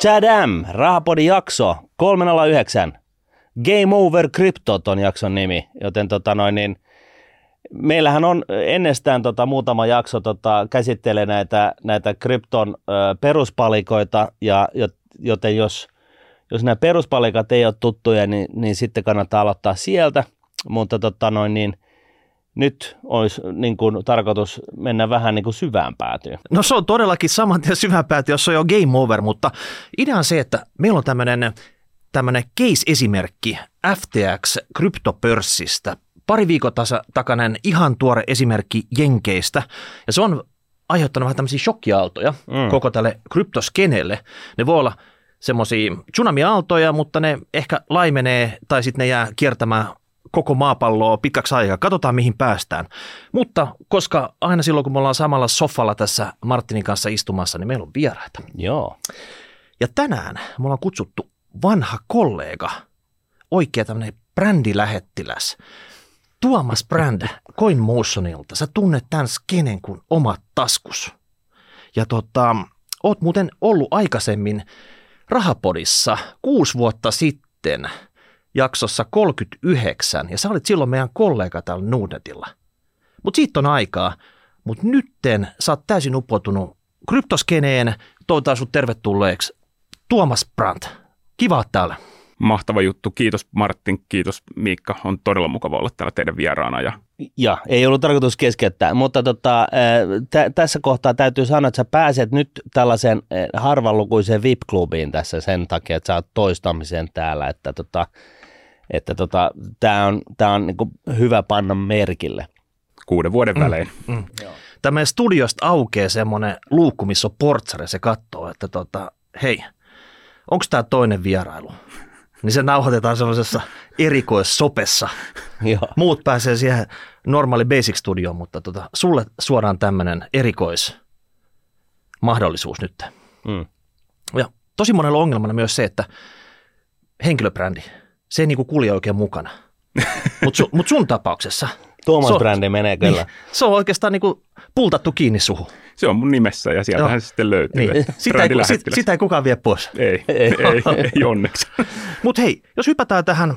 Chadam, Rahapodin jakso 309. Game Over Cryptot on jakson nimi, joten meillähän on ennestään muutama jakso käsittelee näitä krypton peruspalikoita, joten jos nämä peruspalikat ei ole tuttuja, niin sitten kannattaa aloittaa sieltä, mutta nyt olisi niin kuin tarkoitus mennä vähän niin kuin syvään päätyyn. No se on todellakin saman tien syvään päätyyn, jos on jo game over, mutta idea on se, että meillä on tämmöinen case-esimerkki FTX-kryptopörssistä. Pari viikon takainen ihan tuore esimerkki Jenkeistä, ja se on aiheuttanut vähän tämmöisiä shokkiaaltoja koko tälle kryptoskenelle. Ne voi olla semmoisia tsunami-aaltoja, mutta ne ehkä laimenee tai sitten ne jää kiertämään koko maapalloa pitkäksi aikaa. Katsotaan, mihin päästään. Mutta koska aina silloin, kun me ollaan samalla sofalla tässä Martinin kanssa istumassa, niin meillä on vieraita. Joo. Ja tänään me ollaan kutsuttu vanha kollega, oikea tämmöinen brändilähettiläs, Tuomas Brand CoinMotionilta. Sä tunnet tämän skenen kuin omat taskus. Ja oot muuten ollut aikaisemmin Rahapodissa 6 vuotta sitten jaksossa 39, ja sä olit silloin meidän kollega täällä Nordnetilla. Mutta siitä on aikaa, mutta nytten sä oot täysin upoutunut kryptoskeneen. Toivotaan sut tervetulleeksi Tuomas Brand. Kiva oot täällä. Mahtava juttu. Kiitos Martin, kiitos Miikka. On todella mukava olla täällä teidän vieraana. Ja ei ollut tarkoitus keskeyttää, mutta tässä kohtaa täytyy sanoa, että sä pääset nyt tällaiseen harvanlukuiseen VIP-klubiin tässä sen takia, että sä oot toistamisen täällä, että tää on niin kuin hyvä panna merkille. 6 vuoden välein. Tämä meidän studiosta aukeaa semmoinen luukku, missä on portsari, se katsoo, että hei, onko tämä toinen vierailu? Niin se nauhoitetaan sellaisessa erikoissopessa. Muut pääsee siihen normaali basic studioon, mutta sulle suoraan tämmöinen erikoismahdollisuus nyt. Ja tosi monella ongelmana myös se, että henkilöbrändi, se ei niinku kulje oikein mukana. Mut sun tapauksessa Tuomas Brändi menee kyllä. Niin, se on oikeastaan niinku pultattu kiinni suhu. Se on mun nimessä ja sieltähän se sitten löytyy. Niin. Sitä ei kukaan vie pois. Ei onneksi. Mutta hei, jos hypätään tähän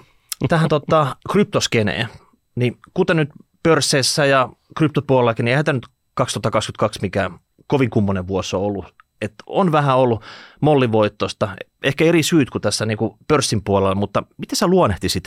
kryptoskeneen, niin kuten nyt pörsseissä ja kryptopuolellakin, niin eihän tämä nyt 2022 mikään kovin kummonen vuosi on ollut. Et on vähän ollut mollivoittosta, ehkä eri syyt kuin tässä niinku pörssin puolella, mutta miten sä luonnehtisit,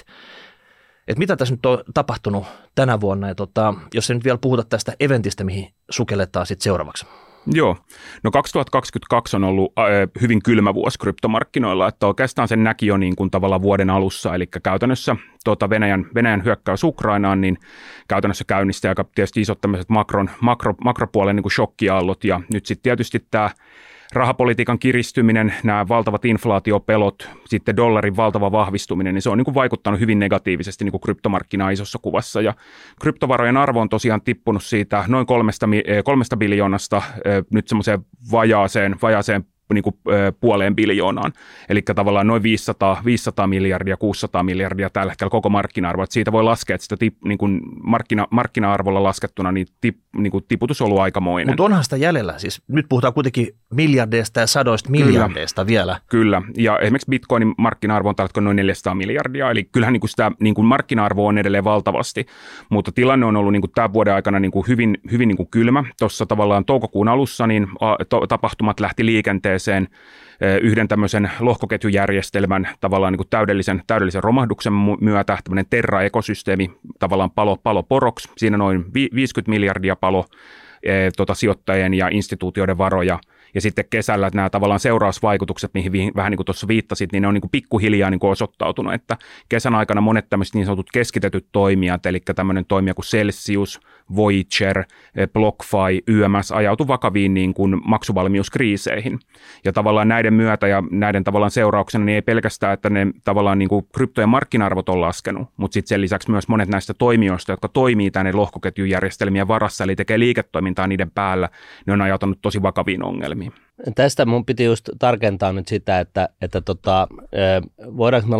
että mitä tässä nyt on tapahtunut tänä vuonna, ja jos nyt vielä puhuta tästä eventistä, mihin sukelletaan sitten seuraavaksi. Joo, no 2022 on ollut hyvin kylmä vuosi kryptomarkkinoilla, että oikeastaan sen näki jo niin kuin tavallaan vuoden alussa, eli käytännössä Venäjän hyökkäys Ukrainaan, niin käytännössä käynnisti aika tietysti isot tämmöiset makropuolen niin kuin shokkiaallot, ja nyt sitten tietysti tämä rahapolitiikan kiristyminen, nämä valtavat inflaatiopelot, sitten dollarin valtava vahvistuminen, niin se on niin kuin vaikuttanut hyvin negatiivisesti niin kuin kryptomarkkinaan isossa kuvassa. Ja kryptovarojen arvo on tosiaan tippunut siitä noin 3 biljoonasta nyt semmoiseen vajaaseen niin kuin 0,5 biljoonaan. Eli tavallaan noin 500 miljardia, 600 miljardia tällä hetkellä koko markkina-arvo. Että siitä voi laskea, että sitä niin kuin markkina-arvolla laskettuna niin kuin tiputus on ollut aikamoinen. Mutta onhan sitä jäljellä. Siis nyt puhutaan kuitenkin miljardeista ja sadoista miljardeista vielä. Kyllä. Ja esimerkiksi Bitcoinin markkina-arvo on tällä hetkellä noin 400 miljardia. Eli kyllähän niin kuin sitä niin kuin markkina-arvo on edelleen valtavasti. Mutta tilanne on ollut niin kuin tämän vuoden aikana niin kuin hyvin niin kuin kylmä. Tuossa tavallaan toukokuun alussa niin tapahtumat lähti liikenteeseen yhden tämmöisen lohkoketjujärjestelmän tavallaan niin kuin täydellisen romahduksen myötä, tämmöinen Terra-ekosysteemi tavallaan palo poroksi. Siinä noin 50 miljardia palo sijoittajien ja instituutioiden varoja. Ja sitten kesällä nämä tavallaan seurausvaikutukset, mihin vähän niin kuin tuossa viittasit, niin ne on niin kuin pikkuhiljaa niin kuin osoittautunut, että kesän aikana monet tämmöiset niin sanotut keskitetyt toimijat, eli tämmöinen toimija kuin Celsius, Voyager, BlockFi, YMS ajautui vakaviin niin kuin maksuvalmiuskriiseihin. Ja tavallaan näiden myötä ja näiden tavallaan seurauksena niin ei pelkästään, että ne tavallaan niin kuin kryptojen markkina-arvot on laskenut, mutta sitten sen lisäksi myös monet näistä toimijoista, jotka toimii tänne lohkoketjujärjestelmien varassa, eli tekee liiketoimintaa niiden päällä, ne on ajautunut tosi vakaviin ongelmiin. Tästä mun piti just tarkentaa nyt sitä, että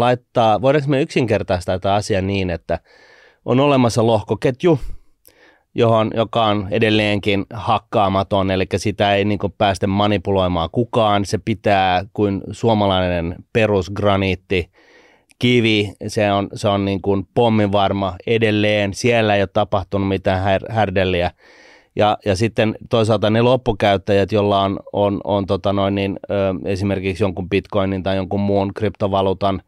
voidaanko me yksinkertaistaa tätä asiaa niin, että on olemassa lohkoketju, joka on edelleenkin hakkaamaton, eli sitä ei niin kuin päästä manipuloimaan kukaan. Se pitää kuin suomalainen perusgraniitti, kivi, se on niin kuin pomminvarma edelleen. Siellä ei ole tapahtunut mitään härdelliä. Ja sitten toisaalta ne loppukäyttäjät, joilla on esimerkiksi jonkun bitcoinin tai jonkun muun kryptovaluutan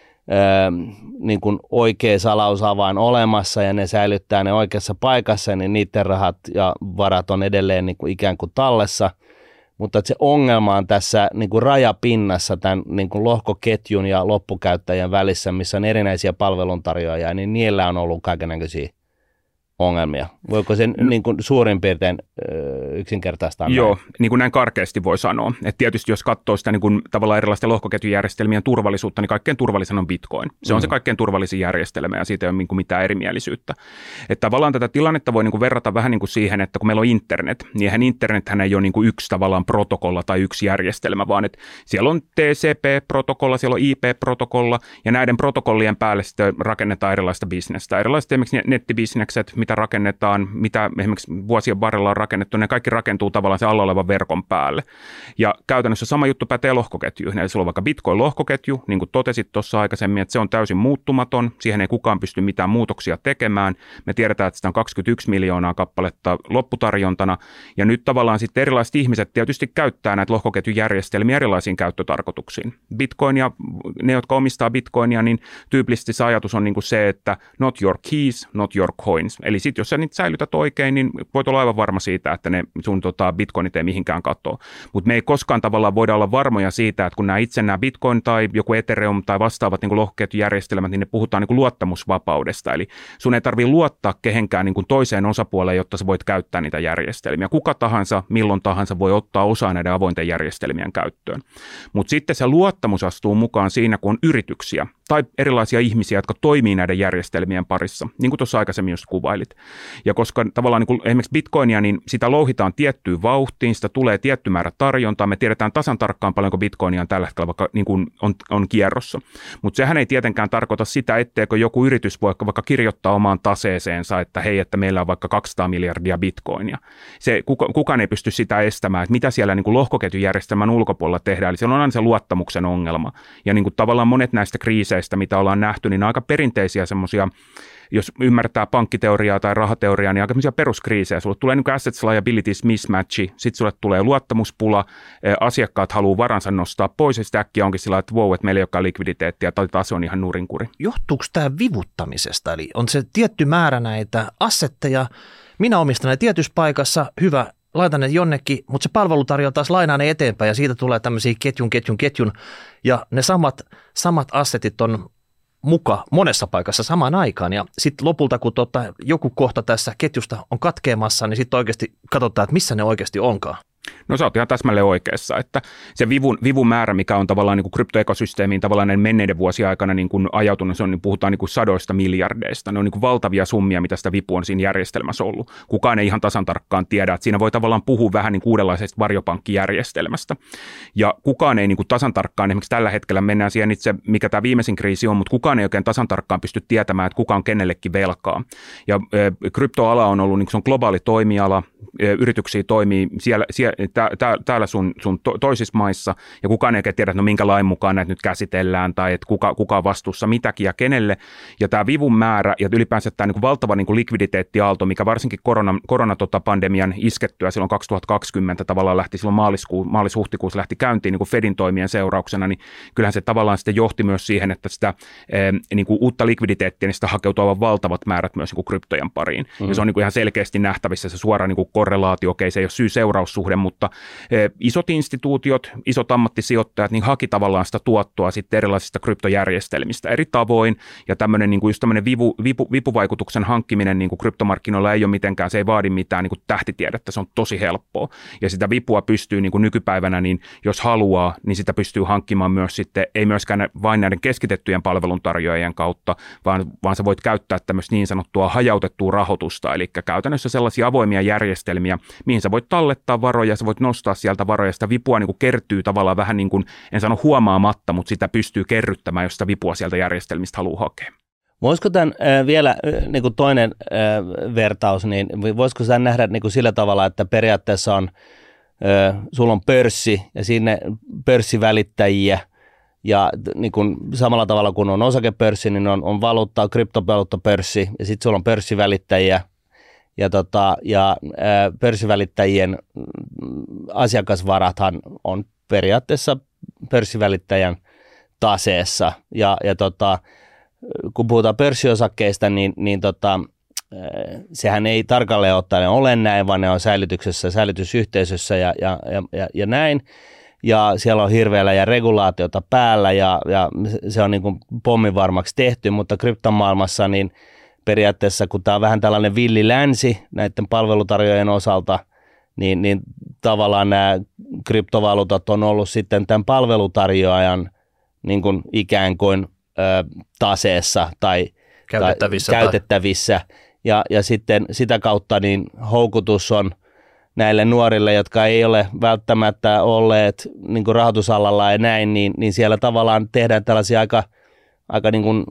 niin kuin oikea salausavain olemassa ja ne säilyttää ne oikeassa paikassa, niin niiden rahat ja varat on edelleen niin kuin ikään kuin tallessa. Mutta se ongelma on tässä niin kuin rajapinnassa tämän niin kuin lohkoketjun ja loppukäyttäjän välissä, missä on erinäisiä palveluntarjoajia, niin niillä on ollut kaikennäköisiä ongelmia. Voiko sen niin kuin suurin piirtein yksinkertaistaa näin? Joo, niin kuin näin karkeasti voi sanoa. Että tietysti jos katsoo sitä niin kuin tavallaan erilaisten lohkoketjujärjestelmien turvallisuutta, niin kaikkein turvallisin on Bitcoin. Se on se kaikkein turvallisin järjestelmä ja siitä ei ole niin kuin mitään erimielisyyttä. Että tavallaan tätä tilannetta voi niin kuin verrata vähän niin kuin siihen, että kun meillä on internet, niin eihän internethän ei ole niin kuin yksi tavallaan protokolla tai yksi järjestelmä, vaan että siellä on TCP-protokolla, siellä on IP-protokolla ja näiden protokollien päälle sitten rakennetaan erilaista bisnestä. Erilaiset esimerkiksi nettibisnekset, mitä rakennetaan, mitä esimerkiksi vuosien varrella on rakennettu, ne kaikki rakentuu tavallaan se alla olevan verkon päälle. Ja käytännössä sama juttu pätee lohkoketjuihin. Eli sulla on vaikka Bitcoin-lohkoketju, niin kuin totesit tuossa aikaisemmin, että se on täysin muuttumaton, siihen ei kukaan pysty mitään muutoksia tekemään. Me tiedetään, että sitä on 21 miljoonaa kappaletta lopputarjontana, ja nyt tavallaan sitten erilaiset ihmiset tietysti käyttää näitä lohkoketjujärjestelmiä erilaisiin käyttötarkoituksiin. Bitcoin ja ne, jotka omistaa Bitcoinia, niin tyypillisesti se ajatus on niin kuin se, että not your keys, not your coins. Eli sitten jos sä niitä säilytät oikein, niin voit olla aivan varma siitä, että ne sun bitcoinit ei mihinkään katoa. Mutta me ei koskaan tavallaan voida olla varmoja siitä, että kun nämä bitcoin tai joku Ethereum tai vastaavat niin lohkoketjujärjestelmät, niin ne puhutaan niin kuin luottamusvapaudesta. Eli sun ei tarvitse luottaa kehenkään niin kuin toiseen osapuoleen, jotta sä voit käyttää niitä järjestelmiä. Kuka tahansa, milloin tahansa voi ottaa osaa näiden avointen järjestelmien käyttöön. Mutta sitten se luottamus astuu mukaan siinä, kun on yrityksiä tai erilaisia ihmisiä, jotka toimii näiden järjestelmien parissa, niin kuin tuossa aikaisemmin just kuvailit. Ja koska tavallaan niin kuin esimerkiksi Bitcoinia, niin sitä louhitaan tiettyyn vauhtiin, sitä tulee tietty määrä tarjontaa, me tiedetään tasan tarkkaan paljonko Bitcoinia on tällä hetkellä vaikka niin kuin on kierrossa. Mutta sehän ei tietenkään tarkoita sitä, etteikö joku yritys voi vaikka kirjoittaa omaan taseeseensa, että hei, että meillä on vaikka 200 miljardia Bitcoinia. Kukaan ei pysty sitä estämään, että mitä siellä niin kuin lohkoketjujärjestelmän ulkopuolella tehdään, eli siellä on aina se luottamuksen ongelma. Ja niin kuin tavallaan monet näistä kriiseistä, mitä ollaan nähty, niin aika perinteisiä semmoisia, jos ymmärtää pankkiteoriaa tai rahateoriaa, niin aika semmoisia peruskriisejä. Sulle tulee niin kuin assets liabilities mismatchi, sitten sulle tulee luottamuspula, asiakkaat haluaa varansa nostaa pois, ja sitten äkkiä onkin sillä, että wow, että meillä ei olekaan likviditeettiä, tai taas on ihan nurinkuri. Johtuuko tämä vivuttamisesta? Eli on se tietty määrä näitä assetteja, minä omistan ne tietyssä paikassa, hyvä, laitan ne jonnekin, mutta se palvelutarjoaja taas lainaa ne eteenpäin, ja siitä tulee tämmöisiä ketjun, ja ne samat assetit on muka monessa paikassa samaan aikaan, ja sitten lopulta, kun joku kohta tässä ketjusta on katkeamassa, niin sitten oikeasti katsotaan, että missä ne oikeasti onkaan. No sä oot ihan täsmälleen oikeassa, että se vivun määrä, mikä on tavallaan niin kuin kryptoekosysteemiin tavallaan näiden menneiden vuosien aikana niin kuin ajautunut, se on, niin puhutaan niin kuin sadoista miljardeista. Ne on niin kuin valtavia summia, mitä sitä vipua on siinä järjestelmässä ollut. Kukaan ei ihan tasan tarkkaan tiedä, että siinä voi tavallaan puhua vähän niin kuin uudenlaisesta varjopankkijärjestelmästä. Ja kukaan ei niin kuin tasan tarkkaan, esimerkiksi tällä hetkellä mennään siihen itse, mikä tämä viimeisin kriisi on, mutta kukaan ei oikein tasan tarkkaan pysty tietämään, että kuka on kenellekin velkaa. Ja kryptoala on ollut, niin kuin se on globaali toimiala, yrityksiä toimii täällä sun toisissa maissa, ja kukaan ei tiedä, että no minkä lain mukaan näitä nyt käsitellään, tai että kuka on vastuussa mitäkin ja kenelle. Ja tämä vivun määrä, ja ylipäänsä tämä niin kuin valtava niin kuin likviditeettiaalto, mikä varsinkin koronapandemian iskettyä silloin 2020 tavallaan lähti silloin maalis-huhtikuussa lähti käyntiin niin kuin Fedin toimien seurauksena, niin kyllähän se tavallaan sitten johti myös siihen, että sitä niin kuin uutta likviditeettiä, niin sitä hakeutuu aivan valtavat määrät myös niin kuin kryptojen pariin. Ja se on niin kuin ihan selkeästi nähtävissä se suora niin kuin korrelaatio, okei, se ei ole syy-seuraussuhde, mutta isot instituutiot, isot ammattisijoittajat, niin haki tavallaan sitä tuottoa sitten erilaisista kryptojärjestelmistä eri tavoin, ja tämmöinen niin kuin just tämmöinen vipuvaikutuksen hankkiminen niin kuin kryptomarkkinoilla ei ole mitenkään, se ei vaadi mitään niin kuin tähtitiedettä, se on tosi helppoa, ja sitä vipua pystyy niin kuin nykypäivänä, niin jos haluaa, niin sitä pystyy hankkimaan myös sitten, ei myöskään vain näiden keskitettyjen palveluntarjoajien kautta, vaan sä voit käyttää tämmöistä niin sanottua hajautettua rahoitusta, eli käytännössä sellaisia avoimia järjestelmiä, mihin sä voit tallettaa varoja, sä voit nostaa sieltä varoja, sitä vipua niin kuin kertyy tavallaan vähän niin kuin, en sano huomaamatta, mutta sitä pystyy kerryttämään, jos sitä vipua sieltä järjestelmistä haluaa hakea. Voisiko tämän vielä niin kuin toinen vertaus, niin voisiko tämän nähdä niin kuin sillä tavalla, että periaatteessa on, sulla on pörssi ja sinne pörssivälittäjiä ja niin kuin samalla tavalla kuin on osakepörssi, niin on valuutta, kryptovaluuttapörssi ja sitten sulla on pörssivälittäjiä ja pörssivälittäjien asiakasvarathan on periaatteessa pörssivälittäjän taseessa ja kun puhutaan pörssiosakkeista, niin sehän ei tarkalleen ottaen ole näin, vaan ne on säilytyksessä, säilytysyhteisössä ja näin. Ja siellä on hirveällä ja regulaatiota päällä ja se on niin kuin pomminvarmaksi tehty, mutta kryptomaailmassa niin periaatteessa, kun tämä on vähän tällainen villi länsi näiden palvelutarjoajien osalta, niin tavallaan nämä kryptovaluutat on ollut sitten tämän palvelutarjoajan niin kuin ikään kuin taseessa tai käytettävissä. Ja sitten sitä kautta niin houkutus on näille nuorille, jotka ei ole välttämättä olleet niin kuin rahoitusalalla ja näin, niin siellä tavallaan tehdään tällaisia aika niin kuin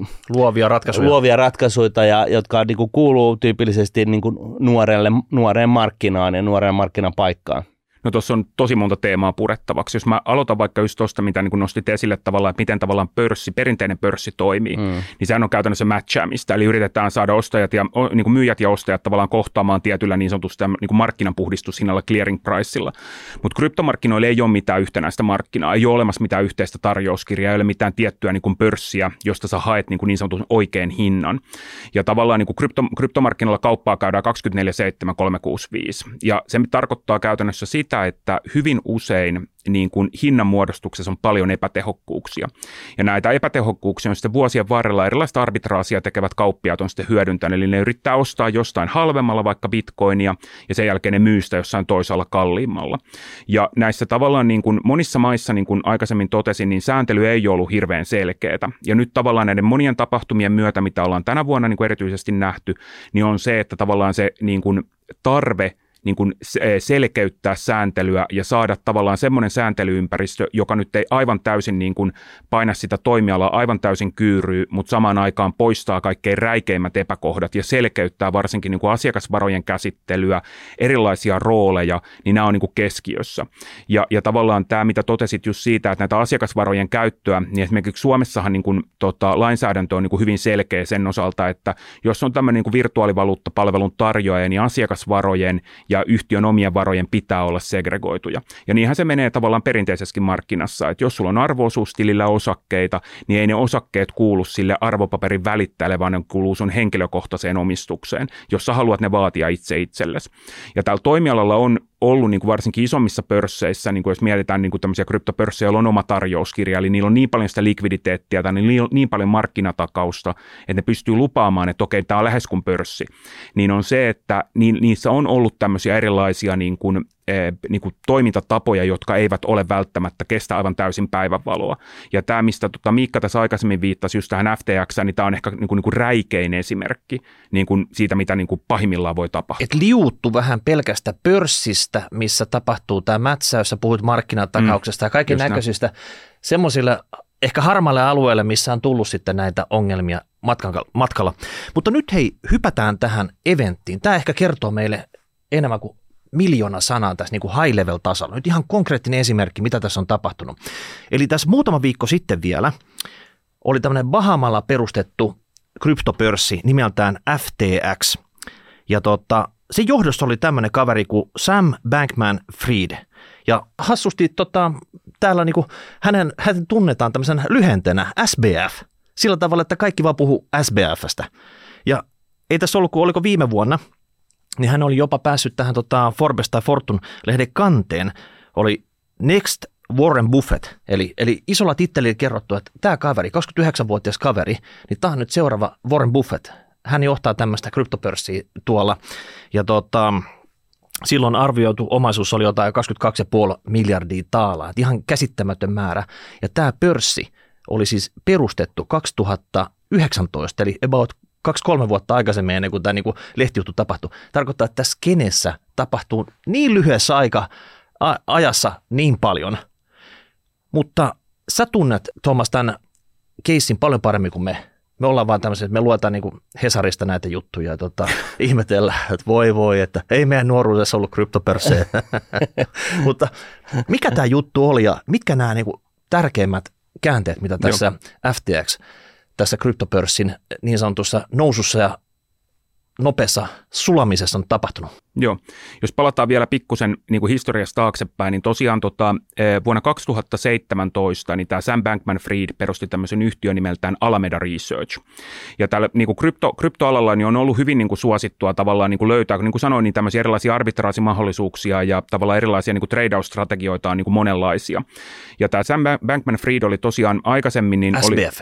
luovia ratkaisuja, jotka niin kuin kuuluu tyypillisesti niin kuin nuoreen markkinaan ja nuoreen markkinapaikkaan. No tuossa on tosi monta teemaa purettavaksi. Jos mä aloitan vaikka just tuosta, mitä niin nostit esille tavallaan, että miten tavallaan perinteinen pörssi toimii, niin sehän on käytännössä matchaamista. Eli yritetään saada ostajat ja niin kuin myyjät ja ostajat tavallaan kohtaamaan tietyllä niin sanotusti niin kuin markkinanpuhdistushinnalla clearing priceilla. Mutta kryptomarkkinoilla ei ole mitään yhtenäistä markkinaa, ei ole olemassa mitään yhteistä tarjouskirjaa, ei ole mitään tiettyä niin kuin pörssiä, josta sä haet niin sanotun oikean hinnan. Ja tavallaan niin kuin kryptomarkkinoilla kauppaa käydään 24/7, 365. Ja se tarkoittaa käytännössä sitä, että hyvin usein niin kuin hinnanmuodostuksessa on paljon epätehokkuuksia. Ja näitä epätehokkuuksia on sitten vuosien varrella erilaista arbitraasia tekevät kauppiaat on sitten hyödyntänyt. Eli ne yrittää ostaa jostain halvemmalla vaikka bitcoinia ja sen jälkeen ne myy sitä jossain toisaalla kalliimmalla. Ja näissä tavallaan niin kuin monissa maissa, niin kuin aikaisemmin totesin, niin sääntely ei ollut hirveän selkeää. Ja nyt tavallaan näiden monien tapahtumien myötä, mitä ollaan tänä vuonna niin kuin erityisesti nähty, niin on se, että tavallaan se niin kuin tarve niin kuin selkeyttää sääntelyä ja saada tavallaan semmoinen sääntelyympäristö, joka nyt ei aivan täysin niin kuin paina sitä toimialaa aivan täysin kyyryy, mutta samaan aikaan poistaa kaikkein räikeimmät epäkohdat ja selkeyttää varsinkin niin kuin asiakasvarojen käsittelyä, erilaisia rooleja, niin nämä on niin kuin keskiössä. Ja tavallaan tämä, mitä totesit just siitä, että näitä asiakasvarojen käyttöä, niin esimerkiksi Suomessahan niin kuin, lainsäädäntö on niin kuin hyvin selkeä sen osalta, että jos on tämmöinen niin kuin virtuaalivaluuttapalvelun tarjoaja, niin asiakasvarojen ja yhtiön omien varojen pitää olla segregoituja. Ja niinhän se menee tavallaan perinteisessäkin markkinassa, että jos sulla on arvo-osuustilillä osakkeita, niin ei ne osakkeet kuulu sille arvopaperin välittäjälle, vaan ne kuuluu sun henkilökohtaiseen omistukseen, jos sä haluat ne vaatia itse itsellesi. Ja tällä toimialalla on ollut niin kuin varsinkin isommissa pörsseissä, niin kuin jos mietitään niin kuin tämmöisiä kryptopörssejä, joilla on oma tarjouskirja, eli niillä on niin paljon sitä likviditeettiä tai niin paljon markkinatakausta, että ne pystyy lupaamaan, että okei, tämä on lähes kuin pörssi, niin on se, että niissä on ollut tämmöisiä erilaisia niin kuin toimintatapoja, jotka eivät ole välttämättä kestä aivan täysin päivänvaloa. Ja tämä, mistä Miikka tässä aikaisemmin viittasi just tähän FTX:ään, niin tämä on ehkä niin kuin räikein esimerkki niin kuin siitä, mitä niin kuin pahimmillaan voi tapahtua. Et liuuttu vähän pelkästä pörssistä, missä tapahtuu tämä mätsäys, sä puhut markkinatakauksesta ja kaiken näköisistä semmoisille ehkä harmaalle alueelle, missä on tullut sitten näitä ongelmia matkalla. Mutta nyt hei, hypätään tähän eventtiin. Tämä ehkä kertoo meille enemmän kuin 1,000,000 sanaa tässä niin kuin high level tasolla. Nyt ihan konkreettinen esimerkki, mitä tässä on tapahtunut. Eli tässä muutama viikko sitten vielä oli tämmöinen Bahamalla perustettu kryptopörssi nimeltään FTX. Ja se johdossa oli tämmöinen kaveri kuin Sam Bankman-Fried. Ja hassusti täällä niin kuin hänen tunnetaan tämmöisen lyhentenä SBF. Sillä tavalla, että kaikki vaan puhuu SBFstä. Ja ei tässä ollut, kun oliko viime vuonna, niin hän oli jopa päässyt tähän Forbes tai Fortune-lehden kanteen, oli Next Warren Buffett, eli isolla tittelillä kerrottu, että tämä kaveri, 29-vuotias kaveri, niin tämä on nyt seuraava Warren Buffett. Hän johtaa tämmöistä kryptopörssiä tuolla, ja silloin arvioitu omaisuus oli jotain 22,5 miljardia taalaa, että ihan käsittämätön määrä, ja tämä pörssi oli siis perustettu 2019, eli about 2-3 vuotta aikaisemmin ennen kuin tämä niin kuin lehtijuttu tapahtui. Tarkoittaa, että tässä skenessä tapahtuu niin lyhyessä ajassa niin paljon. Mutta sä tunnet, Tuomas, tämän keissin paljon paremmin kuin me Me ollaan vaan tämmöisiä, että me luetaan niin kuin Hesarista näitä juttuja ja ihmetellään, että voi, että ei meidän nuoruudessa ollut kryptopörssejä. Mutta mikä tämä juttu oli ja mitkä nämä niin kuin tärkeimmät käänteet, mitä tässä FTX, tässä kryptopörssin niin sanotussa nousussa ja nopeassa sulamisessa on tapahtunut? Joo, jos palataan vielä pikkusen niin kuin historiasta taaksepäin, niin tosiaan vuonna 2017 niin tämä Sam Bankman-Fried perusti tämmöisen yhtiön nimeltään Alameda Research. Ja täällä niin kuin kryptoalalla niin on ollut hyvin niin kuin suosittua tavallaan niin kuin löytää, niin kuin sanoin, niin tämmöisiä erilaisia arbitraasimahdollisuuksia ja tavallaan erilaisia niin kuin trade-out-strategioita on niin kuin monenlaisia. Ja tämä Sam Bankman-Fried oli tosiaan aikaisemmin, niin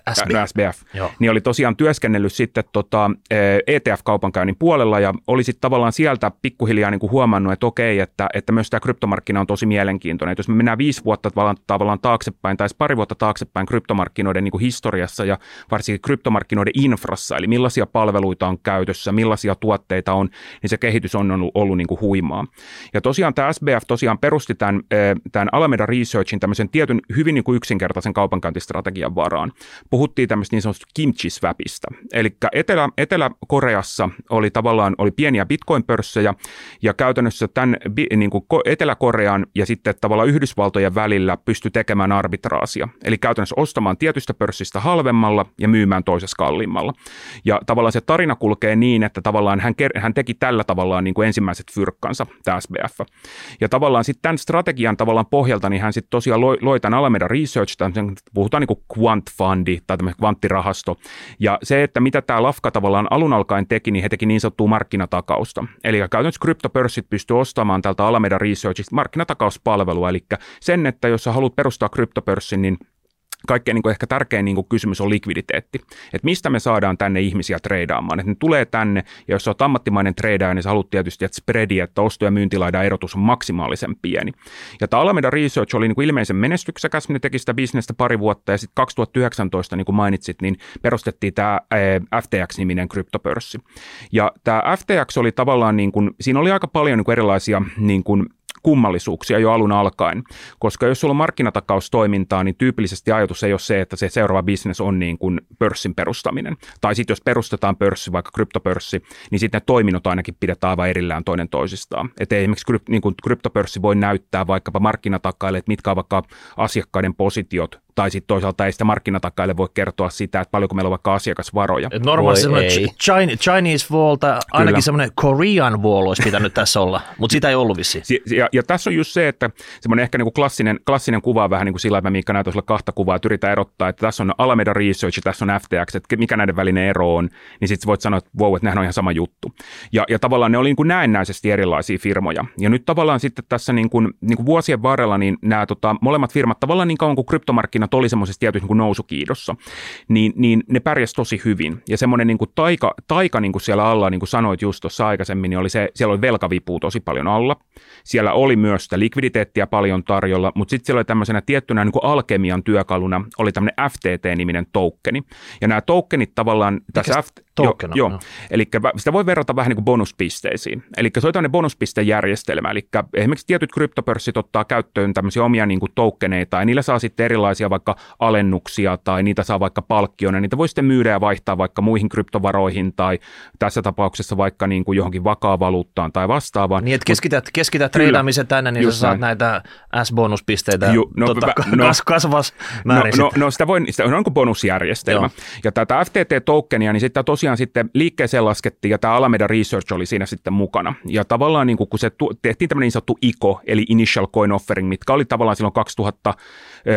SBF niin oli tosiaan työskennellyt sitten ETF-kaupankäynnin puolella ja oli sitten tavallaan sieltä pikkuhiljaa niin kuin huomannut, että okei, että myös tämä kryptomarkkina on tosi mielenkiintoinen. Että jos me mennään 5 vuotta tavallaan taaksepäin tai pari vuotta taaksepäin kryptomarkkinoiden niin kuin historiassa ja varsinkin kryptomarkkinoiden infrassa, eli millaisia palveluita on käytössä, millaisia tuotteita on, niin se kehitys on ollut niin kuin huimaa. Ja tosiaan tämä SBF tosiaan perusti tämän Alameda Researchin tämmöisen tietyn hyvin niin kuin yksinkertaisen kaupankäyntistrategian varaan. Puhuttiin tämmöistä niin sanotusta kimchi-swapista. Eli Etelä-Koreassa oli pieniä bitcoin-pörssejä, ja käytännössä tämän niin kuin Etelä-Korean ja sitten tavallaan Yhdysvaltojen välillä pystyi tekemään arbitraasia. Eli käytännössä ostamaan tietystä pörssistä halvemmalla ja myymään toisessa kalliimmalla. Ja tavallaan se tarina kulkee niin, että tavallaan hän teki tällä tavallaan niin kuin ensimmäiset fyrkkansa, tämä SBF. Ja tavallaan sitten tämän strategian tavallaan pohjalta, niin hän sitten tosiaan loi tämän Alameda Research, puhutaan niin kuin quant-fundi tai tämmöinen kvanttirahasto. Ja se, että mitä tämä lafka tavallaan alun alkaen teki, niin he teki niin sanottua markkinatakausta. Eli käytännössä kryptopörssit pystyy ostamaan tältä Alameda Researchista markkinatakauspalvelua, eli sen, että jos sä haluat perustaa kryptopörssin, niin kaikkein niin kuin ehkä tärkein niin kuin kysymys on likviditeetti. Että mistä me saadaan tänne ihmisiä treidaamaan. Että ne tulee tänne, ja jos sä oot ammattimainen treidaaja, niin sä haluat tietysti, että spreadi, että osto- ja myyntilaidan erotus on maksimaalisen pieni. Ja tämä Alameda Research oli niin kuin ilmeisen menestyksekäs, ne teki sitä bisnestä pari vuotta, ja sitten 2019, niin kuin mainitsit, niin perustettiin tämä FTX-niminen kryptopörssi. Ja tämä FTX oli tavallaan, niin kuin, siinä oli aika paljon niin kuin erilaisia niin kuin kummallisuuksia jo alun alkaen, koska jos sulla on markkinatakaustoimintaa, niin tyypillisesti ajatus ei ole se, että se seuraava business on niin kuin pörssin perustaminen. Tai sitten jos perustetaan pörssi, vaikka kryptopörssi, niin sitten ne toiminnot ainakin pidetään aivan erillään toinen toisistaan. Että esimerkiksi niin kuin kryptopörssi voi näyttää vaikkapa markkinatakaille, että mitkä on vaikka asiakkaiden positiot, tai sitten toisaalta ei sitä markkinatakkaille voi kertoa sitä, että paljonko meillä on vaikka asiakasvaroja. Normaalisti semmoinen Chinese wall tai ainakin semmoinen Korean wall olisi pitänyt tässä olla, mutta sitä ei ollut vissiin. Ja tässä on just se, että semmoinen ehkä niinku klassinen kuva vähän niin kuin sillä, että Miikka näytän sulle 2 kuvaa, että yritän erottaa, että tässä on Alameda Research ja tässä on FTX, että mikä näiden välinen ero on, niin sitten voit sanoa, että wow, että nehän on ihan sama juttu. Ja tavallaan ne oli niin kuin näennäisesti erilaisia firmoja. Ja nyt tavallaan sitten tässä niin kuin vuosien varrella niin nämä molemmat firmat tavallaan niin kauan kuin kryptomarkkinat oli semmoisessa tietyssä niin kuin nousukiidossa, niin ne pärjäsi tosi hyvin. Ja semmoinen niin kuin taika niin kuin siellä alla, niin kuin sanoit just tuossa aikaisemmin, niin oli se, siellä oli velkavipua tosi paljon alla. Siellä oli myös sitä likviditeettiä paljon tarjolla, mutta sitten siellä oli tämmöisenä tiettynä niin kuin alkemian työkaluna oli tämmöinen FTT-niminen tokeni. Ja nämä tokenit tavallaan tässä Joo. Eli sitä voi verrata vähän niin kuin bonuspisteisiin. Eli se on tämmöinen bonuspistejärjestelmä. Eli esimerkiksi tietyt kryptopörssit ottaa käyttöön tämmöisiä omia niin kuin tokeneita, ja niillä saa sitten erilaisia vaikka alennuksia, tai niitä saa vaikka palkkiona. Niitä voi sitten myydä ja vaihtaa vaikka muihin kryptovaroihin, tai tässä tapauksessa vaikka niin kuin johonkin valuuttaan tai vastaavaan. Niin, että keskität treidaamisen tänne, niin sä saat näitä S-bonuspisteitä kasvavassa määrin. Se on kuin bonusjärjestelmä. Joo. Ja tätä FTT-tokenia, niin sitten tosiaan sitten liikkeeseen laskettiin, ja tämä Alameda Research oli siinä sitten mukana. Ja tavallaan niin kun se tehtiin tämmöinen niin sanottu ICO, eli Initial Coin Offering, mitkä oli tavallaan silloin 2017-2019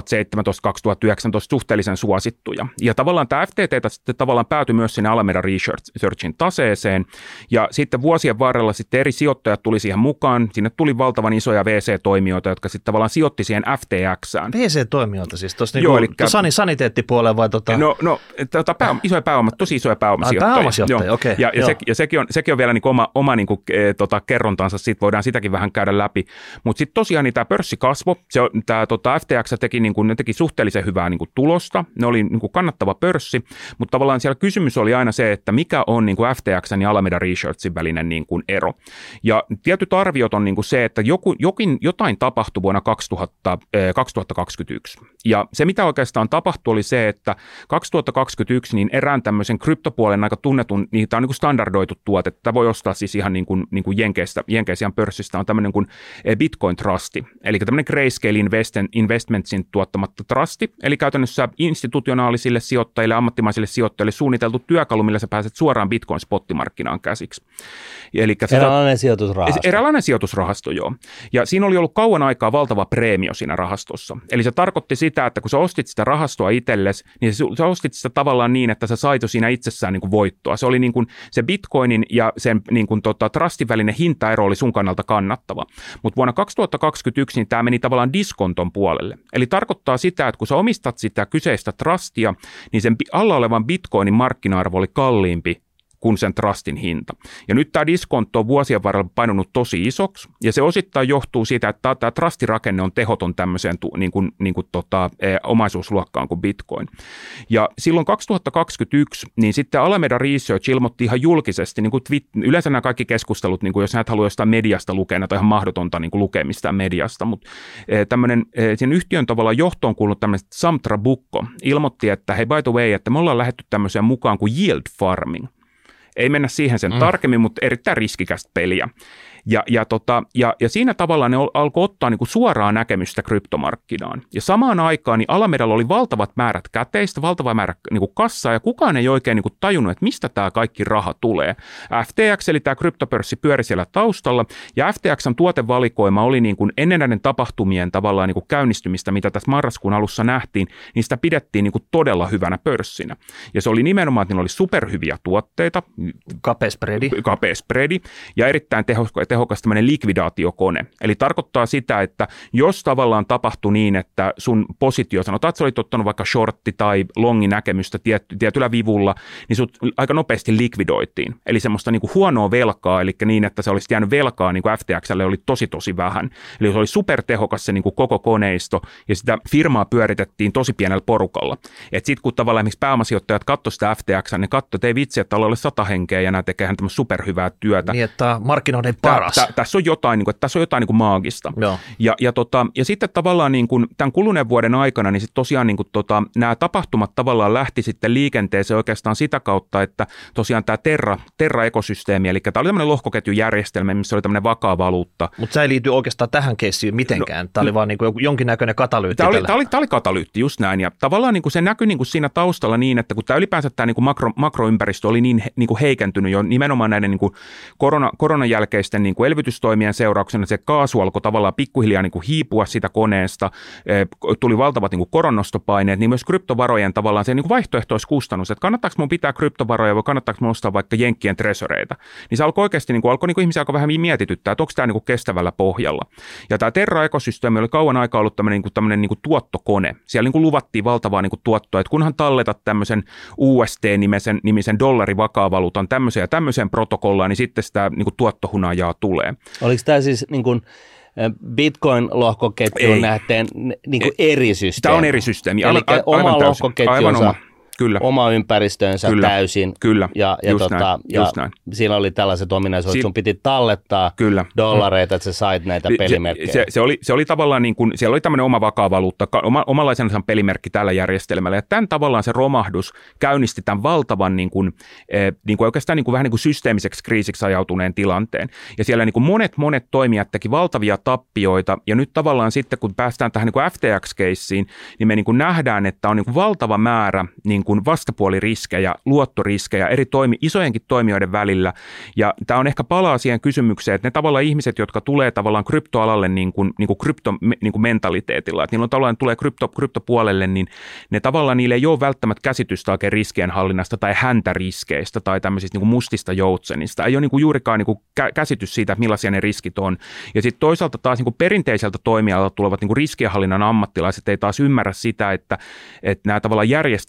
suhteellisen suosittuja. Ja tavallaan tämä FTT sitten tavallaan päätyi myös sinne Alameda Researchin taseeseen, ja sitten vuosien varrella sitten eri sijoittajat tuli siihen mukaan. Sinne tuli valtavan isoja VC-toimijoita, jotka sitten tavallaan sijoitti siihen FTXään. VC-toimijoita siis, tuossa niin saniteettipuolella vai isoja pääomat, tosi isoja pääomasijoittajia. Pääomasijoittajia, okei. Ja sekin on vielä niin oma niin kuin, kerrontansa, siitä voidaan sitäkin vähän käydä läpi. Mutta sitten tosiaan niin tämä pörssi kasvoi, tämä FTX teki suhteellisen hyvää niin kuin tulosta, ne oli niin kuin kannattava pörssi, mutta tavallaan siellä kysymys oli aina se, että mikä on niin kuin FTXn ja Alameda Researchin välinen niin kuin ero. Ja tietyt arviot on niin kuin se, että jotain tapahtui vuonna 2021. Ja se, mitä oikeastaan tapahtui, oli se, että 2021 niin erään tämmöisen kryptopuolen aika tunnetun, niin tämä on niin kuin standardoitu tuote. Tämä voi ostaa siis ihan niin kuin Jenkeistä pörssistä on tämmöinen kuin Bitcoin Trusti, eli tämmöinen Grayscale Investmentsin tuottamatta trusti, eli käytännössä institutionaalisille sijoittajille, ammattimaisille sijoittajille suunniteltu työkalu, millä sä pääset suoraan Bitcoin-spottimarkkinaan käsiksi. Eräänlainen sijoitusrahasto, joo. Ja siinä oli ollut kauan aikaa valtava preemio siinä rahastossa. Eli se tarkoitti sitä, että kun sä ostit sitä rahastoa itsellesi, niin sä ostit sitä tavallaan niin, että sä sait jo siinä itsessään niin kuin voittoa. Se oli niin kuin se Bitcoinin ja sen niin kuin trustin välinen hintaero oli sun kannalta kannattava. Mutta vuonna 2021 niin tämä meni tavallaan diskonton puolelle. Eli tarkoittaa sitä, että kun sä omistat sitä kyseistä trustia, niin sen alla olevan Bitcoinin markkina-arvo oli kalliimpi kuin sen trustin hinta. Ja nyt tämä diskonto on vuosien varrella painunut tosi isoksi, ja se osittain johtuu siitä, että tämä trustirakenne on tehoton tämmöiseen omaisuusluokkaan kuin Bitcoin. Ja silloin 2021, niin sitten Alameda Research ilmoitti ihan julkisesti, niin kuin yleensä nämä kaikki keskustelut, niin kuin jos näet haluaa jostain mediasta lukea, tai ihan mahdotonta niin kuin lukea mistään mediasta, mutta sen yhtiön tavallaan johtoon kuulunut tämmöinen Sam Trabucco ilmoitti, että hei by the way, että me ollaan lähdetty tämmöiseen mukaan kuin yield farming. Ei mennä siihen sen tarkemmin, mutta erittäin riskikästä peliä. Ja siinä tavallaan ne alkoi ottaa niin kuin suoraa näkemystä kryptomarkkinaan. Ja samaan aikaan niin Alamedalla oli valtavat määrät käteistä, valtava määrä niin kuin kassaa, ja kukaan ei oikein niin kuin tajunnut, että mistä tämä kaikki raha tulee. FTX, eli tämä kryptopörssi, pyöri siellä taustalla, ja FTXn tuotevalikoima oli niin kuin ennen näiden tapahtumien tavallaan niin kuin käynnistymistä, mitä tässä marraskuun alussa nähtiin, niin sitä pidettiin niin kuin todella hyvänä pörssinä. Ja se oli nimenomaan, että niillä oli superhyviä tuotteita. Kapea spreadi, ja erittäin tehokas tämmöinen likvidaatiokone. Eli tarkoittaa sitä, että jos tavallaan tapahtui niin, että sun positio, sanotaan, että sä olit ottanut vaikka shortti tai longi näkemystä tietyllä vivulla, niin sut aika nopeasti likvidoitiin. Eli semmoista niin kuin huonoa velkaa, eli niin, että sä olisit jäänyt velkaa niin kuin FTXlle oli tosi vähän. Eli se oli supertehokas se niin kuin koko koneisto, ja sitä firmaa pyöritettiin tosi pienellä porukalla. Että sitten kun tavallaan esimerkiksi pääomasijoittajat katsoivat sitä FTX:ää, ne katsoivat, että ei vitsi, että täällä ole 100 henkeä ja nämä tekee tämmöistä superhyvää työtä. Niin, että markkinoiden paras. Tässä on jotain niin kuin maagista. Ja sitten tavallaan niin kuin tämän kuluneen vuoden aikana niin sit tosiaan niin kuin nämä tapahtumat tavallaan lähti sitten liikenteeseen oikeastaan sitä kautta, että tosiaan tämä Terra-ekosysteemi, eli tämä oli tämmöinen lohkoketjujärjestelmä, missä oli tämmöinen vakaa valuutta. Mutta se ei liity oikeastaan tähän keissiin mitenkään. Tämä oli vaan niin kuin jonkinnäköinen katalyytti. Tämä oli katalyytti, just näin. Ja tavallaan niin kuin se näkyi niin kuin siinä taustalla niin, että kun tämä ylipäänsä tämä niin kuin makroympäristö oli niin kuin heikentynyt jo nimenomaan näiden niin kuin koronan jälkeisten niin kuin elvytystoimien seurauksena, se kaasu alkoi tavallaan pikkuhiljaa niin kuin hiipua sitä koneesta, tuli valtavat niin kuin koronnostopaineet, niin myös kryptovarojen tavallaan se niin kuin vaihtoehtoiskustannus, että kannattaako mun pitää kryptovaroja vai kannattaako mun ostaa vaikka jenkkien treasureita, niin se alkoi oikeasti niin kuin ihmisiä alkoi vähän mietityttää, että onko tämä niin kuin kestävällä pohjalla. Ja tämä Terra-ekosysteemi oli kauan aikaa ollut tämmöinen niin kuin tuottokone. Siellä niin kuin luvattiin valtavaa niin kuin tuottoa, että kunhan talletat tämmöisen UST-nimisen dollarivakaavaluutan tämmöiseen protokollaan, niin sitten sitä niin kuin tuottohunajaa tulee. Oliko tämä siis niin kuin Bitcoin-lohkoketjuun nähden niin kuin eri systeemi? Tämä on eri systeemi. Eli oma lohkoketjunsa, Kyllä. Oma ympäristönsä täysin. Kyllä, ja just näin. Siinä oli tällaiset ominaisuudet, sun piti tallettaa dollareita, että sä sait näitä pelimerkkejä. Se oli tavallaan niin kuin, siellä oli tämmöinen oma vakaa valuutta, omanlaisensa pelimerkki tällä järjestelmällä, ja tämän tavallaan se romahdus käynnisti tämän valtavan niin kuin oikeastaan niin kuin vähän niin kuin systeemiseksi kriisiksi ajautuneen tilanteen. Ja siellä niin kuin monet toimijat teki valtavia tappioita, ja nyt tavallaan sitten, kun päästään tähän niin kuin FTX-keissiin, niin me niin kuin nähdään, että on niin kuin valtava määrä niin kuin vastapuoliriskejä, luottoriskejä isojenkin toimijoiden välillä. Ja tämä on ehkä palaa siihen kysymykseen, että ne tavallaan ihmiset, jotka tulee tavallaan kryptoalalle niin kuin kryptomentaliteetilla, että niillä on tavallaan tulee kryptopuolelle, niin ne tavallaan niille ei ole välttämättä käsitystä oikein riskienhallinnasta tai häntäriskeistä tai tämmöisistä niin kuin mustista joutsenista. Ei ole niin kuin juurikaan niin kuin käsitys siitä, että millaisia ne riskit on. Ja sitten toisaalta taas niin kuin perinteiseltä toimialalta tulevat niin kuin riskienhallinnan ammattilaiset ei taas ymmärrä sitä, että nämä tavallaan järjestelmät on oikeasti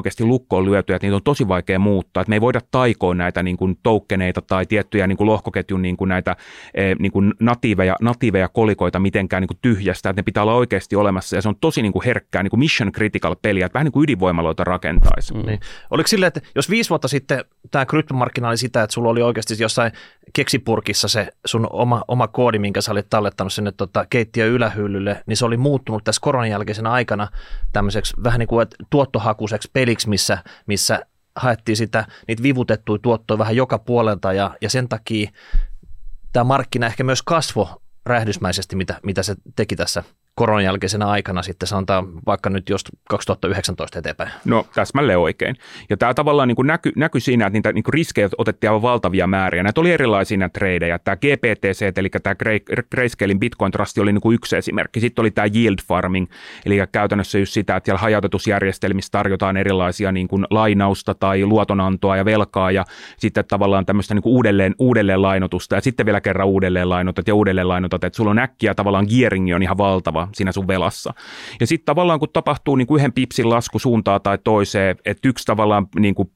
oikeasti lukkoon lyötyjä, että niitä on tosi vaikea muuttaa, että me ei voida taikoa näitä niin kuin tokeneita tai tiettyjä niin kuin lohkoketjun niin kuin näitä niin kuin natiiveja kolikoita mitenkään niin kuin tyhjästä, että ne pitää olla oikeasti olemassa ja se on tosi niin kuin herkkää niin kuin mission critical peliä, että vähän niin kuin ydinvoimaloita rakentaisi. Niin. Oliko silleen, että jos 5 vuotta sitten tämä kryptomarkkina oli sitä, että sulla oli oikeasti jossain keksipurkissa se sun oma koodi, minkä sä olit tallettanut sinne keittiön ylähyllylle, niin se oli muuttunut tässä koronan jälkeisenä aikana tämmöiseksi vähän niin kuin tuottohakuiseksi peliksi, missä haettiin niitä vivutettuja tuottoja vähän joka puolelta ja sen takia tämä markkina ehkä myös kasvoi räjähdysmäisesti, mitä se teki tässä koronan jälkeisenä aikana sitten sanotaan vaikka nyt just 2019 eteenpäin. No täsmälleen oikein. Ja tämä tavallaan niin kuin näkyi siinä, että niitä niin kuin riskejä otettiin aivan valtavia määriä. Näitä oli erilaisia näitä tradeja. Tämä GPTC, eli tämä Grayscalein Bitcoin Trust oli niin kuin yksi esimerkki. Sitten oli tämä yield farming, eli käytännössä just sitä, että siellä hajautetusjärjestelmissä tarjotaan erilaisia niin kuin lainausta tai luotonantoa ja velkaa ja sitten tavallaan tämmöistä niin kuin uudelleen lainotusta ja sitten vielä kerran uudelleen lainotat, että sulla on äkkiä tavallaan gearingi on ihan valtava siinä sun velassa. Ja sitten tavallaan kun tapahtuu niin kuin yhden pipsin lasku suuntaan tai toiseen, että yksi tavallaan niin kuin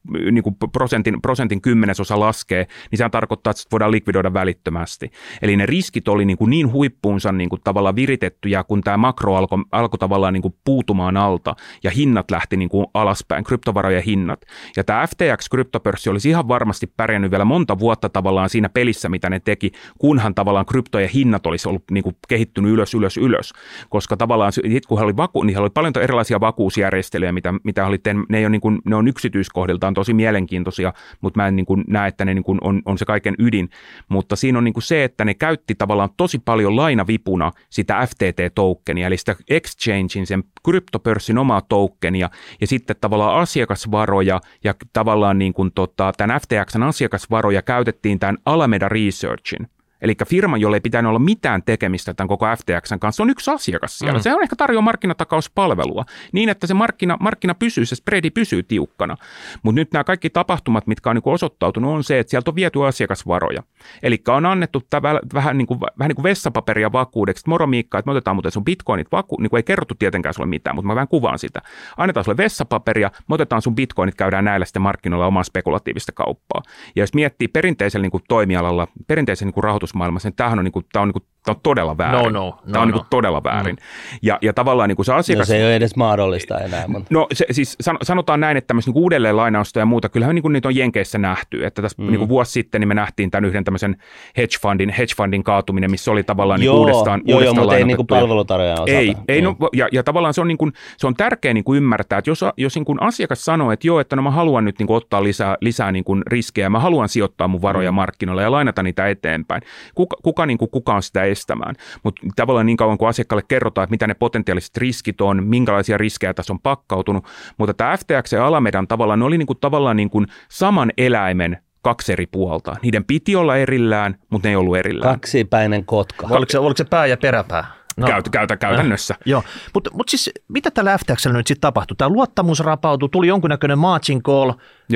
prosentin 10% laskee, niin sehän tarkoittaa, että voidaan likvidoida välittömästi. Eli ne riskit oli niin huippuunsa niin kuin tavallaan viritettyjä, kun tämä makro alkoi tavallaan niin kuin puutumaan alta ja hinnat lähti niin kuin alaspäin, kryptovarojen hinnat. Ja tämä FTX-kryptopörssi olisi ihan varmasti pärjännyt vielä monta vuotta tavallaan siinä pelissä, mitä ne teki, kunhan tavallaan kryptojen hinnat olisi ollut niin kuin kehittynyt ylös. Koska tavallaan kun he oli paljon erilaisia vakuusjärjestelyjä, mitä ne ei ole ne on yksityiskohdiltaan tosi mielenkiintoisia, mutta mä en näe, että ne on se kaiken ydin. Mutta siinä on se, että ne käytti tavallaan tosi paljon lainavipuna sitä FTT-tokenia, eli sitä exchangein, sen kryptopörssin omaa tokenia, ja sitten tavallaan asiakasvaroja, ja tavallaan tämän FTXn asiakasvaroja käytettiin tämän Alameda Researchin. Eli firma, jolle ei pitänyt olla mitään tekemistä tämän koko FTXn kanssa, on yksi asiakas siellä. Se on ehkä tarjoaa markkinatakauspalvelua niin, että se markkina pysyy, se spreadi pysyy tiukkana. Mutta nyt nämä kaikki tapahtumat, mitkä on osoittautunut, on se, että sieltä on viety asiakasvaroja. Eli on annettu vähän niin kuin vessapaperia vakuudeksi, että moro Miikka, että me otetaan muuten sun bitcoinit ei kerrottu tietenkään sulle mitään, mutta mä vähän kuvaan sitä. Annetaan sulle vessapaperia, me otetaan sun bitcoinit, käydään näillä sitten markkinoilla omaa spekulatiivista kauppaa. Ja jos miettii perinteisellä toimialalla, perinteisen rahoitusmaailmassa, niin tämä on todella väärin. Tämä on todella väärin. Ja tavallaan se asiakas... se ei ole edes mahdollista enää. No siis sanotaan näin, että tämmöistä uudelleen lainausta ja muuta, kyllähän niitä on Jenkeissä nähty. Että tässä vuosi sitten niin me nähtiin tämän yhden tämmöisen hedge fundin kaatuminen, missä oli tavallaan uudestaan mutta ei palvelutarjoajan osalta. Ei ja tavallaan se on tärkeä ymmärtää, että jos asiakas sanoo, että joo, että no mä haluan nyt ottaa lisää riskejä, mä haluan sijoittaa mun varoja markkinoille ja lainata niitä eteenpäin. Kuka on sitä estämään? Mutta tavallaan niin kauan kuin asiakkaalle kerrotaan, että mitä ne potentiaaliset riskit on, minkälaisia riskejä tässä on pakkautunut, mutta tämä FTX ja Alamedan tavallaan ne oli tavallaan saman eläimen kaksi eri puolta. Niiden piti olla erillään, mutta ne ei ollut erillään. Kaksipäinen kotka. Oliko se pää ja peräpää? No. Käytännössä. Joo, mutta siis mitä tällä FTXllä nyt sitten tapahtui? Tämä luottamus rapautui, tuli jonkunnäköinen margin call,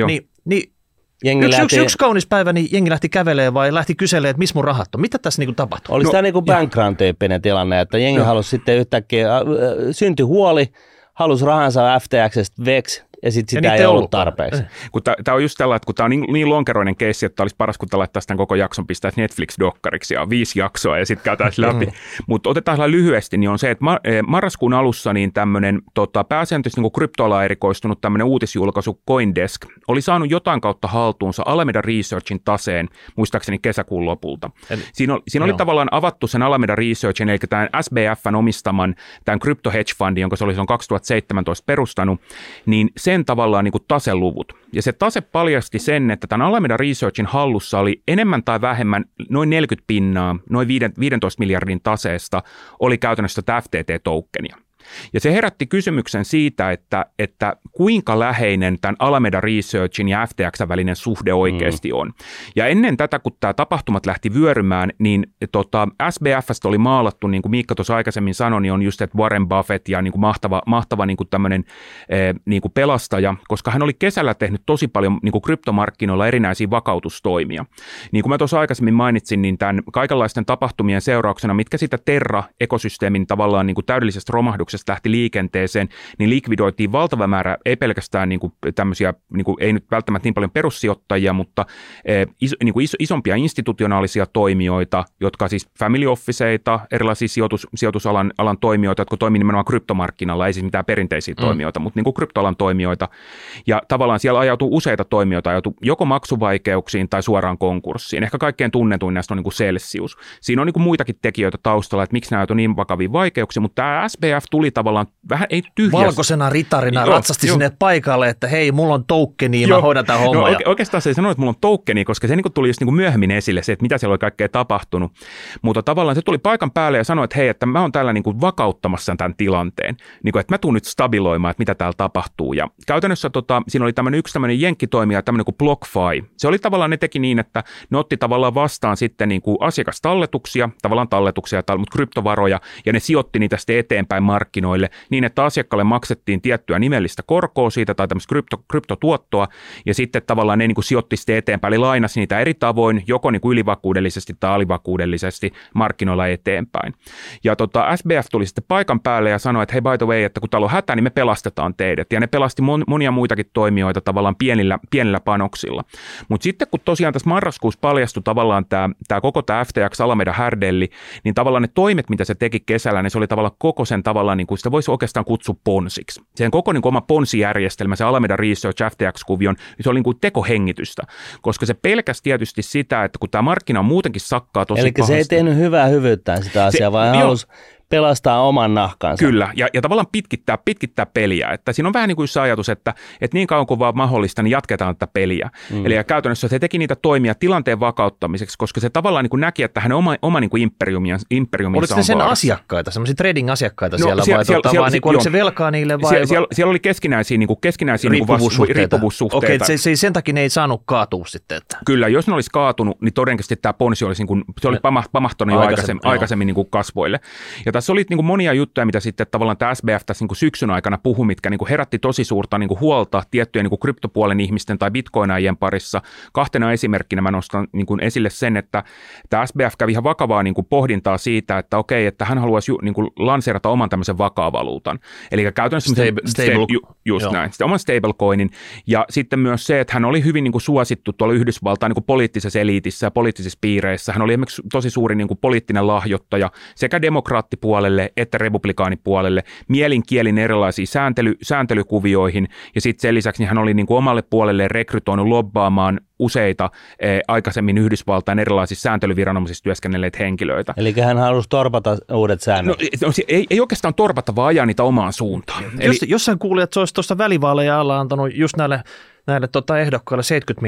niin yksi kaunis päivä, niin jengi lähti kävelemään vai lähti kyselemään, että missä mun rahat on? Mitä tässä tapahtui? Olisi tämä bankrun-tyyppinen tilanne, että jengi halusi sitten yhtäkkiä, syntyi huoli, halusi rahansa FTX:stä veksi, ja sitten sitä ei ollut tarpeeksi. Tämä on just tällainen, että kun tämä on niin lonkeroinen keissi, että olisi paras, kun laittaa tämän koko jakson pistää Netflix-dokkariksi ja 5 jaksoa ja sitten käytäisiin läpi. Mutta otetaan lyhyesti, niin on se, että marraskuun alussa niin tämmöinen pääsääntöisesti kryptoalaan erikoistunut tämmöinen uutisjulkaisu CoinDesk oli saanut jotain kautta haltuunsa Alameda Researchin taseen, muistaakseni kesäkuun lopulta. Siinä oli tavallaan avattu sen Alameda Researchin, eli tämän SBF:n omistaman tämän crypto hedge fundin, jonka se oli 2017 perustanut, niin sen tavallaan taseluvut. Ja se tase paljasti sen, että tämän Alameda Researchin hallussa oli enemmän tai vähemmän noin 40%, noin 15 miljardin taseesta oli käytännössä tämä FTT-tokenia. Ja se herätti kysymyksen siitä, että kuinka läheinen tämän Alameda Researchin ja FTX:n välinen suhde oikeasti on. Ja ennen tätä, kun tämä tapahtumat lähti vyörymään, SBF:stä oli maalattu, niin kuin Miikka tuossa aikaisemmin sanoi, niin on just että Warren Buffett ja mahtava tämmöinen pelastaja, koska hän oli kesällä tehnyt tosi paljon kryptomarkkinoilla erinäisiä vakautustoimia. Niin kuin mä tuossa aikaisemmin mainitsin, niin tämän kaikenlaisten tapahtumien seurauksena, mitkä sitä Terra-ekosysteemin tavallaan täydellisestä romahduksesta päätöksestä lähti liikenteeseen, niin likvidoitiin valtava määrä, ei pelkästään niin kuin tämmöisiä, niin kuin, ei nyt välttämättä niin paljon perussijoittajia, mutta isompia institutionaalisia toimijoita, jotka siis family officeita, erilaisia sijoitusalan toimijoita, jotka toimivat nimenomaan kryptomarkkinalla, ei siis mitään perinteisiä toimijoita, mutta niin kuin kryptoalan toimijoita. Ja tavallaan siellä ajautuu useita toimijoita, joko maksuvaikeuksiin tai suoraan konkurssiin. Ehkä kaikkein tunnetuin näistä on niin kuin Celsius. Siinä on niin kuin muitakin tekijöitä taustalla, että miksi nämä ajautui niin vakaviin vaikeuksiin, mutta tämä SBF tuli tavallaan vähän ei tyhjästä. Valkoisena ritarina ratsasti sinne paikalle, että hei, mulla on tokeni, mä hoidan tämän homman. No, oikeastaan se ei sanonut, että mulla on tokeni, koska se niin kuin tuli just niin kuin myöhemmin esille se, että mitä siellä oli kaikkea tapahtunut. Mutta tavallaan se tuli paikan päälle ja sanoi, että hei, että mä oon täällä niin kuin vakauttamassa tämän tilanteen, niin kuin, että mä tuun nyt stabiloimaan, että mitä täällä tapahtuu. Ja käytännössä siinä oli yksi tämmöinen jenkkitoimija, tämmöinen kuin BlockFi. Se oli tavallaan, ne teki niin, että ne otti tavallaan vastaan sitten niin kuin asiakastalletuksia, mutta kryptovaroja, ja ne sijoitti niitä sitten eteenpäin markkinoille niin, että asiakkaalle maksettiin tiettyä nimellistä korkoa siitä tai tämmöistä kryptotuottoa, ja sitten tavallaan ne niin kuin sijoitti sitten eteenpäin, eli lainasi niitä eri tavoin, joko niin kuin ylivakuudellisesti tai alivakuudellisesti markkinoilla eteenpäin. Ja SBF tuli sitten paikan päälle ja sanoi, että hei, by the way, että kun täällä on hätä, niin me pelastetaan teidät, ja ne pelasti monia muitakin toimijoita tavallaan pienillä panoksilla. Mutta sitten kun tosiaan tässä marraskuussa paljastui tavallaan tämä koko tämä FTX Alameda härdelli, niin tavallaan ne toimet, mitä se teki kesällä, niin se oli tavallaan koko sen tavallaan, niin kuin sitä voisi oikeastaan kutsua ponsiksi. Sen koko niin kuin oma ponsijärjestelmä, se Alameda Research FTX-kuvion, niin se oli niin kuin tekohengitystä, koska se pelkäsi tietysti sitä, että kun tämä markkina muutenkin sakkaa tosi pahasti. Eli se ei tehnyt hyvää hyvyyttään sitä asiaa, vaan halusi pelastaa oman nahkansa. Kyllä, ja tavallaan pitkittää peliä. Että siinä on vähän niin kuin se ajatus, että niin kauan kuin vaan mahdollista, niin jatketaan tätä peliä. Eli käytännössä se teki niitä toimia tilanteen vakauttamiseksi, koska se tavallaan niin kuin näki, että hänen oma niin kuin imperiuminsa oliko on sen vaarassa. asiakkaita, semmoisia trading-asiakkaita siellä vai niin kuin, oliko se velkaa niille vai? Siellä oli keskinäisiä riippuvuussuhteita. Okei, sen takia ne ei saanut kaatua sitten. Että. Kyllä, jos ne olisi kaatunut, niin todennäköisesti tämä ponsi olisi, niin kuin, se oli pamahtanut jo aikaisemmin niin kuin kasvoille. Ja tässä oli niin kuin monia juttuja, mitä sitten tavallaan tämä SBF tässä niin kuin syksyn aikana puhui, mitkä niin kuin herätti tosi suurta niin kuin huolta tiettyjen niin kuin kryptopuolen ihmisten tai bitcoinaajien parissa. Kahtena esimerkkinä mä nostan niin kuin esille sen, että tämä SBF kävi ihan vakavaa niin kuin pohdintaa siitä, että okei, että hän haluaisi niin kuin lanseerata oman tämmöisen vakaa-valuutan. Eli käytännössä näin, sitten oman stablecoinin. Ja sitten myös se, että hän oli hyvin niin kuin suosittu tuolla Yhdysvaltain niin kuin poliittisessa eliitissä ja poliittisissa piireissä. Hän oli esimerkiksi tosi suuri niin kuin poliittinen lahjoittaja sekä demokraattipuolelle että republikaanipuolelle, mielinkielin erilaisiin sääntelykuvioihin, ja sitten sen lisäksi niin hän oli niin kuin omalle puolelleen rekrytoinut lobbaamaan useita aikaisemmin Yhdysvaltain erilaisissa sääntelyviranomaisissa työskennelleitä henkilöitä. Eli hän halusi torpata uudet säännöt. No, ei oikeastaan torpata, vaan ajaa niitä omaan suuntaan. Jos hän kuuli, että se olisi tuosta välivaaleja alla antanut just näille ehdokkaille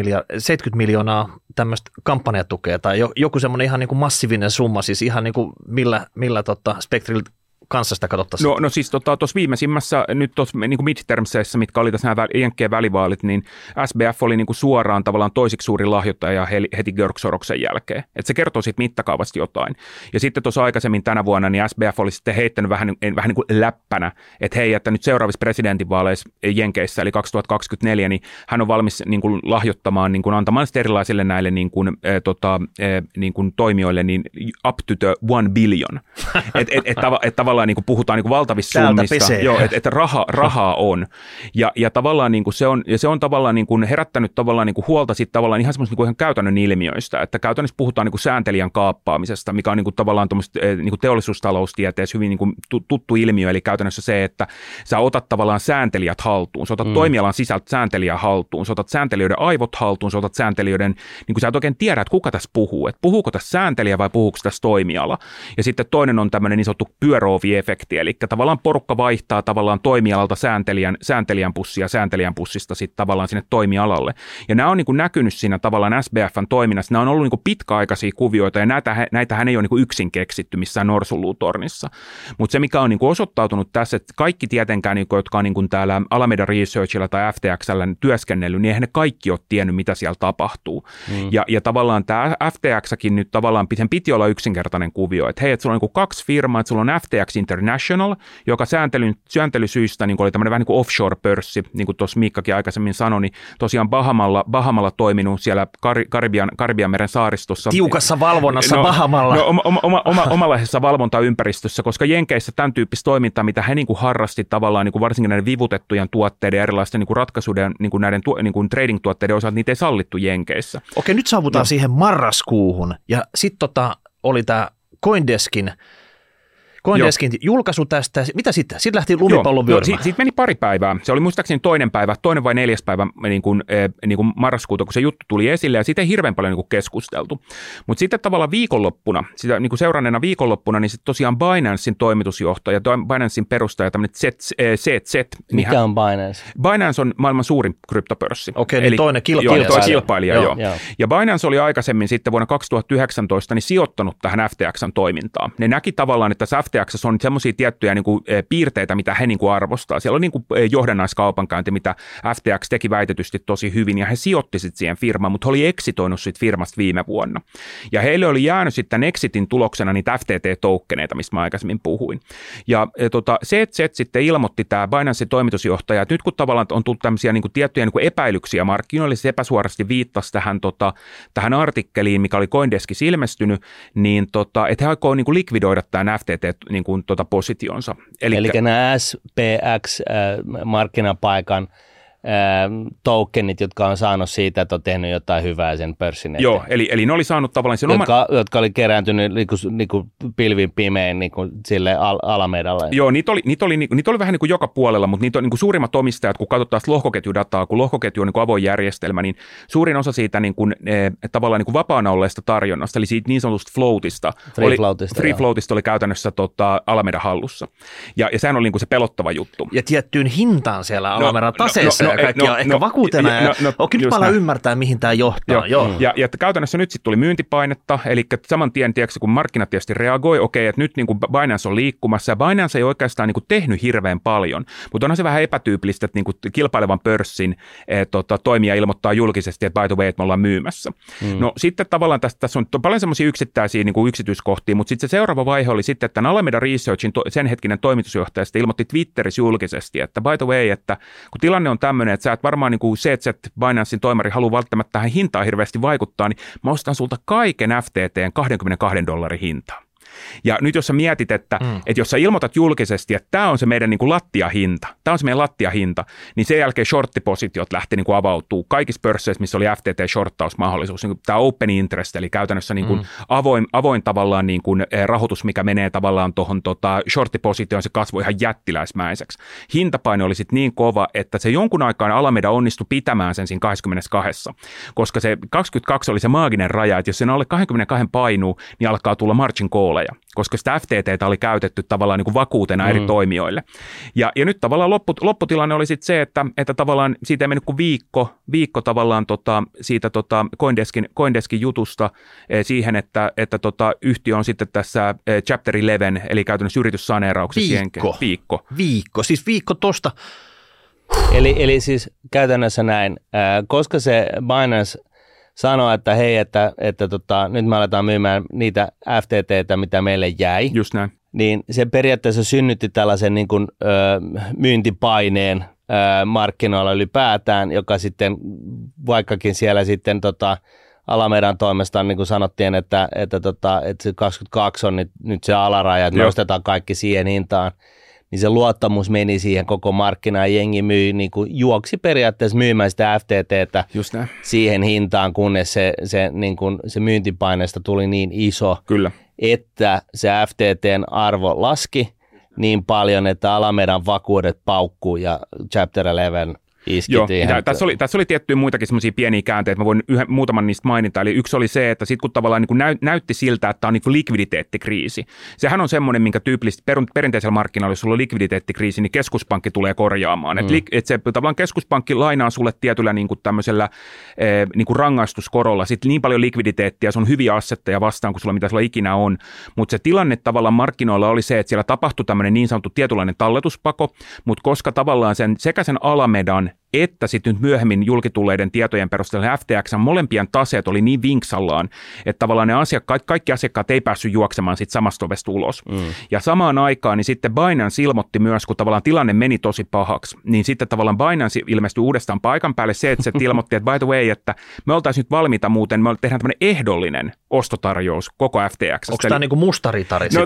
70 miljoonaa tämmöistä kampanjatukea tai joku semmoinen ihan niin kuin massiivinen summa, siis ihan niin kuin millä Spectril kanssa sitä katsottaisiin? No siis tuossa viimeisimmässä, nyt tuossa niin kuin midtermseissä, mitkä oli tässä nämä Jenkkien välivaalit, niin SBF oli niin kuin suoraan tavallaan toisiksi suurin lahjoittaja heti Georg Soroksen jälkeen. Että se kertoo siitä mittakaavasta jotain. Ja sitten tuossa aikaisemmin tänä vuonna, niin SBF oli sitten heittänyt vähän niin kuin läppänä, että hei, että nyt seuraavissa presidentinvaaleissa Jenkeissä, eli 2024, niin hän on valmis niin kuin lahjoittamaan, niin kuin antamaan sitten erilaisille näille niin kuin toimijoille niin up to the 1 billion. Että tavallaan niin kuin puhutaan niin kuin valtavista summista, että rahaa on. Ja tavallaan niin kuin se on tavallaan niin kuin herättänyt tavallaan niin kuin huolta sit tavallaan ihan semmoista niin kuin ihan käytännön ilmiöistä, että käytännössä puhutaan niin kuin sääntelijän kaappaamisesta, mikä on niin kuin tavallaan niin kuin teollisuustaloustieteessä hyvin niin kuin tuttu ilmiö, eli käytännössä se, että sä otat tavallaan sääntelijät haltuun, sä otat toimialan sisältä sääntelijää haltuun, sä otat sääntelijöiden aivot haltuun, sä otat sääntelijöiden, niin kuin sä et oikein tiedä, että kuka tässä puhuu, että puhuuko tässä sääntelijä vai puhuuko tässä toimiala. Ja sitten toinen on tämmöinen niin sanottu pyöröovi-efekti, eli tavallaan porukka vaihtaa tavallaan toimialalta sääntelijän pussia sääntelijän pussista sitten tavallaan sinne toimialalle. Ja nämä on niin kuin näkynyt siinä tavallaan SBF:n toiminnassa. Nämä on ollut niin kuin pitkäaikaisia kuvioita, ja näitähän ei ole niin kuin yksin keksitty missään norsunluutornissa. Mutta se, mikä on niin kuin osoittautunut tässä, että kaikki tietenkään, niin kuin, jotka on niin kuin täällä Alameda Researchilla tai FTX:llä työskennellyt, niin eihän ne kaikki ole tiennyt, mitä siellä tapahtuu. Ja tavallaan tämä FTX:kin nyt tavallaan sen piti olla yksinkertainen kuvio, että hei, että sulla on niin kuin 2 firmaa, että sulla on FTX FTX International, joka sääntelysyistä niin oli tämmöinen vähän niin kuin offshore-pörssi, niin kuin tuossa Miikkakin aikaisemmin sanoi, niin tosiaan Bahamalla toiminut siellä Karibianmeren saaristossa. Tiukassa valvonnassa Bahamalla. Omanlaisessa valvontaympäristössä, koska Jenkeissä tämän tyyppistä toimintaa, mitä he niin kuin harrasti tavallaan niin kuin varsinkin näiden vivutettujen tuotteiden ja erilaisten niin kuin ratkaisuiden, niin kuin näiden niin kuin trading-tuotteiden osalta, niitä ei sallittu Jenkeissä. Okei, nyt saavutaan siihen marraskuuhun ja sitten oli tämä CoinDeskin julkaisu tästä. Mitä sitten? Sitten lähti lumipallon vyörymään. Siitä meni pari päivää. Se oli muistaakseni toinen vai neljäs päivä niin kuin marraskuuta, kun se juttu tuli esille, ja siitä ei hirveän paljon niin kuin keskusteltu. Mutta sitten tavallaan viikonloppuna, sitä niin kuin seuranneena viikonloppuna, niin sitten tosiaan Binancein toimitusjohtaja, Binancein perustaja, tämmöinen CZ. Mikä on Binance? Binance on maailman suurin kryptopörssi. Okei, niin toinen kilpailija. Joo, kilpailija, joo. Ja Binance oli aikaisemmin sitten vuonna 2019 niin sijoittanut tähän FTXn toimintaan. Ne näki tavallaan, että FTX on semmoisia tiettyjä niin kuin piirteitä, mitä he niin kuin arvostaa. Siellä on niin kuin johdannaiskaupankäynti, mitä FTX teki väitetysti tosi hyvin, ja he sijoitti sitten siihen firmaan, mutta he oli exitoinut siitä firmasta viime vuonna. Ja heille oli jäänyt sitten exitin tuloksena niitä FTT-toukkeneita, mistä mä aikaisemmin puhuin. Ja CZ sitten ilmoitti tämä Binance toimitusjohtaja, että nyt kun tavallaan on tullut tämmöisiä niin kuin tiettyjä niin kuin epäilyksiä markkinoille, se epäsuorasti viittasi tähän artikkeliin, mikä oli CoinDeskissa ilmestynyt, niin että he aikoo niin kuin likvidoida tämän FTT niin kuin positionsa. Eli nämä SPX-markkinapaikan tokenit, jotka on saanut siitä, että on tehnyt jotain hyvää sen pörssin eteen. Joo, eli ne oli saanut tavallaan sen jotka oli kerääntynyt niinku pilvin pimein niinku sille Alamedalle. Joo, niitä oli vähän niin kuin joka puolella, mutta niitä on niin kuin suurimmat omistajat, kun katsotaan lohkoketjudataa, kun lohkoketju on niin kuin avoin järjestelmä, niin suurin osa siitä niin kuin, tavallaan niin kuin vapaana olleesta tarjonnasta, eli siitä niin sanotusta floatista, free floatista oli käytännössä Alamedan hallussa. Ja sehän oli niin kuin se pelottava juttu. Ja tiettyyn hintaan siellä Alamedan taseessa. Ehkä vakuutena. Nyt mä alan ymmärtää, mihin tämä johtaa. Joo. Ja käytännössä nyt sitten tuli myyntipainetta, eli saman tien, tiedätkö, kun markkinat tietysti reagoi, että nyt niin kuin Binance on liikkumassa, ja Binance ei oikeastaan niin kuin tehnyt hirveän paljon, mutta onhan se vähän epätyypillistä, että niin kuin kilpailevan pörssin toimija ilmoittaa julkisesti, että by the way, että me ollaan myymässä. No sitten tavallaan tässä on paljon semmoisia yksittäisiä niin kuin yksityiskohtia, mutta sitten se seuraava vaihe oli sitten, että Alameda Researchin sen hetkinen toimitusjohtaja ilmoitti Twitterissä julkisesti, että by the way, että kun tilanne on tämmöinen, että sä et varmaan niin kuin CZ Binancein toimari halua välttämättä tähän hintaan hirveästi vaikuttaa, niin mä ostan sulta kaiken FTT:n $22 hintaan. Ja nyt jos sä mietit, että jos sä ilmoitat julkisesti, että tämä on se meidän niin kuin lattiahinta, niin sen jälkeen shorttipositiot lähti niin kuin avautuu kaikissa pörsseissä, missä oli FTT-shorttausmahdollisuus. Niin tämä open interest, eli käytännössä niin kuin avoin tavallaan niin kuin rahoitus, mikä menee tavallaan tuohon shorttipositioon, se kasvoi ihan jättiläismäiseksi. Hintapaine oli sitten niin kova, että se jonkun aikaan Alameda onnistui pitämään sen siinä 22, koska se 22 oli se maaginen raja, että jos sen alle 22 painuu, niin alkaa tulla margin calleja, koska sitä FTT:tä oli käytetty tavallaan niin kuin vakuutena eri toimijoille. Ja nyt tavallaan lopputilanne oli sitten se, että tavallaan siitä ei mennyt kuin viikko tavallaan siitä CoinDeskin jutusta siihen, että yhtiö on sitten tässä Chapter 11, eli käytännössä yrityssaneerauksessa. Viikko, siis viikko tosta. Eli siis käytännössä näin, koska se Binance sanoi, että hei, että nyt me aletaan myymään niitä FTT:tä, mitä meille jäi. Just näin. Niin se periaatteessa synnytti tällaisen niin kuin, myyntipaineen markkinoilla ylipäätään, joka sitten, vaikkakin siellä sitten Alamedan toimesta niin kuin sanottiin, että se 22 on nyt se alaraja, että nostetaan kaikki siihen hintaan, niin se luottamus meni siihen koko markkinaan, jengi niin kuin juoksi periaatteessa myymään sitä FTT:tä siihen hintaan, kunnes se myyntipaineesta tuli niin iso, Kyllä. että se FTT:n arvo laski niin paljon, että Alamedan vakuudet paukkuu ja Chapter 11 Joo, tässä oli tiettyjä muitakin semmoisia pieniä käänteitä, mä voin muutaman niistä mainita, eli yksi oli se, että sitten kun tavallaan niin näytti siltä, että tämä on niin likviditeettikriisi, sehän on semmoinen, minkä tyypillisesti perinteisellä markkinoilla, jos sulla on likviditeettikriisi, niin keskuspankki tulee korjaamaan, että se tavallaan keskuspankki lainaa sulle tietyllä niin kuin tämmöisellä niin kuin rangaistuskorolla, sitten niin paljon likviditeettiä, se on hyviä assetteja vastaan, kuin mitä sulla ikinä on, mutta se tilanne tavallaan markkinoilla oli se, että siellä tapahtui tämmöinen niin sanottu tietynlainen talletuspako, mutta koska tavallaan sekä sen Alamedan että sitten nyt myöhemmin julkitulleiden tietojen perusteella FTX:n molempien taseet oli niin vinksallaan, että tavallaan ne kaikki asiakkaat ei päässyt juoksemaan sit samasta ovesta ulos. Ja samaan aikaan niin sitten Binance ilmoitti myös, kun tavallaan tilanne meni tosi pahaksi, niin sitten tavallaan Binance ilmestyi uudestaan paikan päälle se, että se ilmoitti, että by the way, että me oltaisiin nyt valmiita muuten, me tehdään tämmöinen ehdollinen ostotarjous koko FTX:stä. Onko tämä niin kuin mustaritari? No,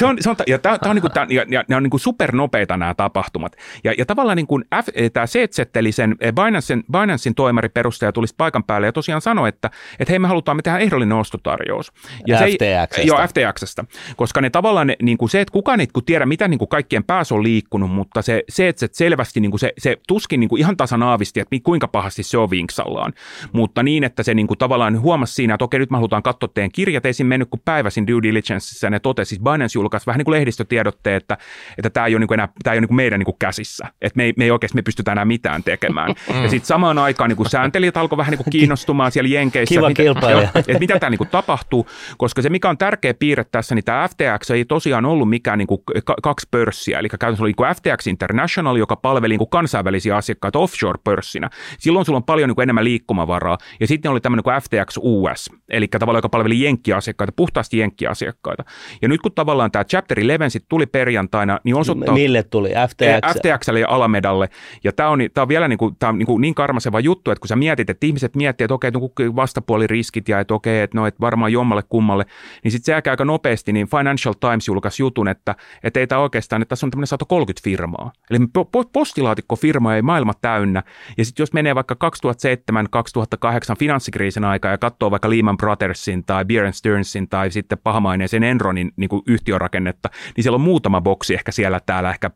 tämä on niin kuin supernopeita nämä tapahtumat. Ja tavallaan niin kuin tämä setteli sen Binancein toimariperustaja tulisi paikan päälle ja tosiaan sanoi, että hei, me tehdä ehdollinen ostotarjous. Ja FTX:stä. Koska ne tavallaan, niin kuin se, että kukaan ei tiedä, mitä niin kuin kaikkien päässä on liikkunut, mutta se että selvästi niin kuin se tuskin niin kuin ihan tasan aavisti, että kuinka pahasti se on vinksallaan. Mutta niin, että se niin kuin tavallaan huomasi siinä, että okei, nyt me halutaan katsoa teidän kirjat, ei siinä mennyt kuin päiväsin due diligencessa, ja ne totesi, siis Binance julkaisi vähän niin kuin lehdistötiedotte, että tämä ei ole niin kuin enää, tämä ei ole niin kuin meidän niin kuin käsissä, että me ei oikeasti pystytä enää mitään tekemään. Ja sitten samaan aikaan niin kuin sääntelijät alkoi vähän niin kuin kiinnostumaan siellä Jenkeissä, että mitä tämä niin kuin tapahtuu, koska se mikä on tärkeä piirre tässä, niin tämä FTX ei tosiaan ollut mikään niin kuin kaksi pörssiä, eli käytännössä oli niin kuin FTX International, joka palveli niin kuin kansainvälisiä asiakkaita offshore-pörssinä. Silloin sulla on paljon niin kuin enemmän liikkumavaraa, ja sitten oli tämmöinen kuin FTX US, eli tavallaan joka palveli jenkkiasiakkaita, puhtaasti jenkkiasiakkaita. Ja nyt kun tavallaan tämä Chapter 11 sitten tuli perjantaina, niin osoittaa... Mille tuli? FTXlle ja Alamedalle. Ja tämä on vielä niin karmaseva juttu, että kun sä mietit, että ihmiset miettii, että okei, vastapuoliriskit ja että okei, että varmaan jommalle kummalle, niin sitten se jää aika nopeasti, niin Financial Times julkaisi jutun, että ei tämä oikeastaan, että tässä on tämmöinen 130 firmaa. Eli postilaatikkofirmaa ei maailma täynnä. Ja sitten jos menee vaikka 2007-2008 finanssikriisin aikaa ja katsoo vaikka Lehman Brothersin tai Bear Stearnsin tai sitten pahamaineisen Enronin niin kuin yhtiörakennetta, niin siellä on muutama boksi ehkä siellä täällä, ehkä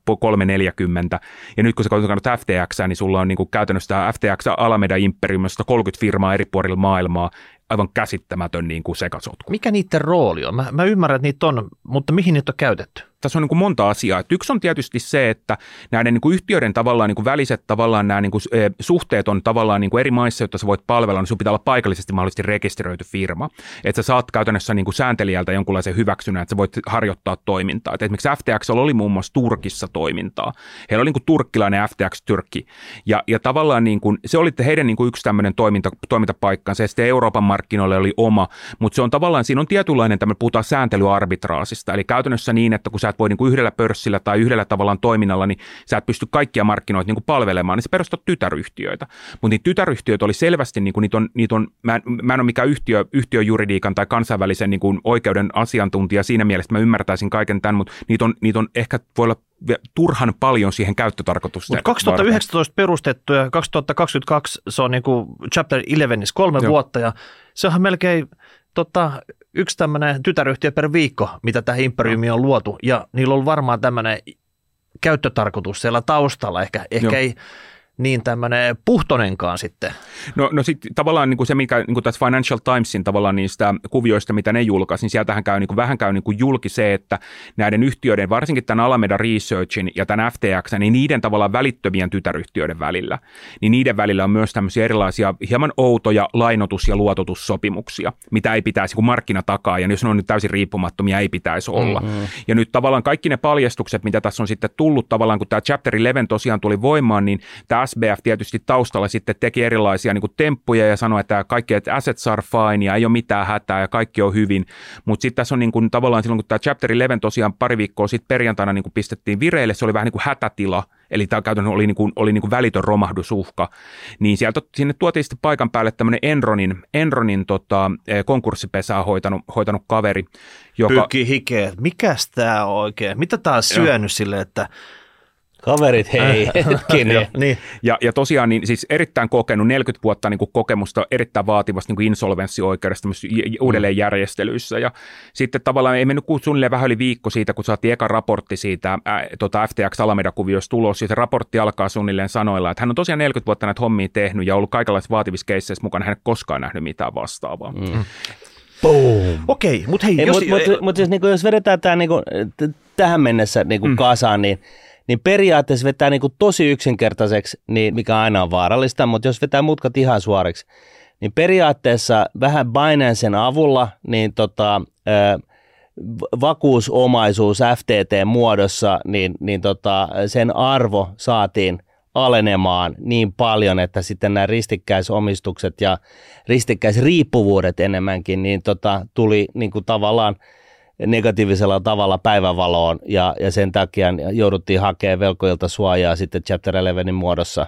340. Ja nyt kun sä katsotaan FTX, niin sulla on niin kuin käytännössä FTX Alameda Imperium, 30 firmaa eri puolilla maailmaa, aivan käsittämätön niin kuin sekasotku. Mikä niiden rooli on? Mä ymmärrän, että niitä on, mutta mihin niitä on käytetty? Tässä on niin kuin monta asiaa. Että yksi on tietysti se, että näiden niin kuin yhtiöiden tavallaan niin kuin väliset tavallaan nämä niin kuin suhteet on tavallaan niin kuin eri maissa, jotta sä voit palvella, niin sun pitää olla paikallisesti mahdollisesti rekisteröity firma. Että sä saat käytännössä niin kuin sääntelijältä jonkunlaisen hyväksynnän, että sä voit harjoittaa toimintaa. Että esimerkiksi FTX:llä oli muun muassa Turkissa toimintaa. Heillä oli niin kuin turkkilainen FTX Turkki. Ja tavallaan niin kuin, se oli heidän niin kuin yksi tämmöinen toimintapaikkansa, ja sitten Euroopan markkinoille oli oma. Mutta se on tavallaan, siinä on tietynlainen tämmöinen, puhutaan sääntelyarbitraasista. Eli käytännössä niin, että kun sä et voi niin kuin yhdellä pörssillä tai yhdellä tavallaan toiminnalla, niin sä et pysty kaikkia markkinoita niin kuin palvelemaan, niin sä perustat tytäryhtiöitä. Mutta niitä tytäryhtiöitä oli selvästi, niin kuin niitä on mä en ole mikään yhtiöjuridiikan tai kansainvälisen niin kuin oikeuden asiantuntija siinä mielessä, että mä ymmärtäisin kaiken tämän, mutta niitä on ehkä voi olla turhan paljon siihen käyttötarkoitukseen. Mutta 2019 perustettu ja 2022 se on niin kuin Chapter 11 3 vuotta ja se onhan melkein yksi tämmöinen tytäryhtiö per viikko, mitä tähän imperiumiin on luotu ja niillä on varmaan tämmöinen käyttötarkoitus siellä taustalla, ehkä ei niin tämmöinen puhtonenkaan sitten. No sitten tavallaan niin kuin se, mikä niin kuin tässä Financial Timesin tavallaan niistä kuvioista, mitä ne julkaisi, niin sieltähän vähän käy niin kuin julki se, että näiden yhtiöiden, varsinkin tämän Alameda Researchin ja tämän FTX, niin niiden tavallaan välittömien tytäryhtiöiden välillä, niin niiden välillä on myös tämmöisiä erilaisia hieman outoja lainoitus- ja luototussopimuksia, mitä ei pitäisi, kun markkina takaa, ja jos ne on nyt täysin riippumattomia, ei pitäisi olla. Mm-hmm. Ja nyt tavallaan kaikki ne paljastukset, mitä tässä on sitten tullut, tavallaan kun tämä Chapter 11 tosiaan tuli voimaan, niin tämä SBF tietysti taustalla sitten teki erilaisia niin kuin temppuja ja sanoi, että kaikki että assets are fine ja ei ole mitään hätää ja kaikki on hyvin, mutta sitten tässä on niin kuin, tavallaan silloin, kun tämä Chapter 11 tosiaan pari viikkoa sitten perjantaina niin kuin pistettiin vireille, se oli vähän niin kuin hätätila, eli tämä käytännössä oli niin kuin välitön romahdusuhka, niin sinne tuotiin sitten paikan päälle tämmöinen Enronin konkurssipesää hoitanut kaveri, joka... Pykki hikeä, mikäs tämä on oikein, mitä tämä on syönyt sille, että kaverit, hei, hetkinen. Niin. Ja tosiaan niin siis erittäin kokenut, 40 vuotta niin kuin kokemusta erittäin vaativasta niin kuin insolvenssioikeudesta uudelleenjärjestelyissä. Ja sitten tavallaan ei mennyt suunnilleen vähän yli viikko siitä, kun saatiin eka raportti siitä FTX Alameda-kuviosta tulos. Ja se raportti alkaa suunnilleen sanoilla, että hän on tosiaan 40 vuotta näitä hommia tehnyt ja ollut kaikenlaisissa vaativissa keisseissä mukana. Hän ei koskaan nähnyt mitään vastaavaa. Boom. Okei, mutta hei. Mutta siis, niin jos vedetään tämä niin tähän mennessä niin kasaan, niin periaatteessa vetää niin kuin tosi yksinkertaiseksi, niin mikä aina on vaarallista, mutta jos vetää mutkat ihan suoriksi, niin periaatteessa vähän Binancen avulla niin vakuusomaisuus FTT-muodossa, niin sen arvo saatiin alenemaan niin paljon, että sitten nämä ristikkäisomistukset ja ristikkäisriippuvuudet enemmänkin niin tuli niin kuin tavallaan negatiivisella tavalla päivänvaloon ja sen takia jouduttiin hakemaan velkojilta suojaa sitten Chapter 11 muodossa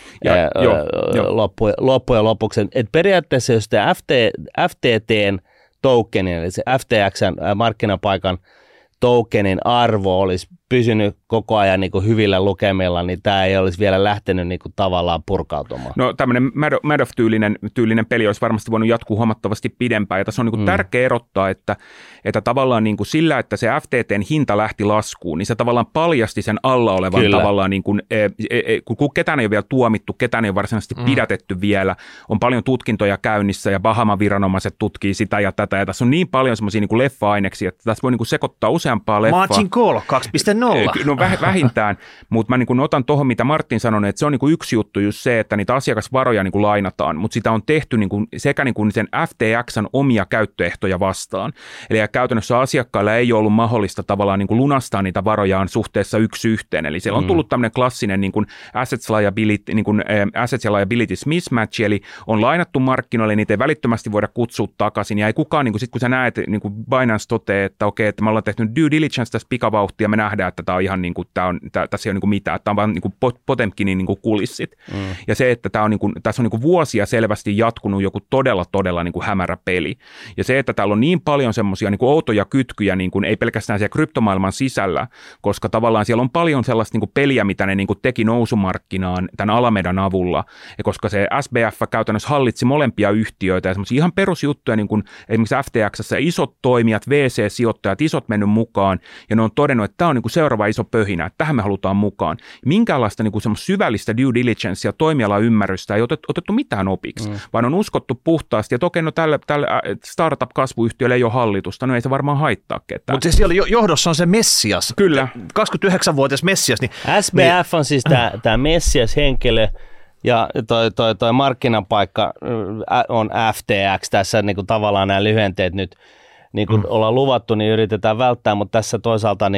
loppujen lopuksi. Et periaatteessa jos te FTTn tokenin, eli se FTXn markkinapaikan tokenin arvo olisi pysynyt koko ajan niin kuin hyvillä lukemilla, niin tämä ei olisi vielä lähtenyt niin kuin tavallaan purkautumaan. No tämmöinen Madoff-tyylinen peli olisi varmasti voinut jatkuu huomattavasti pidempään, ja tässä on niin kuin tärkeä erottaa, että tavallaan niin kuin sillä, että se FTTn hinta lähti laskuun, niin se tavallaan paljasti sen alla olevan tavallaan, niin kuin, kun ketään ei ole vielä tuomittu, ketään ei ole varsinaisesti pidätetty vielä, on paljon tutkintoja käynnissä, ja Bahaman viranomaiset tutkii sitä ja tätä, ja tässä on niin paljon semmoisia niin kuin leffa-aineksia, että tässä voi niin kuin sekoittaa useampaa leffaa. Margin Call 2.0. No vähintään, mutta mä niin kuin otan tuohon, mitä Martin sanoi, että se on niin kuin yksi juttu just se, että niitä asiakasvaroja niin kuin lainataan, mutta sitä on tehty niin kuin sekä niin kuin sen FTX:n omia käyttöehtoja vastaan. Eli käytännössä asiakkailla ei ollut mahdollista tavallaan niin kuin lunastaa niitä varojaan suhteessa 1:1. Eli siellä on tullut tämmöinen klassinen niin kuin assets ja liabilities mismatch, eli on lainattu markkinoille, niitä ei välittömästi voida kutsua takaisin, ja ei kukaan, niin kuin sit kun sä näet, niin kuin Binance toteaa, että okei, että me ollaan tehty due diligence tässä pikavauhtia, me nähdään, että tämä on ihan niin kuin, tässä ei ole niin kuin mitään, tämä on vaan niin kuin Potemkinin niin kuin kulissit. Ja se, että tämä on niin kuin, tässä on niin kuin vuosia selvästi jatkunut joku todella niin kuin hämärä peli. Ja se, että täällä on niin paljon semmoisia niin kuin outoja kytkyjä, niin kuin ei pelkästään siellä kryptomaailman sisällä, koska tavallaan siellä on paljon sellaista niin kuin peliä, mitä ne niin kuin teki nousumarkkinaan tämän Alamedan avulla. Ja koska se SBF käytännössä hallitsi molempia yhtiöitä ja semmoisia ihan perusjuttuja, niin kuin esimerkiksi FTX:ssä isot toimijat, VC-sijoittajat, isot mennyt mukaan, ja ne on todennut, että tämä on niin kuin seuraava iso pöhinä, että tähän me halutaan mukaan. Minkäänlaista niin kuin semmoista syvällistä due diligencea, toimialaymmärrystä ei otettu mitään opiksi, vaan on uskottu puhtaasti, että okei, no tälle startup-kasvuyhtiölle ei ole hallitusta, no ei se varmaan haittaa ketään. Mutta siellä johdossa on se Messias. Kyllä. 29-vuotias Messias. Niin, SBF on siis tämä Messias-henkilö, ja toi markkinapaikka on FTX. Tässä niin kuin tavallaan nämä lyhenteet nyt, niin kuin ollaan luvattu, niin yritetään välttää, mutta tässä toisaalta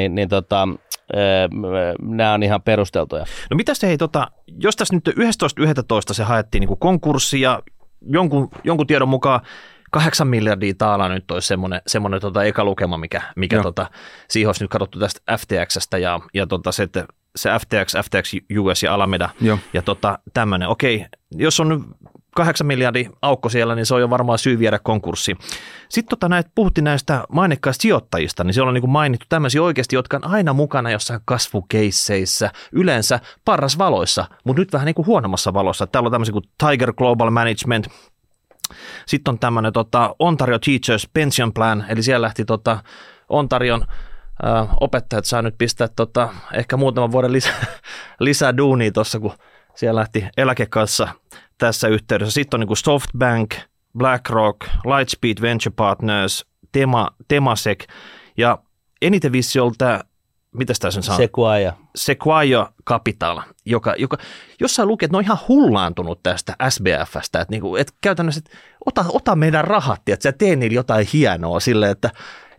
nämä on ihan perusteltuja. No mitäs jos tässä nyt 11.11. se haettiin niin kuin konkurssi ja jonkun tiedon mukaan 8 miljardia taalaa nyt olisi semmoinen eka lukema, mikä siihen olisi nyt katsottu tästä FTX:stä ja se FTX US ja Alameda ja tämmöinen. Okei, jos on nyt 8 miljardia aukko siellä, niin se on jo varmaan syy viedä konkurssiin. Sitten puhuttiin näistä mainekkaista sijoittajista, niin siellä on niin mainittu tämmöisiä oikeasti, jotka on aina mukana jossain kasvukeisseissä, yleensä parrasvaloissa, mutta nyt vähän niin kuin huonommassa valossa. Täällä on tämmöisiä kuin Tiger Global Management, sitten on tämmöinen Ontario Teachers Pension Plan, eli siellä lähti Ontarion opettajat saa nyt pistää ehkä muutaman vuoden lisää duunia tuossa, kun siellä lähti eläkekassa tässä yhteydessä. Sitten on niin kuin SoftBank, BlackRock, Lightspeed Venture Partners, Temasek ja eniten vissi oli tämä, mitäs tässä saa? Sequoia Capital, joka jossain luki, että ne on ihan hullaantunut tästä SBF:stä, että niinku, et käytännössä ota meidän rahat, että sä tee niillä jotain hienoa silleen, että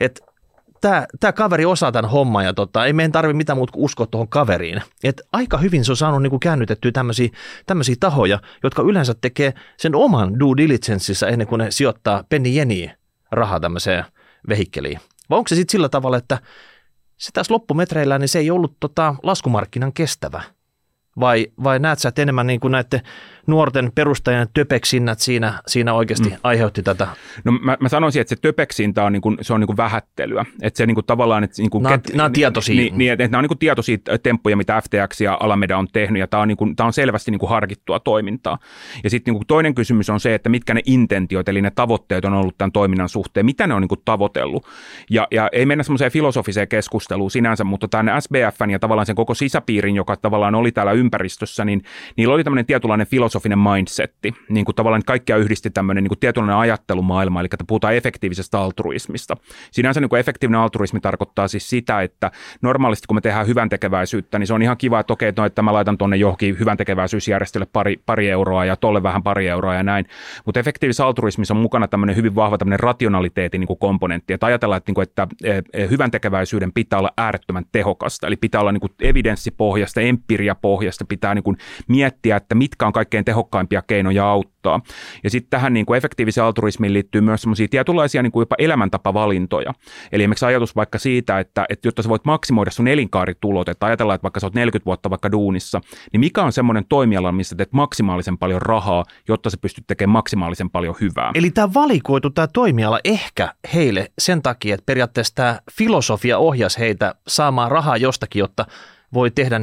tämä kaveri osaa tämän homman ja ei meidän tarvitse mitään muuta kuin uskoa tuohon kaveriin. Et aika hyvin se on saanut niinku käännytettyä tämmöisiä tahoja, jotka yleensä tekee sen oman due diligenceissa ennen kuin ne sijoittaa penni jeniä rahaa tämmöiseen vehikkeliin. Vai onko se sitten sillä tavalla, että se tässä loppumetreillä, niin se ei ollut laskumarkkinan kestävä? Vai näet sä, että enemmän niin kuin näiden nuorten perustajien töpeksinnät siinä oikeasti aiheutti tätä? No mä sanoisin, että se töpeksintä on, se on vähättelyä. Että se tavallaan, että nämä on tietoisia. Että nämä on tietoisia temppuja, mitä FTX ja Alameda on tehnyt, ja tämä on selvästi harkittua toimintaa. Ja sitten toinen kysymys on se, että mitkä ne intentiot, eli ne tavoitteet on ollut tämän toiminnan suhteen, mitä ne on tavoitellut. Ja ei mennä semmoiseen filosofiseen keskusteluun sinänsä, mutta tämän SBF:n ja tavallaan sen koko sisäpiirin, joka tavallaan oli täällä ympäristössä, niin niillä oli tämmöinen tietynlainen filosofinen mindsetti, niin kuin tavallaan kaikkia yhdisti tämmöinen niin kuin tietynlainen ajattelumaailma, eli että puhutaan efektiivisestä altruismista. Sinänsä niin kuin efektiivinen altruismi tarkoittaa siis sitä, että normaalisti kun me tehdään hyvän tekeväisyyttä, niin se on ihan kiva, että okei, että mä laitan tuonne johonkin hyvän tekeväisyysjärjestölle pari euroa ja tolle vähän pari euroa ja näin, mutta efektiivisessä altruismissa on mukana tämmöinen hyvin vahva tämmöinen rationaliteetin niin kuin komponentti, että ajatellaan, että hyvän tekeväisyyden pitää olla äärettömän tehokasta, eli pitää olla niin kuin evidenssipohjasta, empiriapohjasta, asiasta pitää niin kuin miettiä, että mitkä on kaikkein tehokkaimpia keinoja auttaa. Ja sitten tähän niin kuin efektiiviseen altruismiin liittyy myös semmoisia tietynlaisia niin kuin jopa elämäntapavalintoja. Eli esimerkiksi ajatus vaikka siitä, että jotta sä voit maksimoida sun elinkaaritulot, että ajatellaan, että vaikka sä oot 40 vuotta vaikka duunissa, niin mikä on semmoinen toimiala, missä teet maksimaalisen paljon rahaa, jotta sä pystyt tekemään maksimaalisen paljon hyvää. Eli tämä valikoitu tämä toimiala ehkä heille sen takia, että periaatteessa tämä filosofia ohjasi heitä saamaan rahaa jostakin, jotta voi tehdä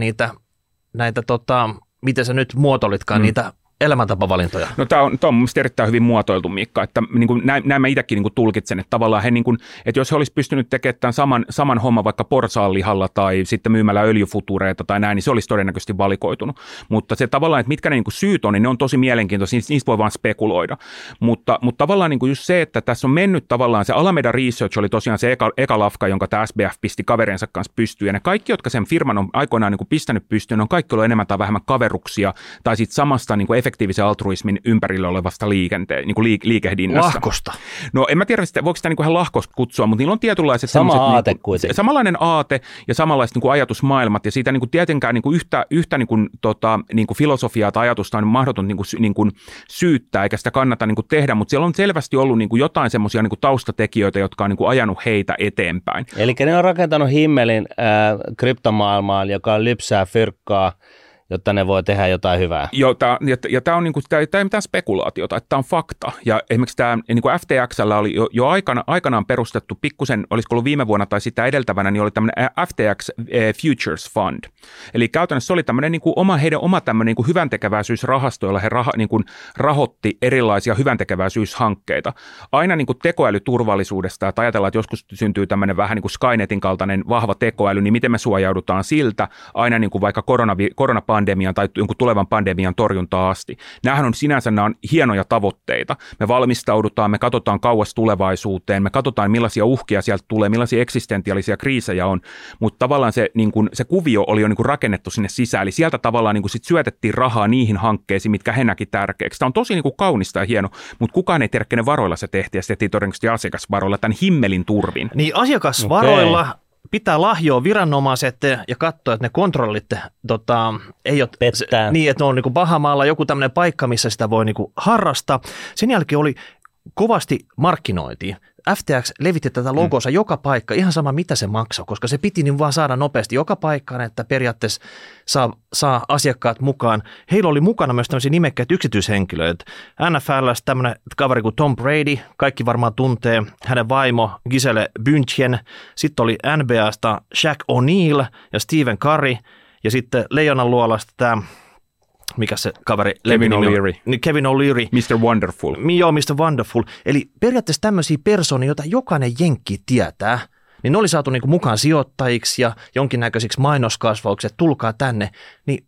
näitä miten sä nyt muotoilitkaan, niitä elämäntapavalintoja. No tämä on mun mielestä erittäin hyvin muotoiltu, Mikka, että niin kuin näin mä itsekin niin kuin tulkitsen, että tavallaan he, niin kuin, että jos he olisi pystynyt tekemään tämän saman homman vaikka porsaanlihalla tai sitten myymällä öljyfutureita tai näin, niin se olisi todennäköisesti valikoitunut. Mutta se tavallaan, että mitkä ne niin kuin syyt on, niin ne on tosi mielenkiintoisia, niistä voi vaan spekuloida. Mutta tavallaan niin kuin just se, että tässä on mennyt tavallaan, se Alameda Research oli tosiaan se eka lafka, jonka tämä SBF pisti kaverinsa kanssa pystyyn, ja ne kaikki, jotka sen firman on aikoinaan niin kuin pistänyt pystyyn, on kaikki ollut enemmän tai vähemmän kaveruksia tai sitten samasta niin kuin efektiivisen altruismin ympärillä olevasta liikehdinnasta. Lahkosta. No en mä tiedä, voiko sitä niin kuin ihan lahkosta kutsua, mutta niillä on tietynlaiset sama aate kuitenkin. Samanlainen aate ja samanlaiset niin kuin ajatusmaailmat, ja siitä niin kuin tietenkään niin kuin yhtä niin kuin filosofiaa tai ajatusta on mahdoton niin kuin syyttää, eikä sitä kannata niin kuin tehdä, mutta siellä on selvästi ollut niin kuin jotain semmoisia niin kuin taustatekijöitä, jotka on niin kuin ajanut heitä eteenpäin. Eli ne on rakentanut himmelin kryptomaailmaan, joka lypsää fyrkkaa, jotta ne voi tehdä jotain hyvää. Joo, tämä on niinku, tää ei mitään spekulaatiota, että tämä on fakta. Ja esimerkiksi tämä niinku FTX:llä oli jo aikanaan perustettu pikkusen, olisiko ollut viime vuonna tai sitä edeltävänä, niin oli tämmöinen FTX Futures Fund. Eli käytännössä se oli tämmöinen niinku heidän oma tämmöinen niinku hyväntekeväisyysrahasto, jolla he niinku rahoitti erilaisia hyväntekeväisyyshankkeita. Aina niinku tekoälyturvallisuudesta, että ajatellaan, että joskus syntyy tämmöinen vähän niin kuin Skynetin kaltainen vahva tekoäly, niin miten me suojaudutaan siltä, aina niin kuin vaikka koronapandemian tai jonkun tulevan pandemian torjuntaa asti. Nämähän on sinänsä hienoja tavoitteita. Me valmistaudutaan, me katsotaan kauas tulevaisuuteen, me katsotaan millaisia uhkia sieltä tulee, millaisia eksistentiaalisia kriisejä on, mutta tavallaan se kuvio oli jo niin kuin rakennettu sinne sisään, eli sieltä tavallaan niin kuin sit syötettiin rahaa niihin hankkeisiin, mitkä he näki tärkeäksi. Tämä on tosi niin kuin kaunista ja hieno, mutta kukaan ei tiedä, kenen varoilla se tehtiin, ja se tehtiin todennäköisesti asiakasvaroilla tämän himmelin turvin. Niin asiakasvaroilla pitää lahjoa viranomaiset ja katsoa, että ne kontrollit ei ole pettää. Niin, että ne on niin kuin Bahamaalla joku tämmöinen paikka, missä sitä voi niin kuin harrastaa. Sen jälkeen oli kovasti markkinointia. FTX levitti tätä logosa joka paikka, ihan sama mitä se maksoi, koska se piti niin vaan saada nopeasti joka paikkaan, että periaatteessa saa asiakkaat mukaan. Heillä oli mukana myös tämmöisiä nimekkäitä yksityishenkilöitä. NFL:stä tämmöinen kaveri kuin Tom Brady, kaikki varmaan tuntee, hänen vaimo Gisele Bündchen. Sitten oli NBAsta Shaq O'Neal ja Stephen Curry, ja sitten Leijonan luolasta tämä, mikä se kaveri? Kevin O'Leary. Niin Kevin O'Leary. Mr. Wonderful. Joo, Mr. Wonderful. Eli periaatteessa tämmöisiä persoonia, joita jokainen jenkki tietää, niin ne oli saatu niinku mukaan sijoittajiksi ja jonkinnäköisiksi mainoskasvaukset, tulkaa tänne, niin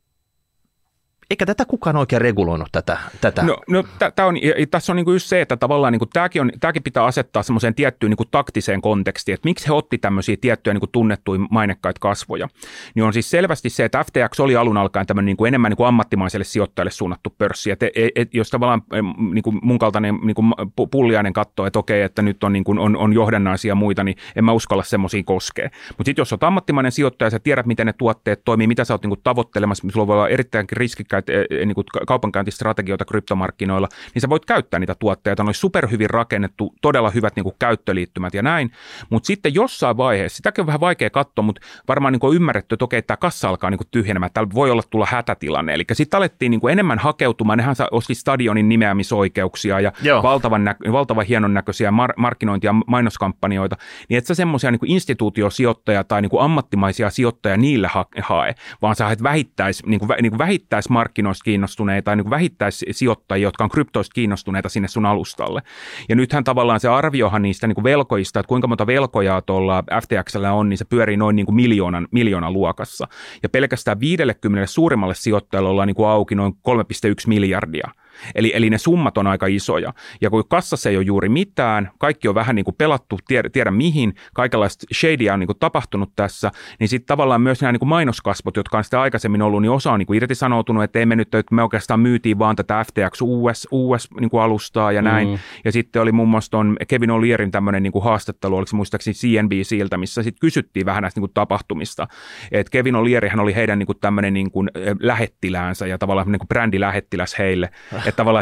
eikä tätä kukaan oikein reguloinut tätä. No tässä on niinku just se, että tavallaan niinku tämäkin pitää asettaa semmoiseen tiettyyn niinku taktiseen kontekstiin, että miksi he otti tämmöisiä tiettyjä niinku tunnettuja mainekkaita kasvoja. Niin on siis selvästi se, että FTX oli alun alkaen tämmöinen niinku enemmän niinku ammattimaiselle sijoittajalle suunnattu pörssi. Jos tavallaan niinku mun kaltainen niinku pulliainen katsoo, että okei, että nyt on, niinku, on johdannaisia ja muita, niin en mä uskalla semmoisiin koskea. Mutta sitten jos olet ammattimainen sijoittaja, sä tiedät, miten ne tuotteet toimii, mitä sä oot niinku tavoittelemassa, sulla voi olla erittäinkin riskikkäitä niin kuin kaupankäyntistrategioita kryptomarkkinoilla, niin sä voit käyttää niitä tuotteita. Ne olisi superhyvin rakennettu, todella hyvät niin kuin käyttöliittymät ja näin. Mutta sitten jossain vaiheessa, sitäkin on vähän vaikea katsoa, mutta varmaan niin kuin on ymmärretty, että okei, tämä kassa alkaa niin kuin tyhjenemään. Täällä voi tulla hätätilanne. Eli sitten alettiin niin kuin enemmän hakeutumaan. Nehän osti stadionin nimeämisoikeuksia ja valtavan hienon näköisiä markkinointi- ja mainoskampanjoita. Niin et sä semmoisia niin kuin instituutiosijoittajia tai niin kuin ammattimaisia sijoittajia niille hae, vaan sä haet vähittäismarkkinoista kiinnostuneita tai niin vähittäissijoittajia, jotka on kryptoista kiinnostuneita sinne sun alustalle. Ja nythän tavallaan se arviohan niistä niin kuin velkoista, että kuinka monta velkojaa tuolla FTX:llä on, niin se pyörii noin niin kuin miljoonan luokassa. Ja pelkästään 50 suurimmalle sijoittajalle ollaan niin kuin auki noin 3,1 miljardia. Eli ne summat on aika isoja. Ja kun kassassa ei ole juuri mitään, kaikki on vähän niin kuin pelattu, tiedä mihin, kaikenlaista shadyä on niin kuin tapahtunut tässä, niin sitten tavallaan myös nämä niin kuin mainoskasvot, jotka on sitä aikaisemmin ollut, niin osa on niin kuin irtisanoutunut, että ei mennyt, että me oikeastaan myytiin vaan tätä FTX US niin kuin alustaa ja näin. Ja sitten oli muun muassa Kevin O'Learyn tämmöinen niin kuin haastattelu, oliko se muistaakseni CNBCiltä, missä sitten kysyttiin vähän näistä niin kuin tapahtumista. Että Kevin O'Learyhän oli heidän niin kuin tämmöinen niin kuin lähettiläänsä ja tavallaan niin kuin brändilähettiläs heille. Että tavallaan,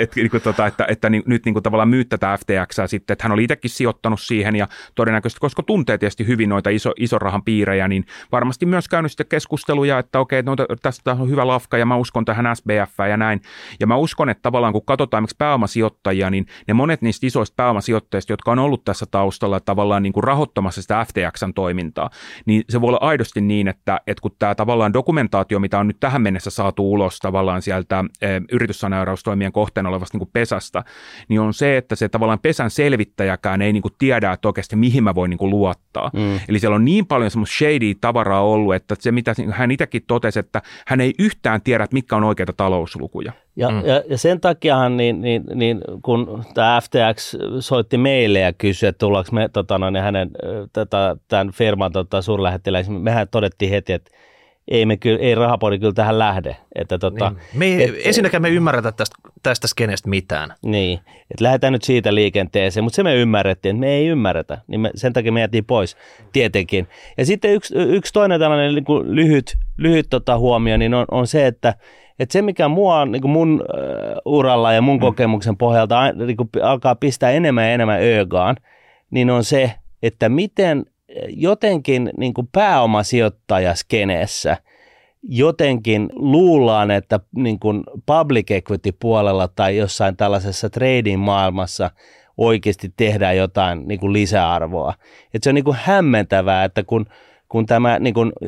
että nyt niin kuin tavallaan myy tätä FTXää sitten, että hän oli itsekin sijoittanut siihen ja todennäköisesti, koska tuntee tietysti hyvin noita ison rahan piirejä, niin varmasti myös käynyt sitten keskusteluja, että okei, no, tästä on hyvä lafka ja mä uskon tähän SBF:ään ja näin. Ja mä uskon, että tavallaan kun katsotaan miksi pääomasijoittajia, niin ne monet niistä isoista pääomasijoittajista, jotka on ollut tässä taustalla tavallaan niin kuin rahoittamassa sitä FTX:n toimintaa, niin se voi olla aidosti niin, että kun tämä tavallaan dokumentaatio, mitä on nyt tähän mennessä saatu ulos tavallaan sieltä yrityssaneeraustoimien kohteena olevasta niin kuin pesästä, niin on se, että se tavallaan pesän selvittäjäkään ei niin kuin tiedä, että oikeasti mihin mä voin niin kuin luottaa. Eli siellä on niin paljon semmoista shady tavaraa ollut, että se mitä hän itsekin totesi, että hän ei yhtään tiedä, että mitkä on oikeita talouslukuja. Ja sen takiahan, niin kun tämä FTX soitti meille ja kysyi, että tullaanko me hänen tämän firman suurlähettiläisen, mehän todettiin heti, että ei Rahapodi kyllä tähän lähde. Että ensinnäkään me ymmärretä tästä skenestä mitään. Niin, että lähdetään nyt siitä liikenteeseen, mutta se me ymmärrettiin, että me ei ymmärretä, niin sen takia me jätiin pois tietenkin. Ja sitten yksi toinen tällainen niin kuin lyhyt huomio niin on se, että se mikä mua on niin mun uralla ja mun kokemuksen pohjalta niin alkaa pistää enemmän ja enemmän öögaan, niin on se, että miten jotenkin niin kuin pääomasijoittajaskeneessä jotenkin luullaan, että niin kuin public equity puolella tai jossain tällaisessa trading maailmassa oikeasti tehdään jotain niin kuin lisäarvoa. Että se on niin kuin hämmentävää, että kun tämä niin kuin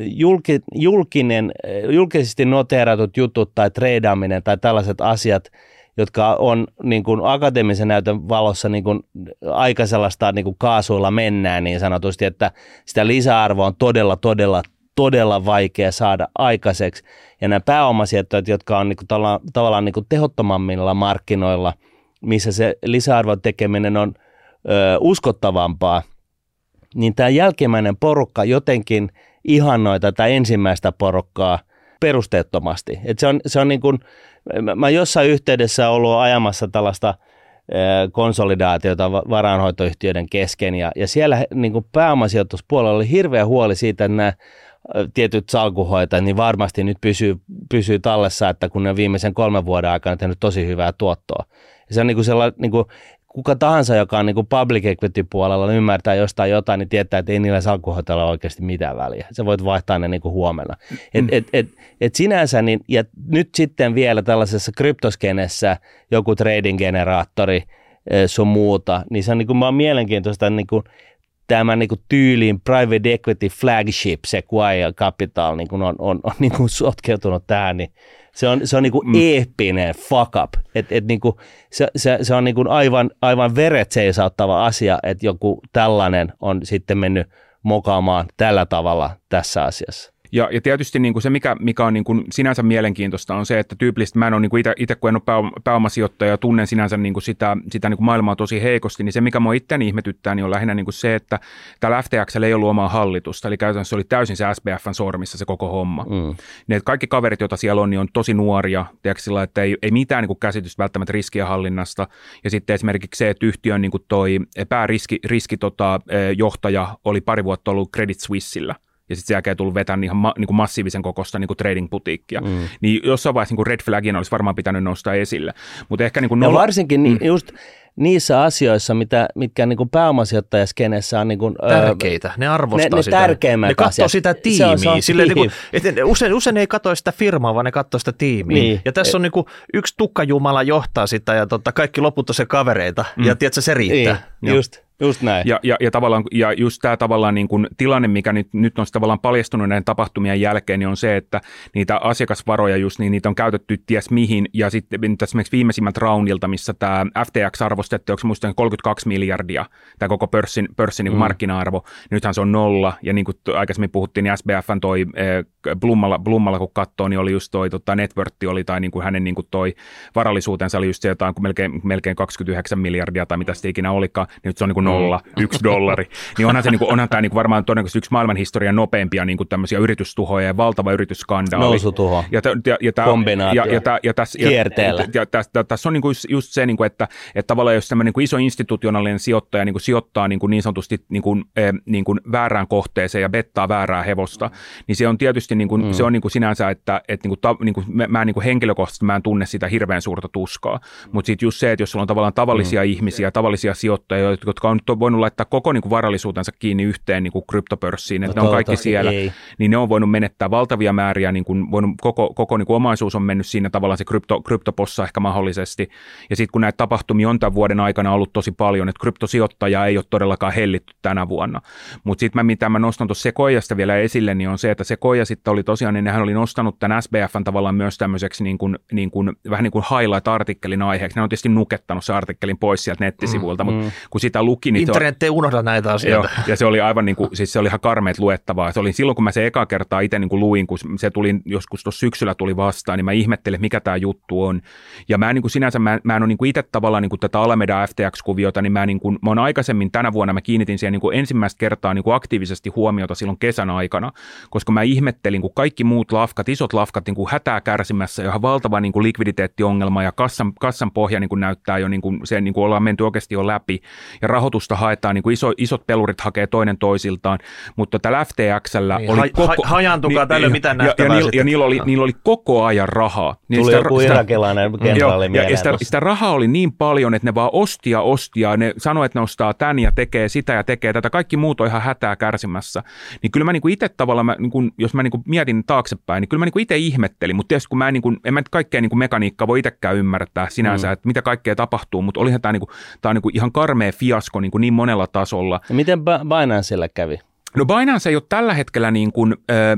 julkisesti noteeratut jutut tai treidaaminen tai tällaiset asiat, jotka on niin kuin akateemisen näytön valossa niin kuin aika sellaista niin kuin kaasuilla mennään niin sanotusti, että sitä lisäarvoa on todella vaikea saada aikaiseksi. Ja nämä pääomasijoittajat, jotka on niin kuin tavallaan niin kuin tehottomammilla markkinoilla, missä se lisäarvon tekeminen on uskottavampaa, niin tämä jälkimmäinen porukka jotenkin ihannoi tätä ensimmäistä porukkaa perusteettomasti. Että se on niin kuin, mä jossain yhteydessä ollut ajamassa tällaista konsolidaatiota varainhoitoyhtiöiden kesken, ja siellä niin kuin pääomasijoituspuolella oli hirveä huoli siitä, että nämä tietyt salkuhoitajat niin varmasti nyt pysyy tallessa, että kun ne viimeisen 3 vuoden aikana tehnyt tosi hyvää tuottoa. Ja se on niin kuin sellainen, niin kuin kuka tahansa, joka on niin kuin public equity puolella, ymmärtää jostain jotain, niin tietää, että ei niillä salkuhoitajilla ole oikeasti mitään väliä. Sä voit vaihtaa ne niin kuin huomenna. Et sinänsä, niin, ja nyt sitten vielä tällaisessa kryptoskenessä joku trading-generaattori sun muuta, niin se on niin kuin vaan mielenkiintoista niin kuin tämä niin kuin tyyliin private equity flagship Sequoia Capital niin kuin on niin kuin sotkeutunut tähän, niin se on niin kuin eeppinen fuck up. Niin kuin se on niin kuin aivan veret seisauttava asia, että joku tällainen on sitten mennyt mokaamaan tällä tavalla tässä asiassa. Ja tietysti niin kuin se, mikä on niin kuin sinänsä mielenkiintoista, on se, että tyypillisesti mä en ole niin kuin itse kun en ole pääomasijoittaja ja tunnen sinänsä niin kuin sitä niin kuin maailmaa tosi heikosti, niin se, mikä mua itseäni ihmetyttää, niin on lähinnä niin kuin se, että täällä FTX:llä ei ollut omaa hallitusta, eli käytännössä oli täysin se SBF:n sormissa se koko homma. Ne kaikki kaverit, joita siellä on, niin on tosi nuoria, sillä, että ei mitään niin kuin käsitystä välttämättä riskienhallinnasta, ja sitten esimerkiksi se, että yhtiön niin kuin toi johtaja oli 2 vuotta ollut Credit Suissella. Ja sitten sen jälkeen tullut vetämään ihan niin massiivisen kokoista niin trading-putiikkia. Niin jossain vaiheessa niin red flagina olisi varmaan pitänyt nostaa esille. Mutta ehkä niin ja varsinkin just niissä asioissa, mitkä niin pääomasijoittajaskenessä on niin kuin, tärkeitä, ne arvostaa ne sitä. tärkeimmät ne katsoo sitä tiimiä. Se on niin kuin, usein ei katso sitä firmaa, vaan ne katsoo sitä tiimiä. Niin. Ja tässä on niin kuin, yksi tukkajumala johtaa sitä ja kaikki loput on se kavereita. Ja tiedätkö, se riittää. Just. Just näin. Ja just tämä tavallaan niin kuin tilanne, mikä nyt on tavallaan paljastunut näiden tapahtumien jälkeen, niin on se, että niitä asiakasvaroja just, niin niitä on käytetty ties mihin, ja sitten esimerkiksi viimeisimmät roundilta, missä tämä FTX arvostettiin, onko muistan 32 miljardia, tämä koko pörssin niin kuin markkina-arvo, nythän se on 0, ja niin kuin aikaisemmin puhuttiin, niin SBFn toi Blummalla kun katsoo, niin oli just toi net worth oli, tai niin kuin hänen niin kuin toi varallisuutensa oli just se jotain kuin melkein 29 miljardia, tai mitä sitten ikinä olikaan, niin nyt se on niin kuin 0, $1, niin onhan tämä niin kuin varmaan todennäköisesti yksi maailmanhistorian nopeimpia niin kuin tämmöisiä yritystuhoja ja valtava yritysskandaali. Nousutuho, kombinaatio, kierteellä. Ja tässä on niin kuin just se, niin kuin, että tavallaan jos tämmöinen niin kuin iso institutionaalinen sijoittaja niin kuin sijoittaa niin sanotusti niin kuin väärään kohteeseen ja bettaa väärää hevosta, niin se on tietysti niin kuin, se on niin kuin sinänsä, että niin kuin mä niin kuin henkilökohtaisesti mä en tunne sitä hirveän suurta tuskaa, mutta sitten just se, että jos sulla on tavallaan tavallisia ihmisiä, tavallisia sijoittajia, jotka on voinut laittaa koko niin kuin varallisuutensa kiinni yhteen niin kuin kryptopörssiin, että ne on kaikki siellä, niin ne on voinut menettää valtavia määriä, niin kuin voinut, koko niin kuin omaisuus on mennyt siinä tavallaan se kryptopossa ehkä mahdollisesti, ja sitten kun näitä tapahtumia on tämän vuoden aikana ollut tosi paljon, että kryptosijoittajaa ei ole todellakaan hellitty tänä vuonna, mutta sitten mitä mä nostan tuossa Sequoiasta vielä esille, niin on se, että Sequoia sitten oli tosiaan, niin nehän oli nostanut tämän SBFn tavallaan myös tämmöiseksi niin kuin, vähän niin kuin highlight-artikkelin aiheeksi. Ne on tietysti nukettanut se artikkelin pois sieltä nettisivuilta, mutta kun sitä luki, niin internet ei unohda näitä asioita. Joo, ja se oli aivan niin kuin, siis se oli ihan karmeet luettavaa. Se oli silloin, kun mä se eka kertaa itse niin kuin luin, kun se tuli joskus tuossa syksyllä tuli vastaan, niin mä ihmettelin, mikä tämä juttu on. Ja mä niin kuin sinänsä, mä en ole niin kuin itse tavallaan niin kuin tätä Alameda FTX-kuviota, niin mä oon aikaisemmin tänä vuonna, mä kiinnitin siihen niin kuin ensimmäistä kertaa niin kuin aktiivisesti huomiota silloin kesän aikana, koska mä ihmettelin, kun kaikki muut lafkat, isot lafkat niin kuin hätää kärsimässä, johon valtava niin kuin likviditeettiongelma ja kassan pohja niin kuin näyttää jo, niin kuin, se niin kuin ollaan menty oikeasti jo läpi, ja rahoitusta haetaan, niin kuin isot pelurit hakee toinen toisiltaan, mutta tällä FTX:llä niin, oli hajantukaa tälle mitään nähtävää. Ja niillä oli koko ajan rahaa. Niin tuli joku irakilainen kenraali mieleen. Ja sitä rahaa oli niin paljon, että ne vaan ostia, ne sanoi, että ne ostaa tän ja tekee sitä ja tekee tätä, kaikki muut on ihan hätää kärsimässä. Niin kyllä mä niin kuin itse tavallaan, jos mä niin kuin mietin taaksepäin, niin kyllä mä niin kuin itse ihmettelin, mutta tietysti kun mä en mä kaikkea niin kuin mekaniikkaa voi itsekään ymmärtää sinänsä, että mitä kaikkea tapahtuu, mutta olihan tämä on niin kuin ihan karmea fiasko niin monella tasolla. Ja miten Binancella kävi? No Binance ei ole tällä hetkellä niin kuin,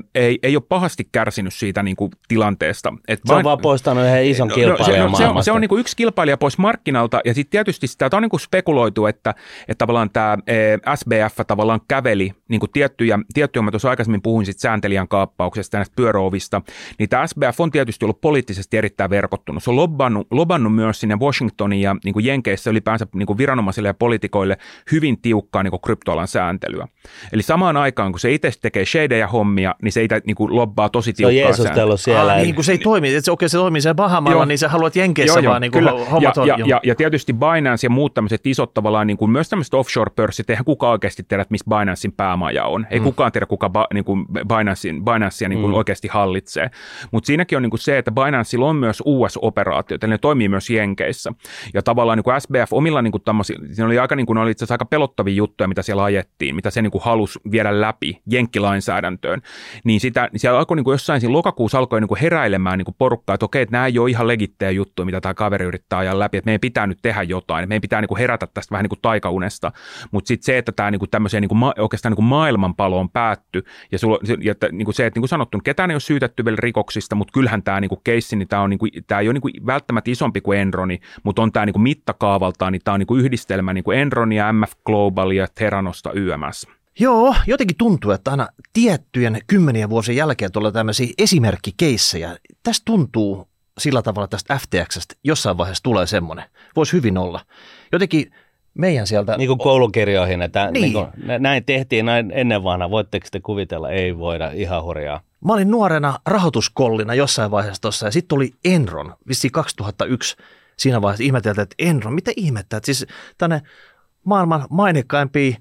ei ole pahasti kärsinyt siitä niin kuin tilanteesta. Se on vaan poistanut yhden ison kilpailijan maailmasta. Se on niin kuin yksi kilpailija pois markkinalta, ja sitten tietysti sitä on niin kuin spekuloitu, että tavallaan tämä SBF tavallaan käveli niin kuin tiettyjä, mä tuossa aikaisemmin puhuin sit sääntelijän kaappauksesta näistä pyöröovista, niin tämä SBF on tietysti ollut poliittisesti erittäin verkottunut. Se on lobannut myös sinne Washingtoniin ja niin kuin Jenkeissä ylipäänsä niin kuin viranomaisille ja poliitikoille hyvin tiukkaa niin kuin kryptoalan sääntelyä. Eli samaan aikaan, kun se itse tekee shadeja hommia, niin se itse niin kuin lobbaa tosi tiukkaa sääntöä. Se on jeesustellut siellä. Niin kuin se ei toimi, että se toimii siellä Bahamalla, niin sä haluat Jenkeissä vaan niin kuin hommat on. Ja tietysti Binance ja muut tämmöiset isot tavallaan, niin kuin myös tämmöiset offshore-pörssit, eihän kukaan oikeasti tiedä, missä Binancein päämaja on. Ei kukaan tiedä, kuka niin kuin Binancea niin kuin oikeasti hallitsee. Mutta siinäkin on niin kuin se, että Binancella on myös US-operaatioita, eli ne toimii myös Jenkeissä. Ja tavallaan niin kuin SBF omilla niin kuin siinä oli aika, niin kuin, oli itse asiassa aika pelottavia juttuja, mitä siellä ajettiin, mitä se niin kuin halusi viedä läpi jenkkilainsäädäntöön, niin siellä alkoi niin kuin jossain siinä lokakuussa alkoi niin kuin heräilemään niin kuin porukkaa, että okei, että nämä ei ole ihan legittejä juttuja, mitä tämä kaveri yrittää ajaa läpi, että meidän pitää nyt tehdä jotain, että meidän pitää niin kuin herätä tästä vähän niin kuin taikaunesta, mutta sitten se, että tämä niin kuin tämmöiseen niin kuin oikeastaan niin kuin maailmanpaloon päättyi, ja niin kuin se, että niin kuin sanottu, ketään ei ole syytetty vielä rikoksista, mutta kyllähän tämä niin kuin keissi, niin tämä ei ole niin kuin välttämättä isompi kuin Enroni, mutta on tämä niin kuin mittakaavaltaan, niin tämä on niin kuin yhdistelmä niin kuin Enronia, MF Globalia, Terranosta, YMS. Joo, jotenkin tuntuu, että aina tiettyjen 10 vuosien jälkeen tulee tämmöisiä esimerkkikeissejä. Tästä tuntuu sillä tavalla tästä FTX:stä jossain vaiheessa tulee semmoinen. Voisi hyvin olla. Jotenkin meidän sieltä... Niin kuin koulukirjoihin, että niin. Näin tehtiin näin ennen vanhaa. Voitteko te kuvitella? Ei voida, ihan hurjaa. Mä olin nuorena rahoituskollina jossain vaiheessa tuossa, ja sitten tuli Enron, vissiin 2001. Siinä vaiheessa ihmeteltiin, että Enron, mitä ihmettä? Että siis tänne maailman maineikkaimpia,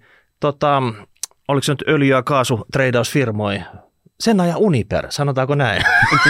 oliko se nyt öljy- ja kaasutreidausfirmoja, sen ajan Uniper, sanotaanko näin?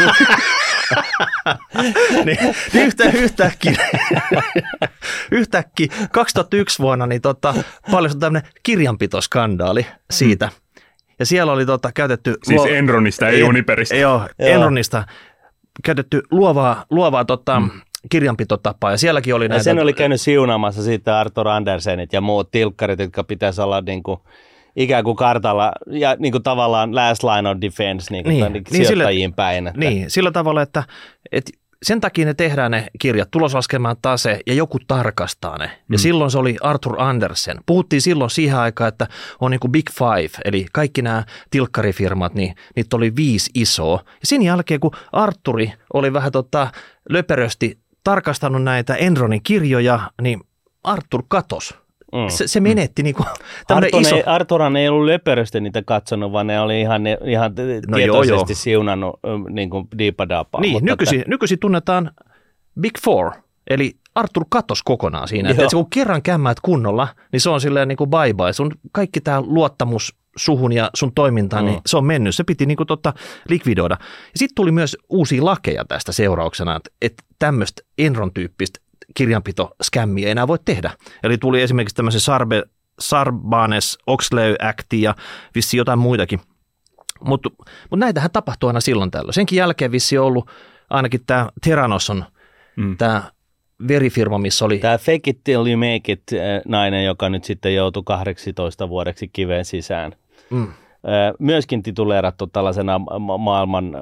yhtäkkiä 2001 vuonna niin paljastui tämmöinen kirjanpitoskandaali siitä. Ja siellä oli käytetty... Siis Enronista, ei Uniperista. Joo, Enronista käytetty luovaa kirjanpitotapa ja sielläkin oli näitä. Sen oli käynyt siunaamassa siitä Arthur Andersenit ja muut tilkkarit, jotka pitäisi olla niin kuin ikään kuin kartalla ja niin kuin tavallaan last line of defense niin sijoittajiin päin. Että. Niin, sillä tavalla, että sen takia ne tehdään ne kirjat, tuloslaskelman tase ja joku tarkastaa ne. Ja silloin se oli Arthur Andersen. Puhuttiin silloin siihen aikaan, että on niin kuin Big Five, eli kaikki nämä tilkkarifirmat, niin niitä oli 5 isoa. Ja sen jälkeen, kun Arthuri oli vähän löperösti tarkastanut näitä Enronin kirjoja, niin Arthur katosi. Se menetti niin kuin iso. Arthurhan ei ollut löperösti niitä katsonut, vaan ne oli ihan tietoisesti siunannut niin kuin diipadapaa. Niin, nykyisin tunnetaan Big Four, eli Arthur katosi kokonaan siinä. Että kun kerran kämmäät kunnolla, niin se on silleen niin kuin bye bye. Sun kaikki tämä luottamus suhun ja sun toimintaan, niin se on mennyt. Se piti niin kuin likvidoida. Ja sitten tuli myös uusia lakeja tästä seurauksena, että tämmöistä Enron-tyyppistä kirjanpito-skämmiä ei enää voi tehdä. Eli tuli esimerkiksi tämmöisen Sarbanes-Oxley Act ja vissiin jotain muitakin. Mutta näitähän tapahtuu aina silloin tällöin. Senkin jälkeen vissiin on ollut ainakin tämä Theranos on tämä verifirma, missä oli... Tämä fake it till you make it -nainen, joka nyt sitten joutui 18 vuodeksi kiveen sisään. Myöskin tituleerattu tällaisena maailman...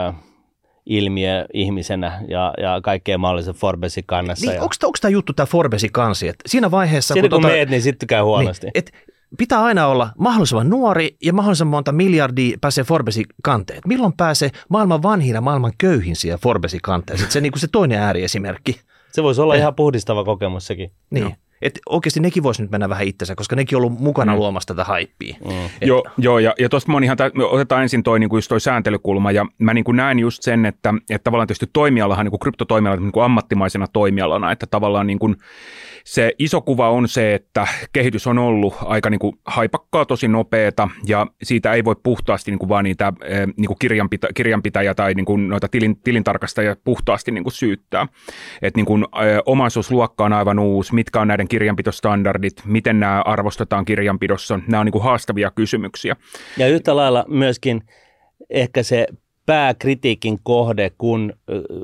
ilmiö-ihmisenä ja kaikkea mahdollisen Forbesin kannassa. Niin, onko tämä juttu tämä Forbesin kansi? Että siinä vaiheessa... Siinä kun meet, niin sitten käy huonosti. Niin, pitää aina olla mahdollisimman nuori ja mahdollisimman monta miljardia pääsee Forbesin kanteen. Milloin pääsee maailman vanhin ja maailman köyhin siihen Forbesin kanteen? Sitten se, niin kuin se toinen ääriesimerkki. Se voisi olla ihan puhdistava kokemus sekin. Niin. Joo. Että oikeasti nekin voisi nyt mennä vähän itsensä, koska nekin on ollut mukana luomassa tätä haippia. Joo, ja tuosta otetaan ensin niinku just toi sääntelykulma, ja mä niinku näen just sen, että tavallaan tietysti toimialahan, niinku kryptotoimiala niinku ammattimaisena toimialana, että tavallaan niinku se iso kuva on se, että kehitys on ollut aika niinku haipakkaa, tosi nopeata, ja siitä ei voi puhtaasti niinku vaan niitä niinku kirjanpitäjä tai niinku noita tilintarkastajia puhtaasti niinku syyttää. Että niinku omaisuusluokka on aivan uusi, mitkä on näiden kirjanpitostandardit, miten nämä arvostetaan kirjanpidossa, nämä on niinku haastavia kysymyksiä. Ja yhtä lailla myöskin ehkä se pääkritiikin kohde, kun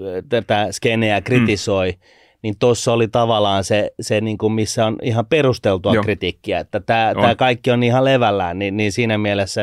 tätä skeneä kritisoi, niin tuossa oli tavallaan se niin kuin missä on ihan perusteltua kritiikkiä, että tämä kaikki on ihan levällään, niin siinä mielessä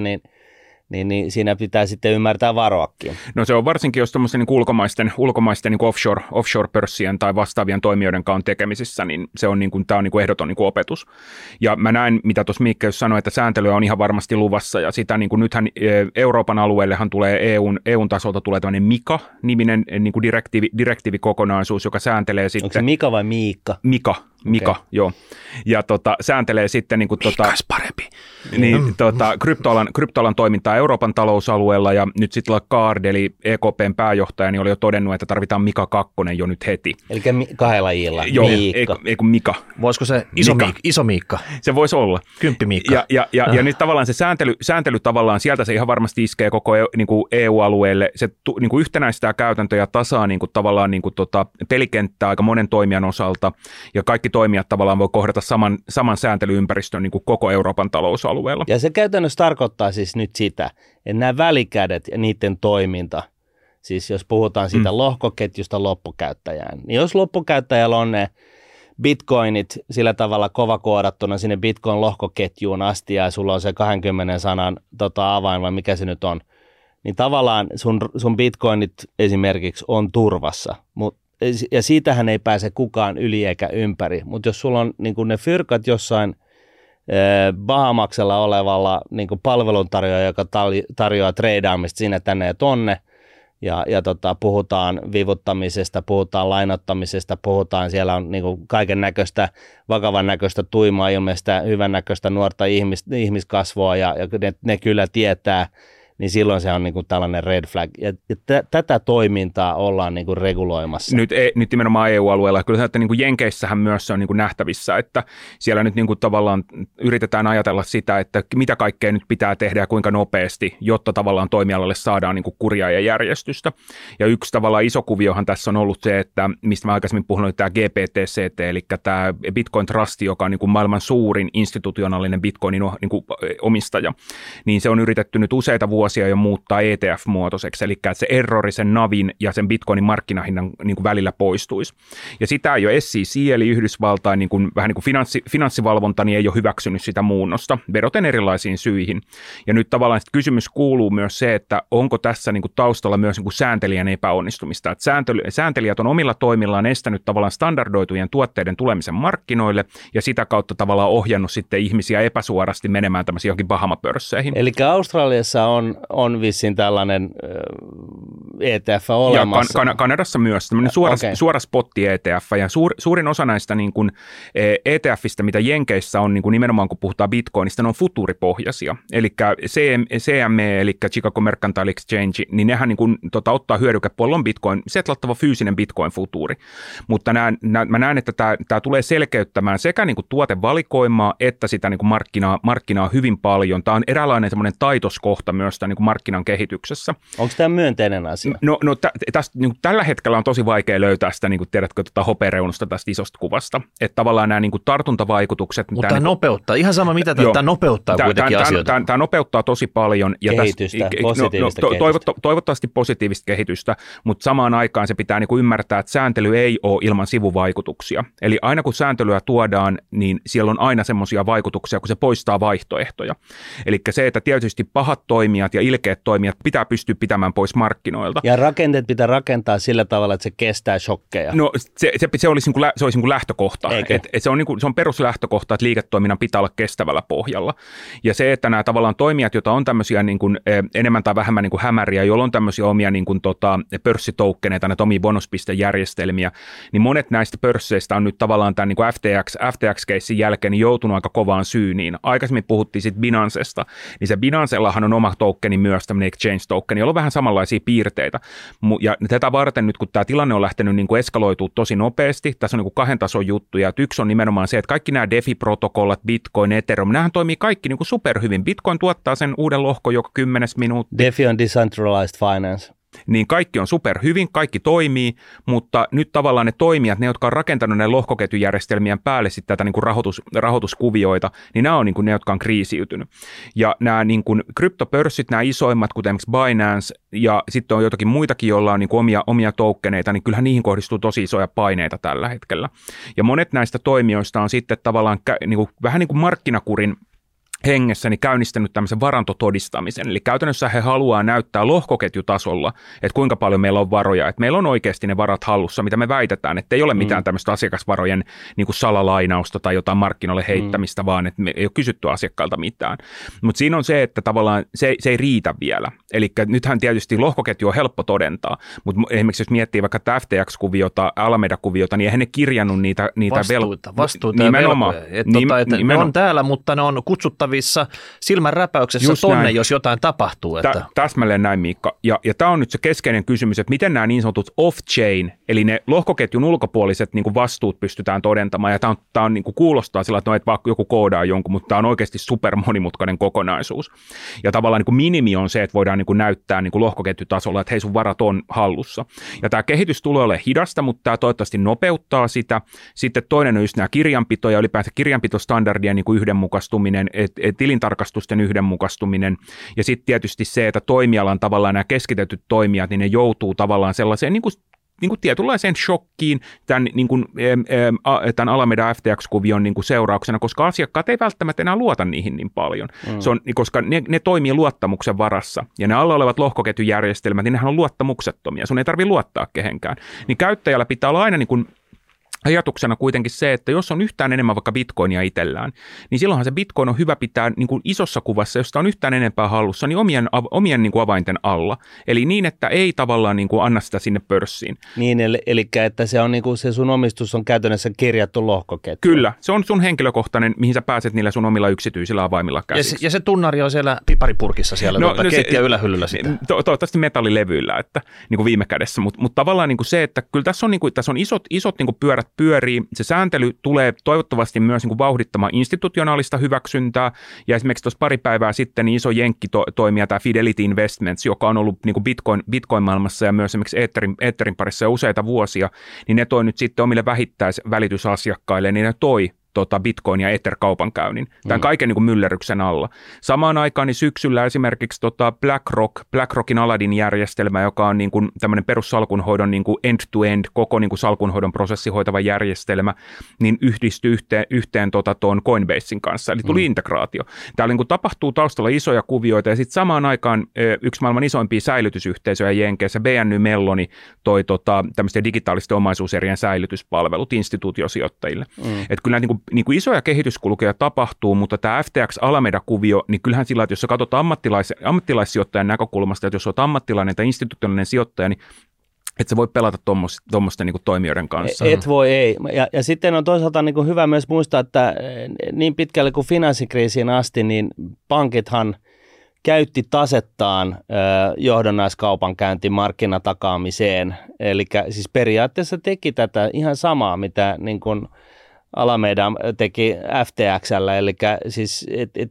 niin siinä pitää sitten ymmärtää varoakin. No se on varsinkin, jos tuommoisen niin ulkomaisten niin offshore-pörssien tai vastaavien toimijoiden kanssa on tekemisissä, niin se on, niin kuin, tämä on niin kuin ehdoton niin kuin opetus. Ja mä näen, mitä tuossa Miikka sanoi, että sääntelyä on ihan varmasti luvassa, ja sitä niin kuin nythän Euroopan alueellehan tulee EUn tasolta tulee tämmöinen MiCA-niminen niin kuin direktiivikokonaisuus, joka sääntelee sitten... Onko se Mika vai Miikka? Mika, okay. Joo. Ja sääntelee sitten niin kuin parempi. Niin, kryptoalan toimintaa Euroopan talousalueella, ja nyt sitten Lagarde, eli EKPn pääjohtaja, niin oli jo todennut, että tarvitaan Mika 2 jo nyt heti. Eli kahdella iillä. Joo, ei kun Mika. Voisiko se iso Miikka? Se voisi olla. 10 Miikka. Ja nyt tavallaan se sääntely tavallaan, sieltä se ihan varmasti iskee koko niin kuin EU-alueelle. Se niin kuin yhtenäistää käytäntöjä ja tasaa niin kuin tavallaan niin kuin pelikenttää aika monen toimijan osalta, ja kaikki toimijat tavallaan voi kohdata saman sääntelyympäristön niin kuin koko Euroopan talousalueella. Ja se käytännössä tarkoittaa siis nyt sitä, että nämä välikädet ja niiden toiminta, siis jos puhutaan siitä lohkoketjusta loppukäyttäjään, niin jos loppukäyttäjällä on ne bitcoinit sillä tavalla kovakoodattuna sinne bitcoin-lohkoketjuun asti ja sulla on se 20 sanan avain vai mikä se nyt on, niin tavallaan sun bitcoinit esimerkiksi on turvassa, ja siitähän ei pääse kukaan yli eikä ympäri, mutta jos sulla on niin kuin ne fyrkat jossain Bahamaksella olevalla niin kuin palveluntarjoaja, joka tarjoaa treidaamista sinne tänne ja tonne, ja puhutaan vivuttamisesta, puhutaan lainottamisesta, puhutaan, siellä on niin kuin kaiken näköistä, vakavan näköistä tuimaa ilmeistä, hyvän näköistä nuorta ihmiskasvoa, ja ne kyllä tietää, niin silloin se on niin kuin tällainen red flag. Ja tätä toimintaa ollaan niin kuin reguloimassa. Nyt nimenomaan EU-alueella. Kyllä että niin kuin Jenkeissähän myös se on niin kuin nähtävissä, että siellä nyt niin kuin tavallaan yritetään ajatella sitä, että mitä kaikkea nyt pitää tehdä ja kuinka nopeasti, jotta tavallaan toimialalle saadaan niin kuin kuria ja järjestystä. Ja yksi tavallaan iso kuviohan tässä on ollut se, että mistä mä aikaisemmin puhun, tämä GBTCT, eli tämä Bitcoin Trust, joka on niin kuin maailman suurin institutionaalinen Bitcoinin niin kuin omistaja, niin se on yritetty nyt useita vuosia vuosia jo muuttaa ETF-muotoiseksi, eli että se errori sen navin ja sen bitcoinin markkinahinnan niin kuin välillä poistuisi. Ja sitä ei ole SEC, eli Yhdysvaltain niin kuin, vähän niin kuin finanssivalvonta, niin ei ole hyväksynyt sitä muunnosta, vedoten erilaisiin syihin. Ja nyt tavallaan kysymys kuuluu myös se, että onko tässä niin kuin taustalla myös niin kuin sääntelijän epäonnistumista. Että sääntelijät on omilla toimillaan estänyt tavallaan standardoitujen tuotteiden tulemisen markkinoille ja sitä kautta tavallaan ohjannut sitten ihmisiä epäsuorasti menemään tämmöisiin johonkin Bahama-pörsseihin. Eli Australiassa on vissiin tällainen ETF olemassa. Ja Kanadassa myös, tämmöinen suora spotti ETF, ja suurin osa näistä niin kuin ETFistä, mitä Jenkeissä on niin kuin nimenomaan, kun puhutaan bitcoinista, ne on futuuripohjaisia. Eli CME, eli Chicago Mercantile Exchange, niin nehän niin kuin, ottaa hyödykepuolella on bitcoin, setlattava fyysinen bitcoin-futuuri. Mutta mä näen, että tämä tulee selkeyttämään sekä niin kuin tuotevalikoimaa, että sitä niin kuin markkinaa hyvin paljon. Tämä on eräänlainen semmoinen taitoskohta myös tämän niin kuin markkinan kehityksessä. Onko tämä myönteinen asia? No tästä, niin kuin tällä hetkellä on tosi vaikea löytää sitä, niin kuin tiedätkö, hopeareunusta tästä isosta kuvasta. Että tavallaan nämä niin kuin tartuntavaikutukset. Mutta tämä nopeuttaa, ihan sama mitä tämä nopeuttaa kuitenkin asioita. Tämä nopeuttaa tosi paljon. Kehitystä, positiivista kehitystä. Toivottavasti positiivista kehitystä, mutta samaan aikaan se pitää niin kuin ymmärtää, että sääntely ei ole ilman sivuvaikutuksia. Eli aina kun sääntelyä tuodaan, niin siellä on aina semmoisia vaikutuksia, kun se poistaa vaihtoehtoja. Eli se, että tietysti pahat toimijat ja ilkeät toimijat pitää pystyä pitämään pois markkinoilta. Ja rakenteet pitää rakentaa sillä tavalla, että se kestää shokkeja. No se olisi niin kuin lähtökohta. Se on peruslähtökohta, että liiketoiminnan pitää olla kestävällä pohjalla. Ja se, että nämä tavallaan toimijat, joita on tämmöisiä niin kuin, enemmän tai vähemmän niin kuin hämäriä, joilla on tämmöisiä omia niin kuin, pörssitoukkeneita, näitä omia bonuspistejärjestelmiä, niin monet näistä pörsseistä on nyt tavallaan tämän niin kuin FTX-keissin jälkeen niin joutunut aika kovaan syyniin. Aikaisemmin puhuttiin sitten Binancesta, niin se Binancellahan on oma tokeni myös, tämmöinen exchange-tokeni, jolla on vähän samanlaisia piirteitä. Ja tätä varten nyt, kun tämä tilanne on lähtenyt niin kuin eskaloitua tosi nopeasti, tässä on niin kuin kahden tason juttuja. Yksi on nimenomaan se, että kaikki nämä DeFi-protokollat, Bitcoin, Ethereum, nämähän toimii kaikki niin kuin superhyvin. Bitcoin tuottaa sen uuden lohkon joka 10 minuuttia. DeFi on Decentralized Finance. Niin kaikki on superhyvin, kaikki toimii, mutta nyt tavallaan ne toimijat, ne jotka on rakentanut ne lohkoketjujärjestelmien päälle sitten tätä niin kuin rahoituskuvioita, niin nämä on niin kuin ne, jotka on kriisiytynyt. Ja nämä niin kuin kryptopörssit, nämä isoimmat, kuten Binance, ja sitten on jotakin muitakin, joilla on niin kuin omia tokeneita, niin kyllähän niihin kohdistuu tosi isoja paineita tällä hetkellä. Ja monet näistä toimijoista on sitten tavallaan niin kuin, vähän niin kuin markkinakurin hengessäni käynnistänyt tämmöisen varantotodistamisen. Eli käytännössä he haluaa näyttää lohkoketjutasolla, että kuinka paljon meillä on varoja, että meillä on oikeasti ne varat hallussa, mitä me väitetään, että ei ole mitään tämmöistä asiakasvarojen niin kuin salalainausta tai jotain markkinoille heittämistä, vaan että me ei ole kysytty asiakkailta mitään. Mutta siinä on se, että tavallaan se ei riitä vielä. Eli nythän tietysti lohkoketju on helppo todentaa, mutta esimerkiksi jos miettii vaikka FTX-kuviota, Alameda-kuviota, niin eihän ne kirjannut niitä vastuuta ja velkoja. Ne on täällä, mutta ne on kutsuttavissa silmänräpäyksessä just tonne, näin. Jos jotain tapahtuu. Täsmälleen näin, Miikka. Ja tämä on nyt se keskeinen kysymys, että miten nämä niin sanotut off-chain, eli ne lohkoketjun ulkopuoliset niin kuin vastuut pystytään todentamaan. Ja tämä on niin kuin kuulostaa sillä, että no, et vaikka joku koodaa jonkun, mutta tämä on oikeasti supermonimutkainen kokonaisuus. Ja tavallaan niin kuin minimi on se, että voidaan niin kuin näyttää niin kuin lohkoketjutasolla, että hei, sun varat on hallussa. Ja tämä kehitys tulee olemaan hidasta, mutta tämä toivottavasti nopeuttaa sitä. Sitten toinen on just nämä kirjanpito ja ylipäänsä kirjanpitostandardien niin kuin yhdenmukaistuminen, tilintarkastusten yhdenmukaistuminen ja sitten tietysti se, että toimialan tavallaan nämä keskitetyt toimijat, niin ne joutuu tavallaan sellaiseen niin kuin tietynlaiseen shokkiin tämän Alameda FTX-kuvion niin kuin seurauksena, koska asiakkaat ei välttämättä enää luota niihin niin paljon, koska ne toimii luottamuksen varassa ja ne alla olevat lohkoketjujärjestelmät, niin nehän on luottamuksettomia, sun ei tarvitse luottaa kehenkään, niin käyttäjällä pitää olla aina niin kuin ajatuksena kuitenkin se, että jos on yhtään enemmän vaikka bitcoinia itsellään, niin silloinhan se bitcoin on hyvä pitää niin kuin isossa kuvassa, josta on yhtään enempää hallussa, niin omien niin kuin avainten alla. Eli niin, että ei tavallaan niin kuin anna sitä sinne pörssiin. Niin, eli että se on niin kuin se sun omistus on käytännössä kirjattu lohkoketju. Kyllä, se on sun henkilökohtainen, mihin sä pääset niillä sun omilla yksityisillä avaimilla käsiksi. Ja se tunnari on siellä piparipurkissa siellä keittiön ylähyllyllä sitten. Toivottavasti metallilevyillä, että niin kuin viime kädessä, mutta tavallaan niin kuin se, että kyllä tässä on isot niin kuin pyörät pyörii. Se sääntely tulee toivottavasti myös niin kuin vauhdittamaan institutionaalista hyväksyntää, ja esimerkiksi tuossa pari päivää sitten niin iso jenkkitoimija, tämä Fidelity Investments, joka on ollut niin kuin Bitcoin-maailmassa ja myös esimerkiksi Etherin parissa jo useita vuosia, niin ne toi nyt sitten omille vähittäisvälitysasiakkaille, niin ne toi Bitcoin- ja Ether-kaupankäynnin, tämän kaiken niin kuin myllerryksen alla. Samaan aikaan niin syksyllä esimerkiksi BlackRockin Aladdin-järjestelmä, joka on niin kuin tämmöinen perussalkunhoidon niin kuin end-to-end, koko niin kuin salkunhoidon prosessi hoitava järjestelmä, niin yhdistyi yhteen tuon Coinbasen kanssa, eli tuli integraatio. Täällä niin kuin tapahtuu taustalla isoja kuvioita, ja sitten samaan aikaan yksi maailman isoimpia säilytysyhteisöjä Jenkeissä, BNY Melloni, toi tämmöisten digitaalisten omaisuuserien säilytyspalvelut instituutiosijoittajille. Että kyllä niin kuin isoja kehityskulkuja tapahtuu, mutta tämä FTX Alameda-kuvio, niin kyllähän sillä, että jos sä katsot ammattilaissijoittajan näkökulmasta, että jos olet ammattilainen tai institutionaalinen sijoittaja, niin että sä voi pelata tuommoisten niin toimijoiden kanssa. Et voi, ei. Ja sitten on toisaalta niin kuin hyvä myös muistaa, että niin pitkälle kuin finanssikriisiin asti, niin pankithan käytti tasettaan johdannaiskaupankäynti markkinatakaamiseen. Eli siis periaatteessa teki tätä ihan samaa, mitä niin kuin Alameda teki FTX:llä, eli siis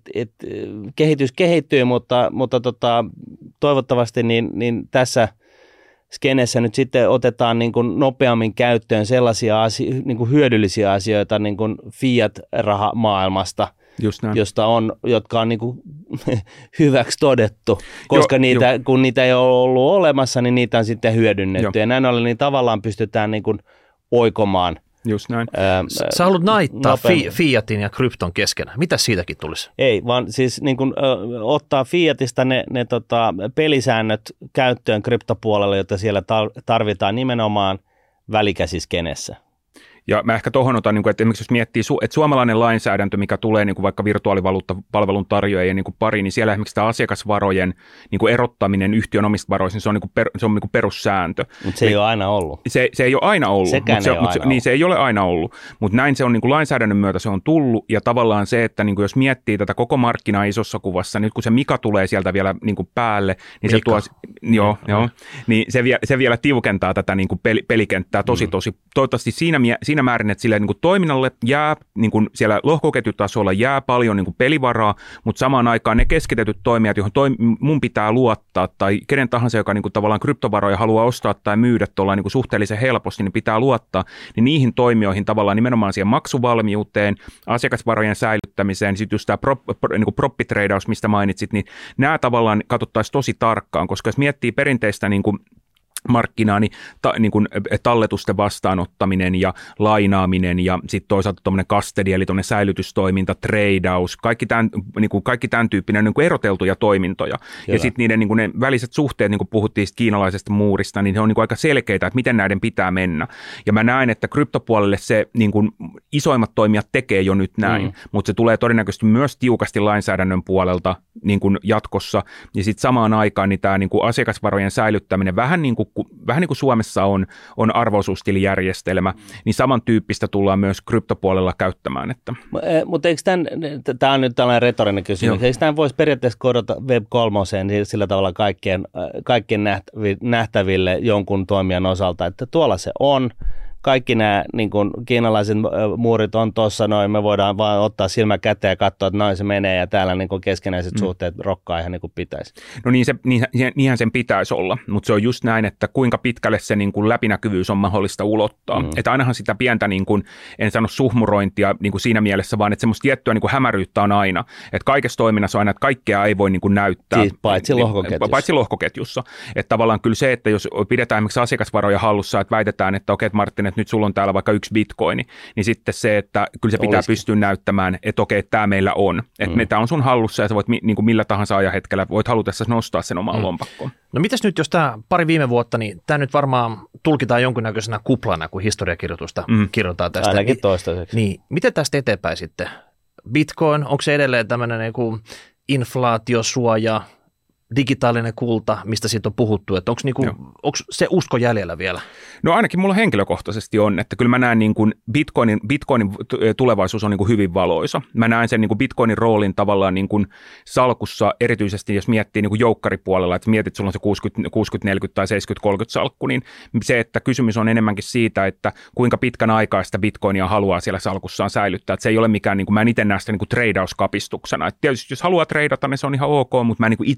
kehitys kehittyy, mutta toivottavasti niin tässä skenessä nyt sitten otetaan niin kuin nopeammin käyttöön sellaisia niin kuin hyödyllisiä asioita niin kuin fiat-rahamaailmasta, jotka on niin kuin hyväksi todettu, koska kun niitä ei ole ollut olemassa, niin niitä on sitten hyödynnetty. Ja näin ollen niin tavallaan pystytään niin kuin oikomaan. Just näin. Sä haluat naittaa fiatin ja krypton keskenään. Mitä siitäkin tulisi? Ei, vaan siis niin kun, ottaa fiatista ne pelisäännöt käyttöön kryptopuolelle, jotta siellä tarvitaan nimenomaan välikäsiskenessä. Ja mä ehkä tuohon otan, että esimerkiksi jos miettii, että suomalainen lainsäädäntö, mikä tulee vaikka virtuaalivaluuttapalvelun tarjoajien pariin, niin siellä esimerkiksi tämä asiakasvarojen erottaminen yhtiön omista varoista, niin se on perussääntö. Mutta se ei ole aina ollut. Se ei ole aina ollut. Se ei ole aina ollut, mutta näin se on lainsäädännön myötä se on tullut, ja tavallaan se, että jos miettii tätä koko markkinaa isossa kuvassa, nyt kun se Mika tulee sieltä vielä päälle, niin se tuo, niin se vielä tiukentaa tätä pelikenttää tosi. Toivottavasti siinä määrin, että sille toiminnalle jää, siellä lohkoketjutasolla jää paljon pelivaraa, mutta samaan aikaan ne keskitetyt toimijat, joihin mun pitää luottaa, tai kenen tahansa, joka tavallaan kryptovaroja haluaa ostaa tai myydä tuolla suhteellisen helposti, niin pitää luottaa, niin niihin toimijoihin tavallaan nimenomaan siihen maksuvalmiuteen, asiakasvarojen säilyttämiseen, sitten just tämä proppitreidaus, mistä mainitsit, niin nämä tavallaan katsottaisiin tosi tarkkaan, koska jos miettii perinteistä markkinaa, niin kuin talletusten vastaanottaminen ja lainaaminen ja sitten toisaalta tuommoinen custody, eli tuommoinen säilytystoiminta, tradeaus, kaikki tämän tyyppinen eroteltuja toimintoja. Kyllä. Ja sitten niiden ne väliset suhteet, niin kuin puhuttiin kiinalaisesta muurista, niin ne on aika selkeitä, että miten näiden pitää mennä. Ja mä näen, että kryptopuolelle se isoimmat toimijat tekee jo nyt näin, mutta se tulee todennäköisesti myös tiukasti lainsäädännön puolelta jatkossa. Ja sitten samaan aikaan niin tämä asiakasvarojen säilyttäminen vähän niin kuin Suomessa on arvo-osuustilijärjestelmä, niin samantyyppistä tullaan myös kryptopuolella käyttämään. Mutta eikö tämä on nyt tällainen retorinen kysymys, eikö tämän voisi periaatteessa kodata Web3 niin sillä tavalla kaikkien nähtäville jonkun toimijan osalta, että tuolla se on, kaikki nämä niin kuin kiinalaiset muurit on tuossa noin, me voidaan vaan ottaa silmä käteen ja katsoa, että noin se menee ja täällä niin kuin keskenäiset suhteet rokkaa ihan niin kuin pitäisi. No niinhän sen pitäisi olla, mutta se on just näin, että kuinka pitkälle se niin kuin läpinäkyvyys on mahdollista ulottaa. Että ainahan sitä pientä, niin kuin, en sano suhmurointia niin kuin siinä mielessä, vaan että semmoista tiettyä niin kuin hämäryyttä on aina. Että kaikessa toiminnassa on aina, että kaikkea ei voi niin kuin näyttää. Siis paitsi lohkoketjussa. Että tavallaan kyllä se, että jos pidetään esimerkiksi asiakasvaroja hallussa, että väitetään, että okei, Martin, että nyt sulla on täällä vaikka 1 bitcoini, niin sitten se, että kyllä se pitää pystyä näyttämään, että okei, tämä meillä on. Että tämä on sun hallussa ja sä voit niin kuin millä tahansa ajanhetkellä, voit halutessa nostaa sen omaan lompakkoon. No mitäs nyt, jos tämä pari viime vuotta, niin tämä nyt varmaan tulkitaan jonkinnäköisenä kuplana, kun historiakirjoitusta kirjoitetaan tästä. Ainakin toistaiseksi. Niin, miten tästä eteenpäin sitten? Bitcoin, onko se edelleen tämmöinen niin kuin inflaatiosuoja, digitaalinen kulta, mistä siitä on puhuttu, että onko se usko jäljellä vielä? No ainakin mulla henkilökohtaisesti on, että kyllä mä näen niin kuin Bitcoinin tulevaisuus on niin kuin hyvin valoisa. Mä näen sen niin kuin Bitcoinin roolin tavallaan niin kuin salkussa, erityisesti jos miettii niin kuin joukkaripuolella, että mietit, sulla on se 60-40 tai 70-30 salkku, niin se, että kysymys on enemmänkin siitä, että kuinka pitkän aikaa sitä Bitcoinia haluaa siellä salkussaan säilyttää. Että se ei ole mikään, niin kuin, mä en itse näe sitä niin kuin treidauskapistuksena. Että tietysti jos haluaa treidata, niin se on ihan ok, mutta mä en niin kuin itse näe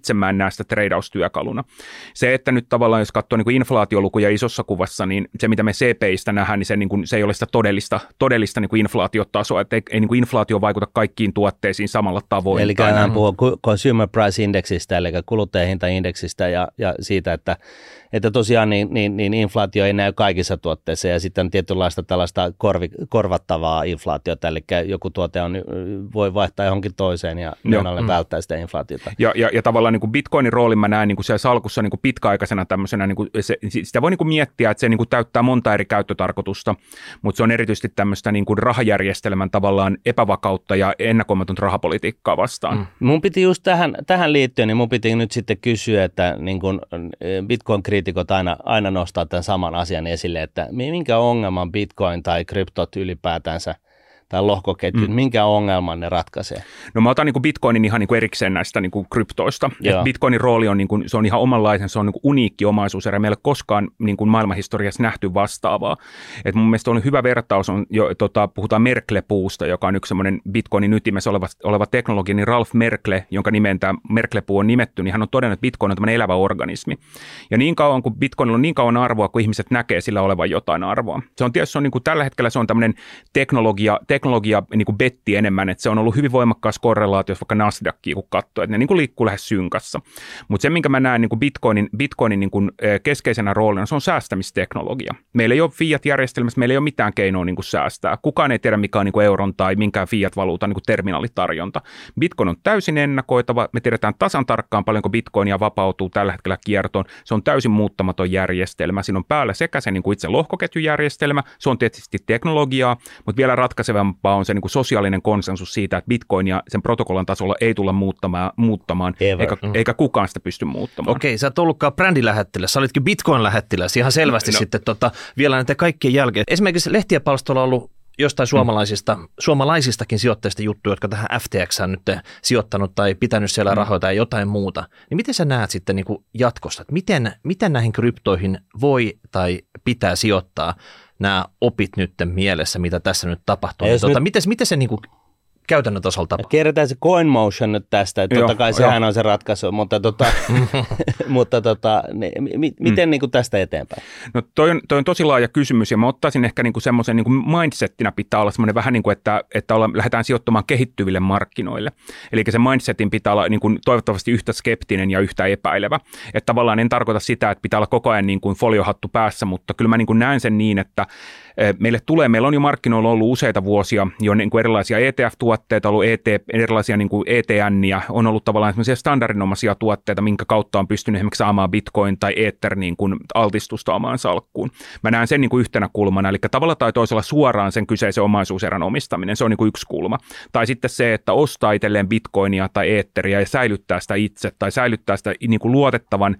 näe sitä treidaustyökaluna. Se, että nyt tavallaan, jos katsoo niin kuin inflaatiolukuja isossa kuvassa, niin se, mitä me CPIstä nähdään, niin se ei ole sitä todellista niin kuin inflaatiotasoa, että ei niin kuin inflaatio vaikuta kaikkiin tuotteisiin samalla tavoin. Eli käydään puhua Consumer Price Indexistä, eli kuluttajahintaindeksistä ja siitä, että tosiaan niin inflaatio ei näy kaikissa tuotteissa ja sitten on tietynlaista tällaista korvattavaa inflaatiota, eli joku tuote voi vaihtaa johonkin toiseen ja ollen välttää sitä inflaatiota. Ja tavallaan niin kuin Bitcoinin roolin mä näen niin kuin siellä salkussa niin kuin pitkäaikaisena tämmöisenä, niin kuin sitä voi niin kuin miettiä, että se niin kuin täyttää monta eri käyttötarkoitusta, mutta se on erityisesti tämmöistä niin kuin rahajärjestelmän tavallaan epävakautta ja ennakoimatonta rahapolitiikkaa vastaan. Mun piti just tähän liittyen, niin mun piti nyt sitten kysyä, että niin kuin Bitcoin-kriitikot aina nostaa tämän saman asian esille, että minkä ongelman Bitcoin tai kryptot ylipäätänsä tai lohkoketjut, minkä ongelman ne ratkaisee? No mä otan niin kuin Bitcoinin ihan niin kuin erikseen näistä niin kuin kryptoista. Bitcoinin rooli on, niin kuin, se on ihan omanlaisen, se on niin kuin uniikki omaisuuserä. Meillä ei ole koskaan niin kuin maailmanhistoriassa nähty vastaavaa. Et mun mielestä on hyvä vertaus, puhutaan Merkle-puusta, joka on yksi semmoinen Bitcoinin ytimessä oleva teknologia, niin Ralph Merkle, jonka nimeen tämä Merkle-puu on nimetty, niin hän on todennut, että Bitcoin on tämmöinen elävä organismi. Ja niin kauan kuin Bitcoinilla on niin kauan arvoa, kun ihmiset näkee sillä olevan jotain arvoa. Se on tietysti niin kuin tällä hetkellä se on tämmöinen teknologia niin kuin betti enemmän, että se on ollut hyvin voimakkaassa korrelaatiossa vaikka Nasdaqia, kun katsoo, että ne niin kuin liikkuu lähes synkassa. Mutta se, minkä mä näen niin kuin Bitcoinin niin kuin keskeisenä roolina, se on säästämisteknologia. Meillä ei ole fiat-järjestelmässä, meillä ei ole mitään keinoa niin kuin säästää. Kukaan ei tiedä, mikä on niin kuin euron tai minkään fiat-valuutan niin kuin terminaalitarjonta. Bitcoin on täysin ennakoitava. Me tiedetään tasan tarkkaan, paljonko Bitcoinia vapautuu tällä hetkellä kiertoon. Se on täysin muuttamaton järjestelmä. Siinä on päällä sekä se niin kuin itse lohkoketjujärjestelmä, se on tietysti teknologiaa, mutta vielä ratkaisevampaa on se niin kuin sosiaalinen konsensus siitä, että Bitcoinia sen protokollan tasolla ei tulla muuttamaan eikä kukaan sitä pysty muuttamaan. Okei, sä et ollutkaan brändilähettiläs, sä olitkin Bitcoin-lähettiläs ihan selvästi sitten vielä näiden kaikkien jälkeen. Esimerkiksi lehtien-palstoilla on ollut jostain suomalaisistakin sijoittajista juttuja, jotka tähän FTX on nyt sijoittanut tai pitänyt siellä rahoja tai jotain muuta. Niin miten sä näet sitten niin kuin jatkossa, että miten näihin kryptoihin voi tai pitää sijoittaa nämä opit nyt mielessä, mitä tässä nyt tapahtuu? Miten se niin kuin käytännön tasolla tapahtuu? Kierretään se CoinMotion nyt tästä, että totta kai sehän on se ratkaisu, mutta miten niin kuin tästä eteenpäin? No toi on tosi laaja kysymys ja mä ottaisin ehkä niin kuin semmoisen niin kuin mindsettinä pitää olla semmoinen vähän niin kuin, että lähdetään sijoittamaan kehittyville markkinoille. Eli se mindsetin pitää olla niin kuin toivottavasti yhtä skeptinen ja yhtä epäilevä. Että tavallaan en tarkoita sitä, että pitää olla koko ajan niin kuin foliohattu päässä, mutta kyllä mä niin kuin näen sen niin, että meillä on jo markkinoilla ollut useita vuosia jo niin kuin erilaisia ETF-tuotteita, ollut erilaisia niin kuin ETNiä, on ollut tavallaan sellaisia standardinomaisia tuotteita, minkä kautta on pystynyt esimerkiksi saamaan Bitcoin tai Ether niin kuin altistusta omaan salkkuun. Mä näen sen niin kuin yhtenä kulmana, eli tavalla tai toisella suoraan sen kyseisen omaisuuserän omistaminen, se on niin kuin yksi kulma. Tai sitten se, että ostaa itselleen Bitcoinia tai Etheria ja säilyttää sitä itse tai säilyttää sitä niin kuin luotettavan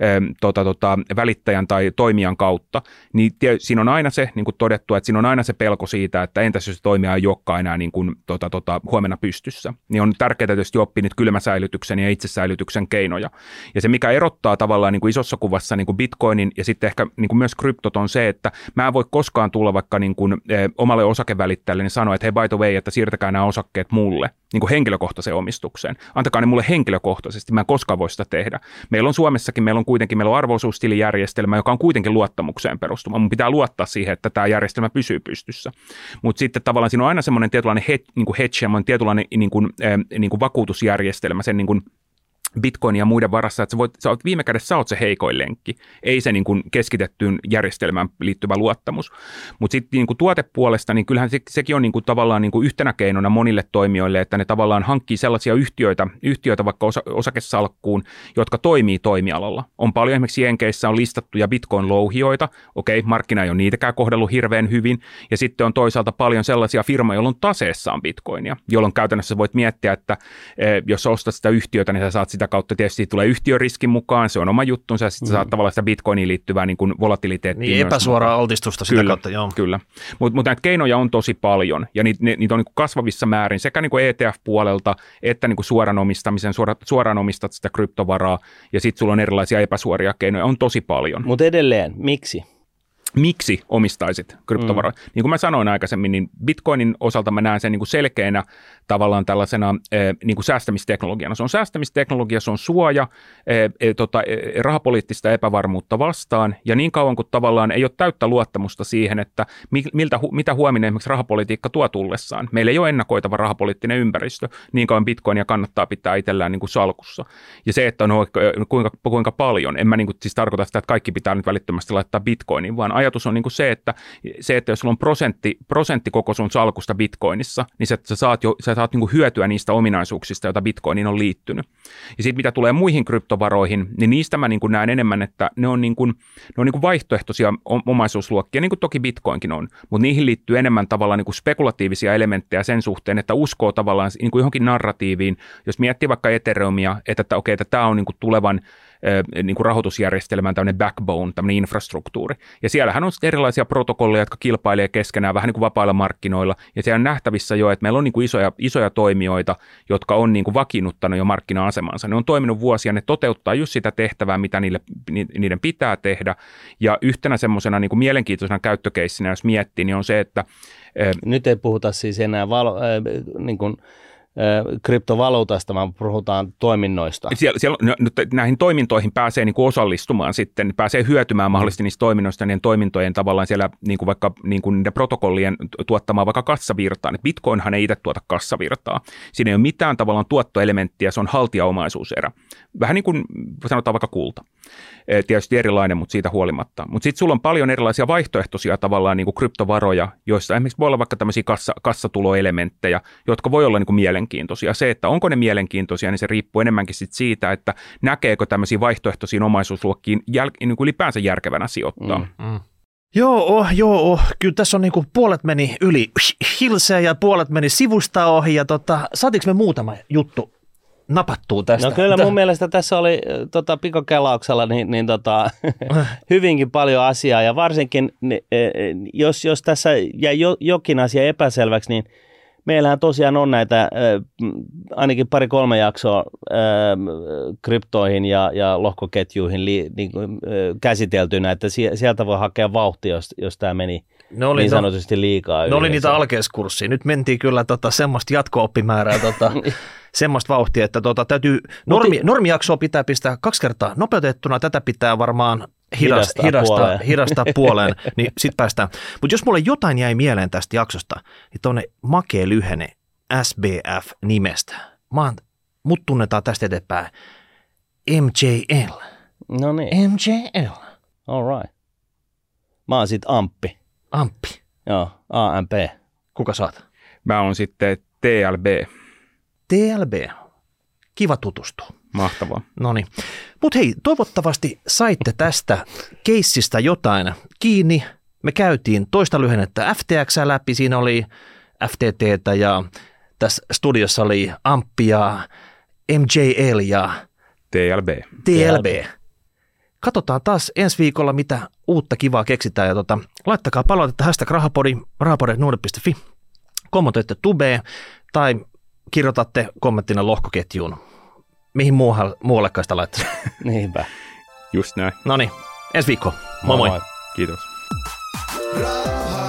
välittäjän tai toimijan kautta, niin siinä on aina se niin kuin todettu, että siinä on aina se pelko siitä, että entäs jos se toimija ei olekaan enää niin kuin, huomenna pystyssä. Niin on tärkeää tietysti oppia nyt kylmäsäilytyksen ja itsesäilytyksen keinoja. Ja se, mikä erottaa tavallaan niin kuin isossa kuvassa niin kuin Bitcoinin ja sitten ehkä niin kuin myös kryptot on se, että mä en voi koskaan tulla vaikka niin kuin, omalle osakevälittäjälle niin sanoa, että hei by the way, että siirtäkää nämä osakkeet mulle niin kuin henkilökohtaiseen omistukseen. Antakaa ne mulle henkilökohtaisesti, mä en koskaan voi sitä tehdä. Meillä on Suomessakin, meillä on arvo-osuustilijärjestelmä, joka on kuitenkin luottamukseen perustuva. Mun pitää luottaa siihen, että tämä järjestelmä pysyy pystyssä. Mutta sitten tavallaan siinä on aina semmoinen tietynlainen hedge, tietynlainen niin kuin vakuutusjärjestelmä, sen niin kuin Bitcoin ja muiden varassa, että viime kädessä sä oot se heikoin lenkki, ei se niin kuin keskitettyyn järjestelmään liittyvä luottamus. Mutta sitten niin kuin tuotepuolesta, niin kyllähän sekin on niin kuin tavallaan niin kuin yhtenä keinona monille toimijoille, että ne tavallaan hankkii sellaisia yhtiöitä vaikka osakesalkkuun, jotka toimii toimialalla. On paljon esimerkiksi Jenkeissä on listattuja Bitcoin-louhijoita, okei, markkina ei ole niitäkään kohdellut hirveän hyvin, ja sitten on toisaalta paljon sellaisia firmoja, joilla on taseessaan Bitcoinia, jolloin käytännössä voit miettiä, että jos ostat sitä yhtiötä, niin sä saat sitä kautta tietysti tulee yhtiöriskin mukaan, se on oma juttunsa, ja sitten saat tavallaan sitä Bitcoiniin liittyvää niin kuin volatiliteettia. Niin epäsuoraa altistusta sitä kautta, joo. Kyllä, mutta näitä keinoja on tosi paljon, ja niitä on niin kuin kasvavissa määrin sekä niin kuin ETF-puolelta, että niin kuin suoran omistamisen, suoraan omistat sitä kryptovaraa, ja sitten sulla on erilaisia epäsuoria keinoja, on tosi paljon. Mutta edelleen, miksi? miksi omistaisit kryptovaroja. Niin kuin mä sanoin aikaisemmin, niin Bitcoinin osalta mä näen sen niin kuin selkeänä tavallaan tällaisena niin kuin säästämisteknologiana. Se on säästämisteknologia, se on suoja rahapoliittista epävarmuutta vastaan, ja niin kauan kuin tavallaan ei ole täyttä luottamusta siihen, että mitä huominen esimerkiksi rahapolitiikka tuo tullessaan. Meillä ei ole ennakoitava rahapoliittinen ympäristö, niin kauan Bitcoinia kannattaa pitää itsellään niin kuin salkussa. Ja se, että on kuinka paljon, en mä niin kuin siis tarkoita sitä, että kaikki pitää nyt välittömästi laittaa Bitcoiniin, vaan ajatus on niin kuin se, että jos sulla on prosentti koko sun salkusta Bitcoinissa, niin sä saat niin kuin hyötyä niistä ominaisuuksista, joita Bitcoiniin on liittynyt. Ja sitten mitä tulee muihin kryptovaroihin, niin niistä mä niin kuin näen enemmän, että ne on niin kuin vaihtoehtoisia omaisuusluokkia, niin kuin toki Bitcoinkin on, mutta niihin liittyy enemmän tavallaan niin kuin spekulatiivisia elementtejä sen suhteen, että uskoo tavallaan niin kuin johonkin narratiiviin, jos miettii vaikka Ethereumia, että tämä on niin kuin tulevan niin kuin rahoitusjärjestelmään tämmöinen backbone, tämmöinen infrastruktuuri. Ja siellähän on erilaisia protokolleja, jotka kilpailee keskenään vähän niin kuin vapailla markkinoilla, ja siellä on nähtävissä jo, että meillä on niin kuin isoja toimijoita, jotka on niin kuin vakiinnuttanut jo markkina-asemansa. Ne on toiminut vuosia, ne toteuttaa just sitä tehtävää, mitä niiden pitää tehdä, ja yhtenä semmoisena niin kuin mielenkiintoisena käyttökeissinä, jos miettii, niin on se, että nyt ei puhuta siis enää niin kuin kryptovaluutasta, vaan puhutaan toiminnoista. Näihin toimintoihin pääsee niin kuin osallistumaan sitten, pääsee hyötymään mahdollisesti niistä toiminnoista, niiden toimintojen tavallaan siellä niin kuin vaikka niin kuin niiden protokollien tuottamaan vaikka kassavirtaan. Bitcoinhan ei itse tuota kassavirtaa. Siinä ei ole mitään tavallaan tuottoelementtiä, se on haltijaomaisuuserä. Vähän niin kuin sanotaan vaikka kulta. Tietysti erilainen, mutta siitä huolimatta. Mutta sitten sulla on paljon erilaisia vaihtoehtoisia tavallaan niin kuin kryptovaroja, joissa esimerkiksi voi olla vaikka tämmöisiä kassatuloelementtejä, jotka voi olla niin kuin mielenkiintoisia. Se, että onko ne mielenkiintoisia, niin se riippuu enemmänkin sit siitä, että näkeekö tämmöisiä vaihtoehtoisiin omaisuusluokkiin niin kuin ylipäänsä järkevänä sijoittaa. Joo. Kyllä tässä on niinku puolet meni yli hilseä ja puolet meni sivusta ohi. Ja saatiinko me muutama juttu napattuu tästä? No kyllä mun mielestä tässä oli pikakelauksella hyvinkin paljon asiaa, ja varsinkin jos tässä jäi jokin asia epäselväksi, niin meillähän tosiaan on näitä ainakin 2-3 jaksoa kryptoihin ja lohkoketjuihin käsitelty näitä. Sieltä voi hakea vauhtia, jos tämä meni niin sanotusti liikaa. Ne oli niitä alkeiskurssia. Nyt mentiin kyllä semmoista jatko-oppimäärää, semmoista vauhtia, että täytyy normijaksoa pitää pistää 2 kertaa nopeutettuna. Tätä pitää varmaan hidastaa puoleen, niin sit päästään. Mutta jos mulle jotain jäi mieleen tästä jaksosta, niin tuonne makea lyhenne SBF-nimestä. Mut tunnetaan tästä eteenpäin MJL. No niin. MJL. All right. Mä oon sit Amppi. Amppi. Joo, AMP. Kuka sä oot? Mä oon sitten TLB. TLB. Kiva tutustua. Mahtavaa. Noniin. Mutta hei, toivottavasti saitte tästä keissistä jotain kiinni. Me käytiin toista lyhennettä FTX läpi. Siinä oli FTTtä ja tässä studiossa oli Amppi ja MJL ja TLB. Katsotaan taas ensi viikolla, mitä uutta kivaa keksitään. Ja laittakaa palautetta #rahapodit.nuude.fi. Kommentoitte tubeen tai kirjoitatte kommenttina lohkoketjuun. Mihin muuallekaan sitä laittaa? Niinpä. Just näin. Noniin, ensi viikko. Moi moi. Kiitos.